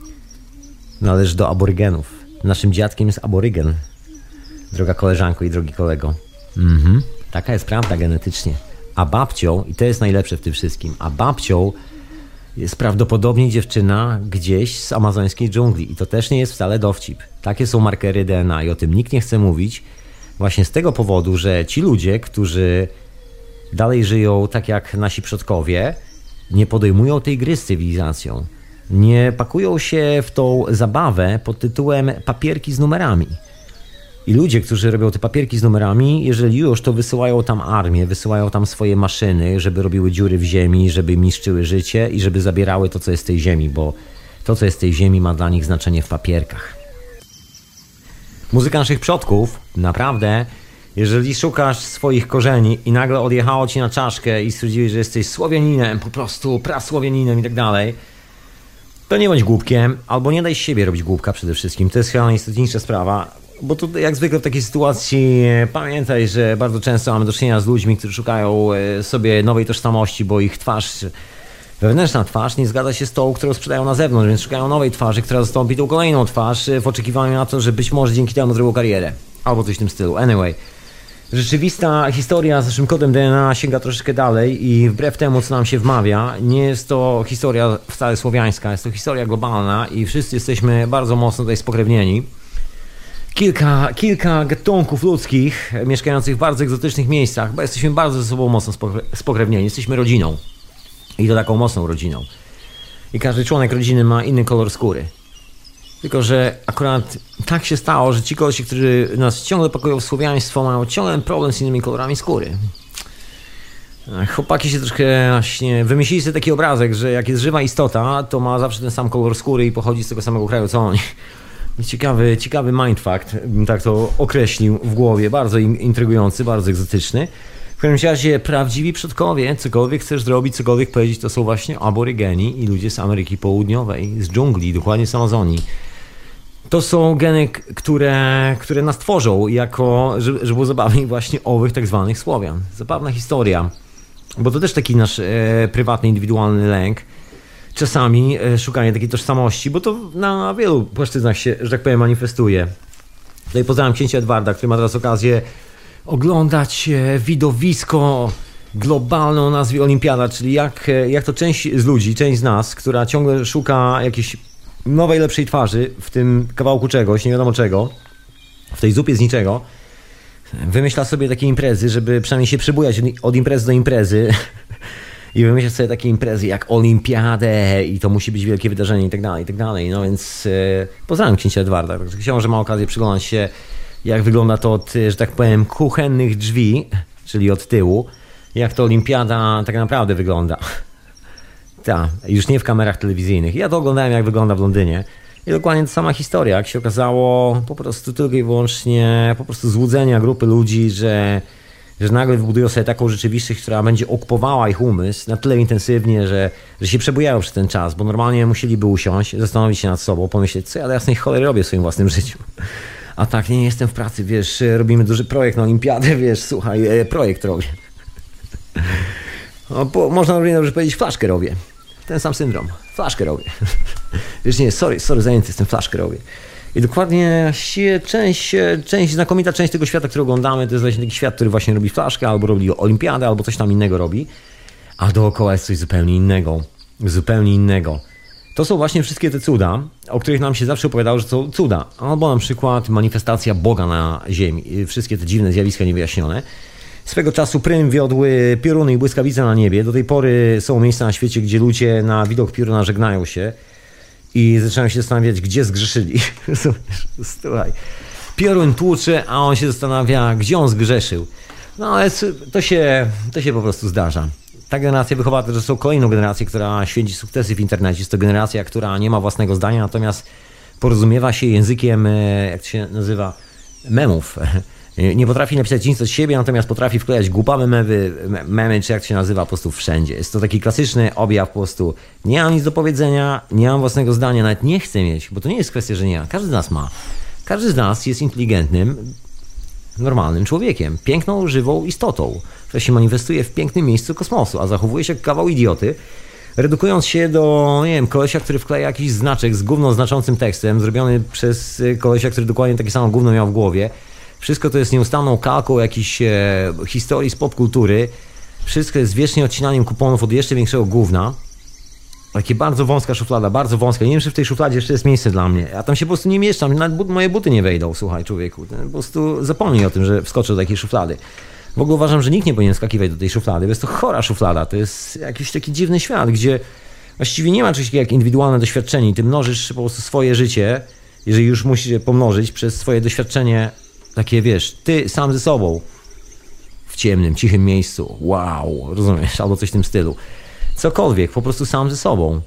należy do aborygenów. Naszym dziadkiem jest aborygen. Droga koleżanko i drogi kolego. Mhm. Taka jest prawda genetycznie. A babcią, i to jest najlepsze w tym wszystkim, a babcią jest prawdopodobnie dziewczyna gdzieś z amazońskiej dżungli. I to też nie jest wcale dowcip. Takie są markery D N A i o tym nikt nie chce mówić. Właśnie z tego powodu, że ci ludzie, którzy dalej żyją tak jak nasi przodkowie, nie podejmują tej gry z cywilizacją. Nie pakują się w tą zabawę pod tytułem papierki z numerami. I ludzie, którzy robią te papierki z numerami, jeżeli już, to wysyłają tam armię, wysyłają tam swoje maszyny, żeby robiły dziury w ziemi, żeby im niszczyły życie i żeby zabierały to, co jest z tej ziemi, bo to, co jest z tej ziemi, ma dla nich znaczenie w papierkach. Muzyka naszych przodków, naprawdę, jeżeli szukasz swoich korzeni i nagle odjechało ci na czaszkę i stwierdziłeś, że jesteś Słowianinem, po prostu prasłowianinem i tak dalej, to nie bądź głupkiem, albo nie daj siebie robić głupka przede wszystkim. To jest chyba najistotniejsza sprawa, bo tu jak zwykle w takiej sytuacji pamiętaj, że bardzo często mamy do czynienia z ludźmi, którzy szukają sobie nowej tożsamości, bo ich twarz, wewnętrzna twarz nie zgadza się z tą, którą sprzedają na zewnątrz, więc szukają nowej twarzy, która zastąpi tą kolejną twarz w oczekiwaniu na to, że być może dzięki temu zrobią karierę. Albo coś w tym stylu. Anyway. Rzeczywista historia z naszym kodem D N A sięga troszeczkę dalej i wbrew temu, co nam się wmawia, nie jest to historia wcale słowiańska, jest to historia globalna i wszyscy jesteśmy bardzo mocno tutaj spokrewnieni. Kilka, kilka gatunków ludzkich mieszkających w bardzo egzotycznych miejscach, bo jesteśmy bardzo ze sobą mocno spokrewnieni, jesteśmy rodziną i to taką mocną rodziną. I każdy członek rodziny ma inny kolor skóry. Tylko że akurat tak się stało, że ci kolesie, którzy nas ciągle pakują w słowiaństwo, mają ciągle problem z innymi kolorami skóry. Chłopaki się troszkę właśnie wymyślili sobie taki obrazek, że jak jest żywa istota, to ma zawsze ten sam kolor skóry i pochodzi z tego samego kraju co oni. Ciekawy, ciekawy mindfuck, bym tak to określił w głowie, bardzo intrygujący, bardzo egzotyczny. W każdym razie prawdziwi przodkowie, cokolwiek chcesz zrobić, cokolwiek powiedzieć, to są właśnie aborygeni i ludzie z Ameryki Południowej, z dżungli, dokładnie z Amazonii. To są geny, które, które nas tworzą jako, żeby, żeby było zabawniej, właśnie owych tak zwanych Słowian. Zabawna historia, bo to też taki nasz e, prywatny, indywidualny lęk. Czasami e, szukanie takiej tożsamości, bo to na wielu płaszczyznach się, że tak powiem, manifestuje. Tutaj pozdrawiam księcia Edwarda, który ma teraz okazję oglądać widowisko globalne o nazwie Olimpiada, czyli jak, jak to część z ludzi, część z nas, która ciągle szuka jakichś nowej, lepszej twarzy w tym kawałku czegoś, nie wiadomo czego, w tej zupie z niczego, wymyśla sobie takie imprezy, żeby przynajmniej się przebujać od imprezy do imprezy i wymyśla sobie takie imprezy jak Olimpiadę i to musi być wielkie wydarzenie i tak dalej, i tak dalej. No więc e, pozdrawiam księcia Edwarda. Także książę ma okazję przyglądać się, jak wygląda to od, że tak powiem, kuchennych drzwi, czyli od tyłu, jak to Olimpiada tak naprawdę wygląda. Tak, już nie w kamerach telewizyjnych. Ja to oglądałem, jak wygląda w Londynie. I dokładnie ta sama historia, jak się okazało, po prostu tylko i wyłącznie po prostu złudzenia grupy ludzi, że, że nagle wybudują sobie taką rzeczywistość, która będzie okupowała ich umysł na tyle intensywnie, że, że się przebujają przez ten czas, bo normalnie musieliby usiąść, zastanowić się nad sobą, pomyśleć, co ja do jasnej cholery robię w swoim własnym życiu. A tak, nie, nie jestem w pracy, wiesz, robimy duży projekt na Olimpiadę, wiesz, słuchaj, e, projekt robię. No, bo można równie dobrze powiedzieć, flaszkę robię. Ten sam syndrom. Flaszkę robię. Wiesz, nie, sorry, sorry, zajęty jestem, flaszkę robię. I dokładnie część, część, znakomita część tego świata, który oglądamy, to jest właśnie taki świat, który właśnie robi flaszkę, albo robi Olimpiadę, albo coś tam innego robi, a dookoła jest coś zupełnie innego. Zupełnie innego. To są właśnie wszystkie te cuda, o których nam się zawsze opowiadało, że są cuda. Albo na przykład manifestacja Boga na ziemi. Wszystkie te dziwne zjawiska niewyjaśnione. Swego czasu prym wiodły pioruny i błyskawice na niebie. Do tej pory są miejsca na świecie, gdzie ludzie na widok pioruna żegnają się i zaczynają się zastanawiać, gdzie zgrzeszyli. Słuchaj, piorun tłucze, a on się zastanawia, gdzie on zgrzeszył. No ale to się, to się po prostu zdarza. Ta generacja wychowała też są kolejną generację, która święci sukcesy w internecie. Jest to generacja, która nie ma własnego zdania, natomiast porozumiewa się językiem, jak to się nazywa, memów. Nie potrafi napisać nic od siebie, natomiast potrafi wklejać głupawe memy, memy, czy jak to się nazywa, po prostu wszędzie. Jest to taki klasyczny objaw po prostu. Nie mam nic do powiedzenia, nie mam własnego zdania, nawet nie chcę mieć, bo to nie jest kwestia, że nie ma. Każdy z nas ma. Każdy z nas jest inteligentnym, normalnym człowiekiem, piękną, żywą istotą, która się manifestuje w pięknym miejscu kosmosu, a zachowuje się jak kawał idioty, redukując się do, nie wiem, kolesia, który wkleja jakiś znaczek z gówno znaczącym tekstem, zrobiony przez kolesia, który dokładnie takie samo gówno miał w głowie. Wszystko to jest nieustanną kalką jakiejś e, historii z popkultury. Wszystko jest wiecznie odcinaniem kuponów od jeszcze większego gówna. Takie bardzo wąska szuflada, bardzo wąska. Nie wiem, czy w tej szufladzie jeszcze jest miejsce dla mnie. Ja tam się po prostu nie mieszczam, nawet but, moje buty nie wejdą, słuchaj człowieku. Po prostu zapomnij o tym, że wskoczę do takiej szuflady. W ogóle uważam, że nikt nie powinien skakiwać do tej szuflady, bo jest to chora szuflada. To jest jakiś taki dziwny świat, gdzie właściwie nie ma czegoś takiego jak indywidualne doświadczenie. Ty mnożysz po prostu swoje życie, jeżeli już musisz je pomnożyć przez swoje doświadczenie. Takie, wiesz, ty sam ze sobą w ciemnym, cichym miejscu. Wow, rozumiesz? Albo coś w tym stylu. Cokolwiek, po prostu sam ze sobą.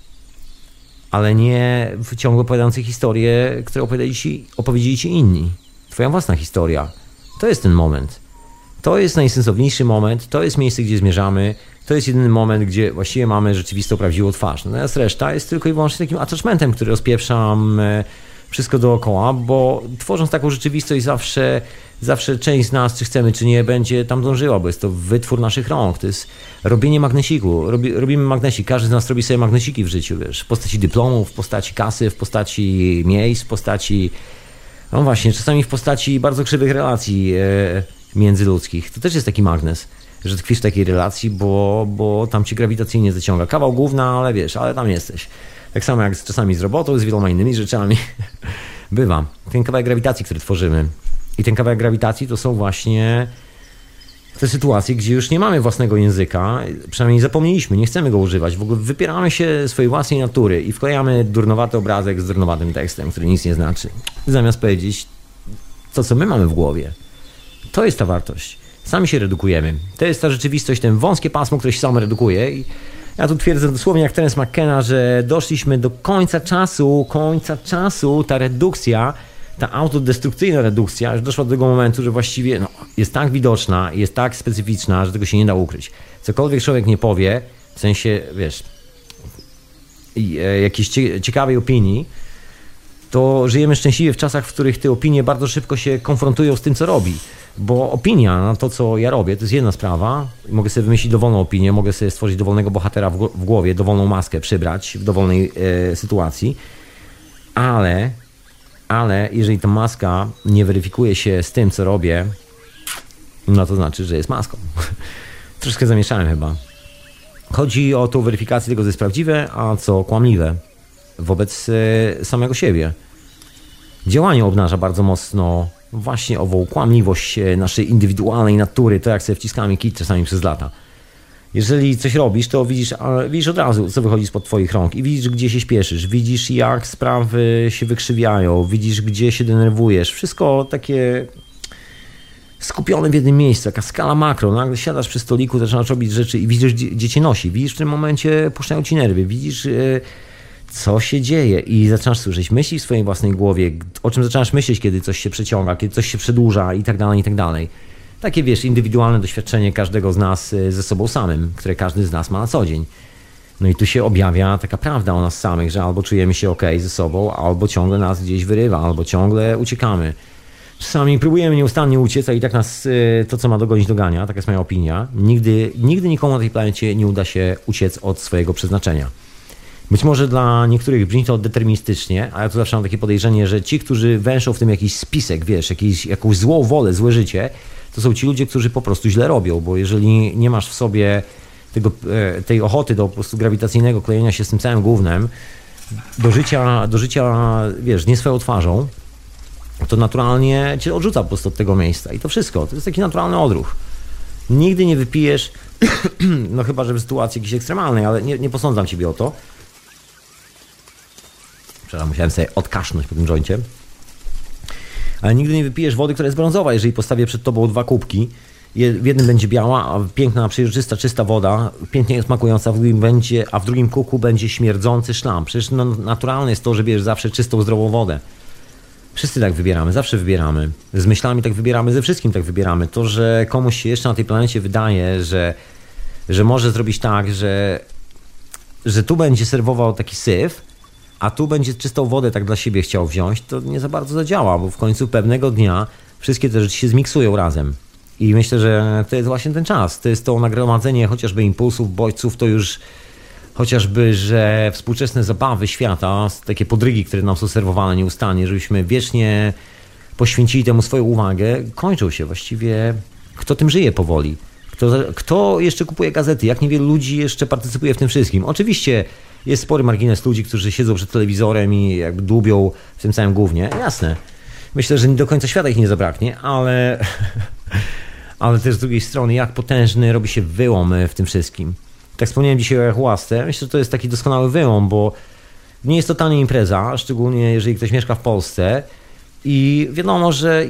Ale nie w ciągle opowiadających historie, które opowiedzieli ci, opowiedzieli ci inni. Twoja własna historia. To jest ten moment. To jest najsensowniejszy moment. To jest miejsce, gdzie zmierzamy. To jest jedyny moment, gdzie właściwie mamy rzeczywistą, prawdziwą twarz. Natomiast reszta jest tylko i wyłącznie takim attachmentem, który rozpieprzam wszystko dookoła, bo tworząc taką rzeczywistość zawsze, zawsze część z nas, czy chcemy, czy nie, będzie tam dążyła, bo jest to wytwór naszych rąk, to jest robienie magnesiku, Robi, robimy magnesik, każdy z nas robi sobie magnesiki w życiu, wiesz, w postaci dyplomów, w postaci kasy, w postaci miejsc, w postaci, no właśnie, czasami w postaci bardzo krzywych relacji e, międzyludzkich. To też jest taki magnes, że tkwisz w takiej relacji, bo, bo tam cię grawitacyjnie zaciąga. Kawał gówna, ale wiesz, ale tam jesteś. Tak samo jak czasami z robotą, z wieloma innymi rzeczami. Bywa. Ten kawałek grawitacji, który tworzymy. I ten kawałek grawitacji to są właśnie te sytuacje, gdzie już nie mamy własnego języka, przynajmniej zapomnieliśmy, nie chcemy go używać. W ogóle wypieramy się swojej własnej natury i wklejamy durnowaty obrazek z durnowatym tekstem, który nic nie znaczy. Zamiast powiedzieć to, co my mamy w głowie. To jest ta wartość. Sami się redukujemy. To jest ta rzeczywistość, ten wąskie pasmo, które się samo redukuje. I ja tu twierdzę dosłownie jak Terence McKenna, że doszliśmy do końca czasu, końca czasu, ta redukcja, ta autodestrukcyjna redukcja już doszła do tego momentu, że właściwie no, jest tak widoczna, jest tak specyficzna, że tego się nie da ukryć. Cokolwiek człowiek nie powie, w sensie, wiesz, jakiejś ciekawej opinii, to żyjemy szczęśliwie w czasach, w których te opinie bardzo szybko się konfrontują z tym, co robi. Bo opinia na to, co ja robię, to jest jedna sprawa. Mogę sobie wymyślić dowolną opinię, mogę sobie stworzyć dowolnego bohatera w, w głowie, dowolną maskę przybrać w dowolnej e, sytuacji. Ale, ale jeżeli ta maska nie weryfikuje się z tym, co robię, no to znaczy, że jest maską. Troszkę zamieszałem chyba. Chodzi o tą weryfikację tego, co jest prawdziwe, a co kłamliwe. wobec samego siebie. Działanie obnaża bardzo mocno właśnie ową kłamliwość naszej indywidualnej natury, to jak sobie wciskamy kit czasami przez lata. Jeżeli coś robisz, to widzisz, widzisz od razu, co wychodzi spod twoich rąk i widzisz, gdzie się śpieszysz, widzisz, jak sprawy się wykrzywiają, widzisz, gdzie się denerwujesz. Wszystko takie skupione w jednym miejscu, taka skala makro. Nagle siadasz przy stoliku, zaczynasz robić rzeczy i widzisz, gdzie, gdzie cię nosi. Widzisz, w tym momencie puszczają ci nerwy, widzisz, yy, co się dzieje i zaczynasz słyszeć myśli w swojej własnej głowie, o czym zaczynasz myśleć, kiedy coś się przeciąga, kiedy coś się przedłuża i tak dalej, i tak dalej. Takie, wiesz, indywidualne doświadczenie każdego z nas ze sobą samym, które każdy z nas ma na co dzień. No i tu się objawia taka prawda o nas samych, że albo czujemy się okej ze sobą, albo ciągle nas gdzieś wyrywa, albo ciągle uciekamy. Czasami próbujemy nieustannie uciec, a i tak nas to, co ma dogonić, dogania. Taka jest moja opinia. Nigdy, nigdy nikomu na tej planecie nie uda się uciec od swojego przeznaczenia. Być może dla niektórych brzmi to deterministycznie, a ja tu zawsze mam takie podejrzenie, że ci, którzy węszą w tym jakiś spisek, wiesz, jakiś, jakąś złą wolę, złe życie, to są ci ludzie, którzy po prostu źle robią, bo jeżeli nie masz w sobie tego, tej ochoty do po prostu grawitacyjnego klejenia się z tym całym gównem do życia, do życia, wiesz, nie swoją twarzą, to naturalnie cię odrzuca po prostu od tego miejsca i to wszystko. To jest taki naturalny odruch. Nigdy nie wypijesz, no chyba, że w sytuacji jakiejś ekstremalnej, ale nie, nie posądzam ciebie o to. Przepraszam, musiałem sobie odkasznąć po tym joincie. Ale nigdy nie wypijesz wody, która jest brązowa. Jeżeli postawię przed tobą dwa kubki, w jednym będzie biała, a piękna, przejrzysta, czysta woda, pięknie smakująca, w drugim będzie, a w drugim kubku będzie śmierdzący szlam. Przecież no, naturalne jest to, że bierzesz zawsze czystą, zdrową wodę. Wszyscy tak wybieramy, zawsze wybieramy. Z myślami tak wybieramy, ze wszystkim tak wybieramy. To, że komuś się jeszcze na tej planecie wydaje, że, że może zrobić tak, że, że tu będzie serwował taki syf, a tu będzie czystą wodę tak dla siebie chciał wziąć, to nie za bardzo zadziała, bo w końcu pewnego dnia wszystkie te rzeczy się zmiksują razem. I myślę, że to jest właśnie ten czas. To jest to nagromadzenie chociażby impulsów, bodźców, to już chociażby, że współczesne zabawy świata, takie podrygi, które nam są serwowane nieustannie, żebyśmy wiecznie poświęcili temu swoją uwagę, kończą się właściwie. Kto tym żyje powoli? Kto, kto jeszcze kupuje gazety? Jak niewielu ludzi jeszcze partycypuje w tym wszystkim? Oczywiście jest spory margines ludzi, którzy siedzą przed telewizorem i jakby dłubią w tym całym gównie. Jasne. Myślę, że do końca świata ich nie zabraknie, ale, ale też z drugiej strony, jak potężny robi się wyłom w tym wszystkim. Tak wspomniałem dzisiaj o ayahuasce. Myślę, że to jest taki doskonały wyłom, bo nie jest to tania impreza, szczególnie jeżeli ktoś mieszka w Polsce i wiadomo, że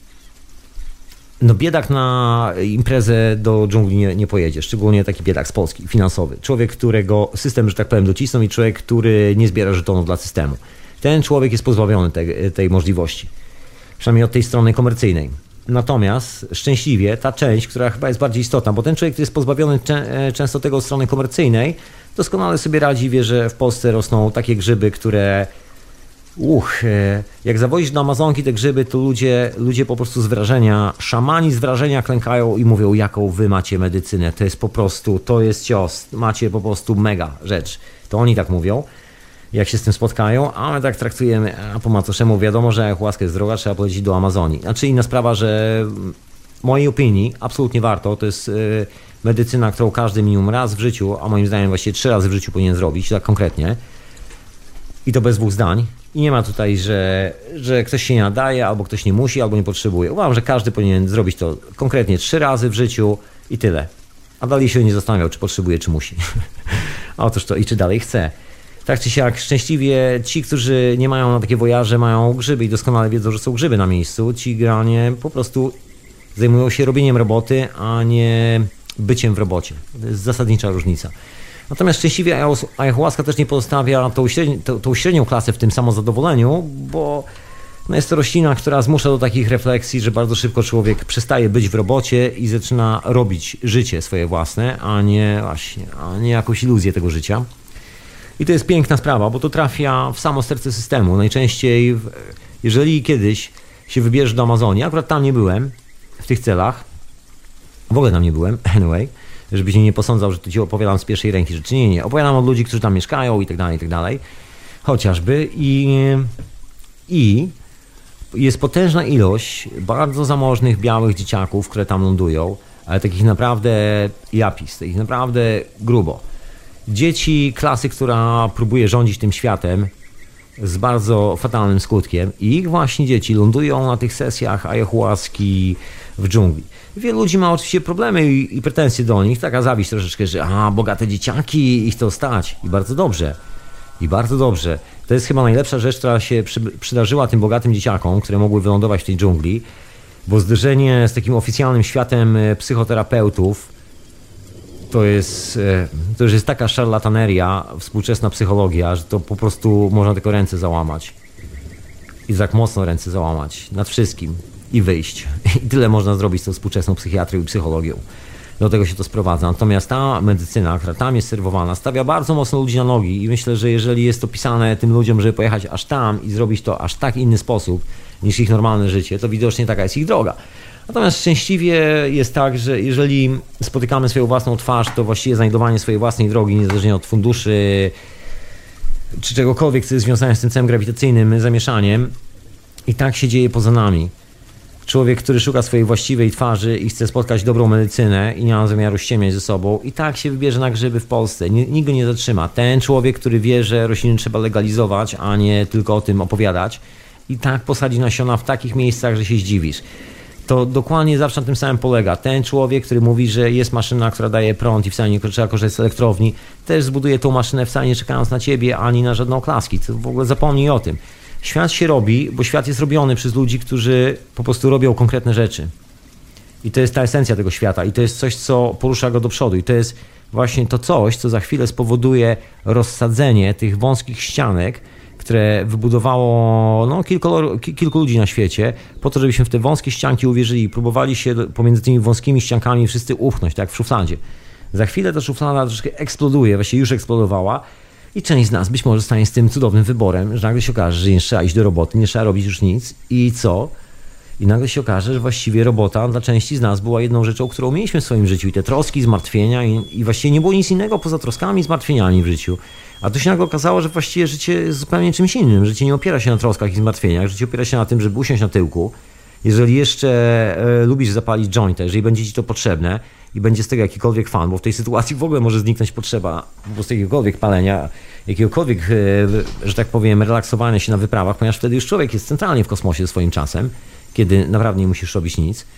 no biedak na imprezę do dżungli nie, nie pojedzie, szczególnie taki biedak z Polski, finansowy. Człowiek, którego system, że tak powiem, docisnął i człowiek, który nie zbiera żetonów dla systemu. Ten człowiek jest pozbawiony tej, tej możliwości, przynajmniej od tej strony komercyjnej. Natomiast szczęśliwie ta część, która chyba jest bardziej istotna, bo ten człowiek, który jest pozbawiony cze- często tego od strony komercyjnej, doskonale sobie radzi, wie, że w Polsce rosną takie grzyby, które uch, jak zawozisz do Amazonki te grzyby, to ludzie, ludzie po prostu z wrażenia, szamani z wrażenia klękają i mówią, jaką wy macie medycynę. To jest po prostu, to jest cios, macie po prostu mega rzecz. To oni tak mówią, jak się z tym spotkają, a my tak traktujemy, a po macoszemu wiadomo, że ayahuasca jest droga, trzeba polecieć do Amazonii. Znaczy inna sprawa, że w mojej opinii absolutnie warto, to jest yy, medycyna, którą każdy minimum raz w życiu, a moim zdaniem właściwie trzy razy w życiu powinien zrobić, tak konkretnie. I to bez dwóch zdań. I nie ma tutaj, że, że ktoś się nie nadaje, albo ktoś nie musi, albo nie potrzebuje. Uważam, że każdy powinien zrobić to konkretnie trzy razy w życiu i tyle. A dalej się nie zastanawiał, czy potrzebuje, czy musi. A otóż to i czy dalej chce. Tak czy siak, szczęśliwie ci, którzy nie mają na takie wojaże, mają grzyby i doskonale wiedzą, że są grzyby na miejscu. Ci granie po prostu zajmują się robieniem roboty, a nie byciem w robocie. To jest zasadnicza różnica. Natomiast szczęśliwie ayahuasca też nie pozostawia tą, średni, tą, tą średnią klasę w tym samozadowoleniu, bo no jest to roślina, która zmusza do takich refleksji, że bardzo szybko człowiek przestaje być w robocie i zaczyna robić życie swoje własne, a nie właśnie, a nie jakąś iluzję tego życia. I to jest piękna sprawa, bo to trafia w samo serce systemu. Najczęściej, w, jeżeli kiedyś się wybierzesz do Amazonii, akurat tam nie byłem w tych celach, w ogóle tam nie byłem, anyway, żebyś nie posądzał, że to ci opowiadam z pierwszej ręki rzeczy. Nie, nie, opowiadam od ludzi, którzy tam mieszkają i tak dalej, i tak dalej. Chociażby i, i jest potężna ilość bardzo zamożnych, białych dzieciaków, które tam lądują, ale takich naprawdę japis, takich naprawdę grubo. Dzieci klasy, która próbuje rządzić tym światem z bardzo fatalnym skutkiem i ich właśnie dzieci lądują na tych sesjach ayahuaski w dżungli. Wielu ludzi ma oczywiście problemy i, i pretensje do nich, taka zawiść troszeczkę, że a, bogate dzieciaki, ich to stać. I bardzo dobrze. I bardzo dobrze. To jest chyba najlepsza rzecz, która się przy, przydarzyła tym bogatym dzieciakom, które mogły wylądować w tej dżungli, bo zderzenie z takim oficjalnym światem psychoterapeutów to jest, to już jest taka szarlataneria, współczesna psychologia, że to po prostu można tylko ręce załamać. I tak mocno ręce załamać nad wszystkim i wyjść. I tyle można zrobić z tą współczesną psychiatrią i psychologią. Do tego się to sprowadza. Natomiast ta medycyna, która tam jest serwowana, stawia bardzo mocno ludzi na nogi i myślę, że jeżeli jest to pisane tym ludziom, żeby pojechać aż tam i zrobić to aż tak inny sposób niż ich normalne życie, to widocznie taka jest ich droga. Natomiast szczęśliwie jest tak, że jeżeli spotykamy swoją własną twarz, to właściwie znajdowanie swojej własnej drogi, niezależnie od funduszy czy czegokolwiek, co jest związane z tym całym grawitacyjnym zamieszaniem, i tak się dzieje poza nami. Człowiek, który szuka swojej właściwej twarzy i chce spotkać dobrą medycynę i nie ma zamiaru ściemniać ze sobą, i tak się wybierze na grzyby w Polsce. Nikt go nie zatrzyma. Ten człowiek, który wie, że rośliny trzeba legalizować, a nie tylko o tym opowiadać, i tak posadzi nasiona w takich miejscach, że się zdziwisz. To dokładnie zawsze na tym samym polega. Ten człowiek, który mówi, że jest maszyna, która daje prąd i wcale nie trzeba korzystać z elektrowni, też zbuduje tą maszynę wcale nie czekając na ciebie, ani na żadne oklaski. To w ogóle zapomnij o tym. Świat się robi, bo świat jest robiony przez ludzi, którzy po prostu robią konkretne rzeczy. I to jest ta esencja tego świata. I to jest coś, co porusza go do przodu. I to jest właśnie to coś, co za chwilę spowoduje rozsadzenie tych wąskich ścianek, które wybudowało no, kilku, kilku ludzi na świecie, po to, żebyśmy w te wąskie ścianki uwierzyli i próbowali się pomiędzy tymi wąskimi ściankami wszyscy upchnąć, tak jak w szufladzie. Za chwilę ta szuflada troszkę eksploduje, właściwie już eksplodowała, i część z nas być może stanie z tym cudownym wyborem, że nagle się okaże, że nie trzeba iść do roboty, nie trzeba robić już nic i co? I nagle się okaże, że właściwie robota dla części z nas była jedną rzeczą, którą mieliśmy w swoim życiu, i te troski, zmartwienia, i, i właściwie nie było nic innego poza troskami i zmartwieniami w życiu. A tu się nagle okazało, że właściwie życie jest zupełnie czymś innym. Życie nie opiera się na troskach i zmartwieniach, życie opiera się na tym, żeby usiąść na tyłku. Jeżeli jeszcze e, lubisz zapalić jointa, jeżeli będzie ci to potrzebne i będzie z tego jakikolwiek fan, bo w tej sytuacji w ogóle może zniknąć potrzeba po prostu jakiegokolwiek palenia, jakiegokolwiek, e, że tak powiem, relaksowania się na wyprawach, ponieważ wtedy już człowiek jest centralnie w kosmosie swoim czasem, kiedy naprawdę nie musisz robić nic.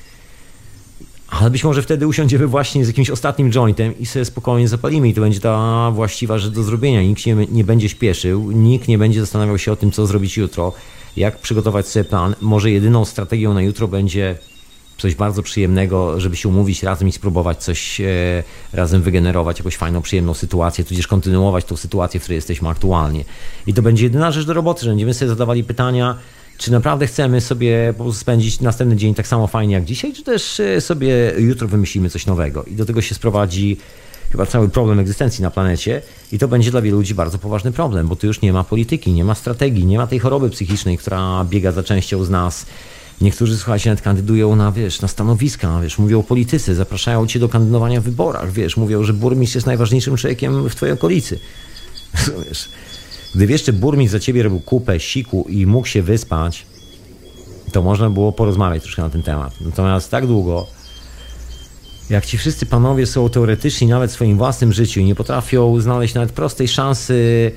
Ale być może wtedy usiądziemy właśnie z jakimś ostatnim jointem i sobie spokojnie zapalimy, i to będzie ta właściwa rzecz do zrobienia. Nikt się nie będzie śpieszył, nikt nie będzie zastanawiał się o tym, co zrobić jutro, jak przygotować sobie plan. Może jedyną strategią na jutro będzie coś bardzo przyjemnego, żeby się umówić razem i spróbować coś e, razem wygenerować, jakąś fajną, przyjemną sytuację, tudzież kontynuować tą sytuację, w której jesteśmy aktualnie. I to będzie jedyna rzecz do roboty, że będziemy sobie zadawali pytania, czy naprawdę chcemy sobie po prostu spędzić następny dzień tak samo fajnie jak dzisiaj, czy też sobie jutro wymyślimy coś nowego. I do tego się sprowadzi chyba cały problem egzystencji na planecie, i to będzie dla wielu ludzi bardzo poważny problem, bo tu już nie ma polityki, nie ma strategii, nie ma tej choroby psychicznej, która biega za częścią z nas. Niektórzy, słuchajcie, nawet kandydują na, wiesz, na stanowiska, wiesz, mówią o polityce, zapraszają cię do kandydowania w wyborach, wiesz, mówią, że burmistrz jest najważniejszym człowiekiem w twojej okolicy. Wiesz, gdyby jeszcze burmistrz za ciebie robił kupę siku i mógł się wyspać, to można było porozmawiać troszkę na ten temat. Natomiast tak długo, jak ci wszyscy panowie są teoretyczni nawet w swoim własnym życiu i nie potrafią znaleźć nawet prostej szansy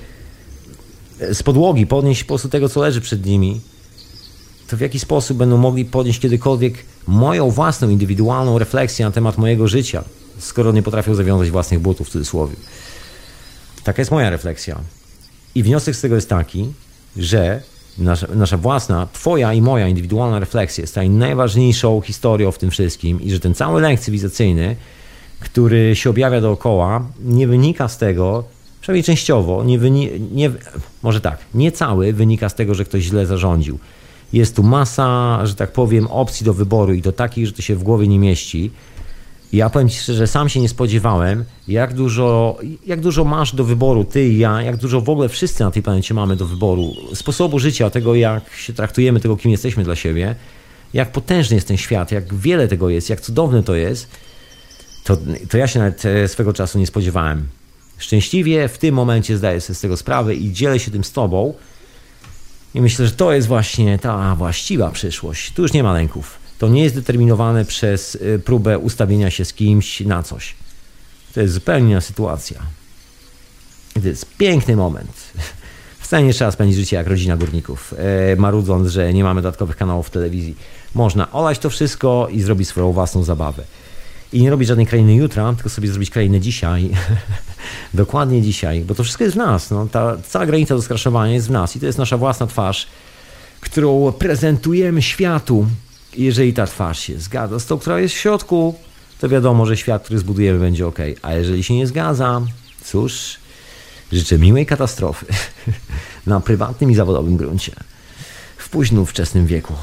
z podłogi podnieść po prostu tego, co leży przed nimi, to w jaki sposób będą mogli podnieść kiedykolwiek moją własną, indywidualną refleksję na temat mojego życia, skoro nie potrafią zawiązać własnych butów, w cudzysłowie. Taka jest moja refleksja. I wniosek z tego jest taki, że nasza, nasza własna, twoja i moja indywidualna refleksja jest najważniejszą historią w tym wszystkim, i że ten cały lęk cywilizacyjny, który się objawia dookoła, nie wynika z tego, przynajmniej częściowo, nie wyni- nie, może tak, nie cały wynika z tego, że ktoś źle zarządził. Jest tu masa, że tak powiem, opcji do wyboru, i to takich, że to się w głowie nie mieści. I ja powiem ci szczerze, sam się nie spodziewałem, jak dużo, jak dużo masz do wyboru, ty i ja, jak dużo w ogóle wszyscy na tej planecie mamy do wyboru, sposobu życia, tego, jak się traktujemy, tego, kim jesteśmy dla siebie, jak potężny jest ten świat, jak wiele tego jest, jak cudowne to jest, to, to ja się nawet swego czasu nie spodziewałem. Szczęśliwie w tym momencie zdaję sobie z tego sprawę i dzielę się tym z tobą, i myślę, że to jest właśnie ta właściwa przyszłość. Tu już nie ma lęków. To nie jest determinowane przez próbę ustawienia się z kimś na coś. To jest zupełnie inna sytuacja. To jest piękny moment w Wcale nie trzeba spędzić życie jak rodzina górników, e, marudząc, że nie mamy dodatkowych kanałów w telewizji. Można olać to wszystko i zrobić swoją własną zabawę. I nie robić żadnej krainy jutra, tylko sobie zrobić krainę dzisiaj. Dokładnie dzisiaj, bo to wszystko jest w nas. No. Ta cała granica do skraszowania jest w nas i to jest nasza własna twarz, którą prezentujemy światu. I jeżeli ta twarz się zgadza z tą, która jest w środku, to wiadomo, że świat, który zbudujemy, będzie ok. A jeżeli się nie zgadza, cóż, życzę miłej katastrofy na prywatnym i zawodowym gruncie w późnym, wczesnym wieku.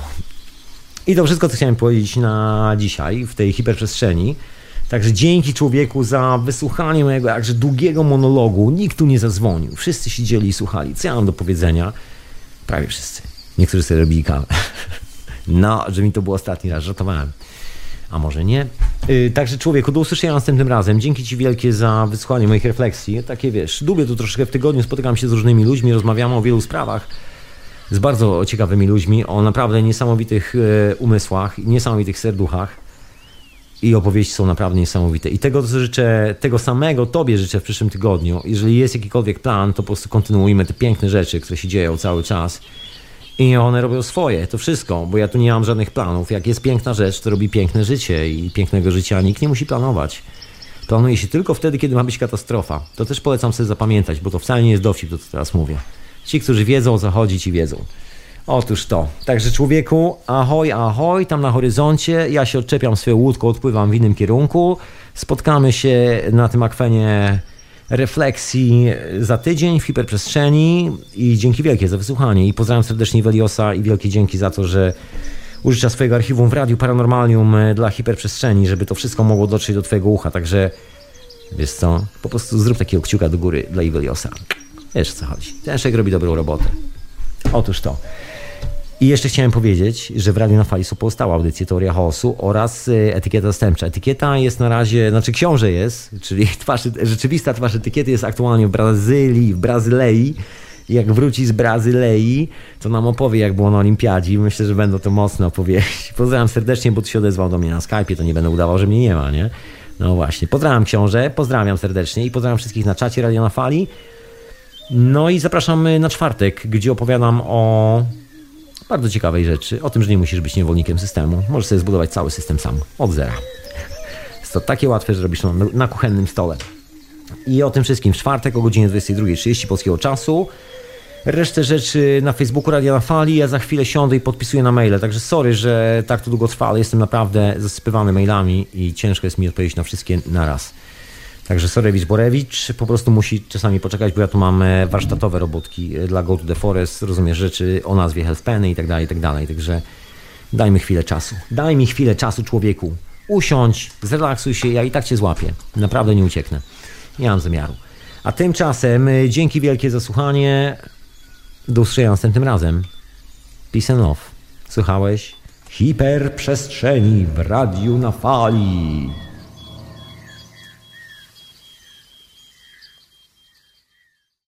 I to wszystko, co chciałem powiedzieć na dzisiaj w tej hiperprzestrzeni. Także dzięki człowieku za wysłuchanie mojego jakże długiego monologu. Nikt tu nie zadzwonił. Wszyscy siedzieli i słuchali. Co ja mam do powiedzenia? Prawie wszyscy. Niektórzy sobie robili kawę. No, że mi to było ostatni raz. Żartowałem. A może nie? Yy, także człowieku, do usłyszenia następnym razem. Dzięki ci wielkie za wysłuchanie moich refleksji. Takie wiesz, dłubię tu troszkę w tygodniu. Spotykam się z różnymi ludźmi. Rozmawiamy o wielu sprawach. Z bardzo ciekawymi ludźmi, o naprawdę niesamowitych e, umysłach, niesamowitych serduchach i opowieści są naprawdę niesamowite. I tego życzę, tego samego Tobie życzę w przyszłym tygodniu. Jeżeli jest jakikolwiek plan, to po prostu kontynuujmy te piękne rzeczy, które się dzieją cały czas i one robią swoje, to wszystko, bo ja tu nie mam żadnych planów. Jak jest piękna rzecz, to robi piękne życie i pięknego życia nikt nie musi planować. Planuje się tylko wtedy, kiedy ma być katastrofa. To też polecam sobie zapamiętać, bo to wcale nie jest dowcip, to co teraz mówię. Ci, którzy wiedzą, o co chodzi, ci wiedzą. Otóż to. Także człowieku, ahoj, ahoj, tam na horyzoncie. Ja się odczepiam swoją łódką, odpływam w innym kierunku. Spotkamy się na tym akwenie refleksji za tydzień w hiperprzestrzeni i dzięki wielkie za wysłuchanie. I pozdrawiam serdecznie Weliosa i wielkie dzięki za to, że użycza swojego archiwum w Radiu Paranormalium dla hiperprzestrzeni, żeby to wszystko mogło dotrzeć do twojego ucha. Także wiesz co, po prostu zrób takiego kciuka do góry dla Weliosa. Wiesz, o co chodzi. Ten człowiek robi dobrą robotę. Otóż to. I jeszcze chciałem powiedzieć, że w Radiu na Fali są pozostałe audycje Teoria Chaosu oraz Etykieta Zastępcza. Etykieta jest na razie, znaczy książę jest, czyli twarz, rzeczywista twarz etykiety jest aktualnie w Brazylii, w Brazylei. Jak wróci z Brazylei, to nam opowie, jak było na Olimpiadzie. Myślę, że będą to mocne opowieści. Pozdrawiam serdecznie, bo tu się odezwał do mnie na Skype'ie, to nie będę udawał, że mnie nie ma, nie? No właśnie. Pozdrawiam książę, pozdrawiam serdecznie i pozdrawiam wszystkich na czacie Radio na Fali. No i zapraszamy na czwartek, gdzie opowiadam o bardzo ciekawej rzeczy. O tym, że nie musisz być niewolnikiem systemu. Możesz sobie zbudować cały system sam, od zera. Jest to takie łatwe, że robisz to na kuchennym stole. I o tym wszystkim w czwartek o godzinie dwudziestej drugiej trzydzieści polskiego czasu. Resztę rzeczy na Facebooku Radia na Fali. Ja za chwilę siądę i podpisuję na maile. Także sorry, że tak to długo trwa, ale jestem naprawdę zasypywany mailami i ciężko jest mi odpowiedzieć na wszystkie naraz. Także Sorewicz Borewicz po prostu musi czasami poczekać, bo ja tu mam warsztatowe robótki dla Go to the Forest, rozumiesz, rzeczy o nazwie Health Penny i tak dalej, i tak dalej. Także daj mi chwilę czasu. Daj mi chwilę czasu, człowieku. Usiądź, zrelaksuj się, ja i tak cię złapię. Naprawdę nie ucieknę. Nie mam zamiaru. A tymczasem dzięki wielkie za słuchanie. Do usłyszenia następnym razem. Peace and love. Słuchałeś? Hiperprzestrzeni w Radiu na Fali.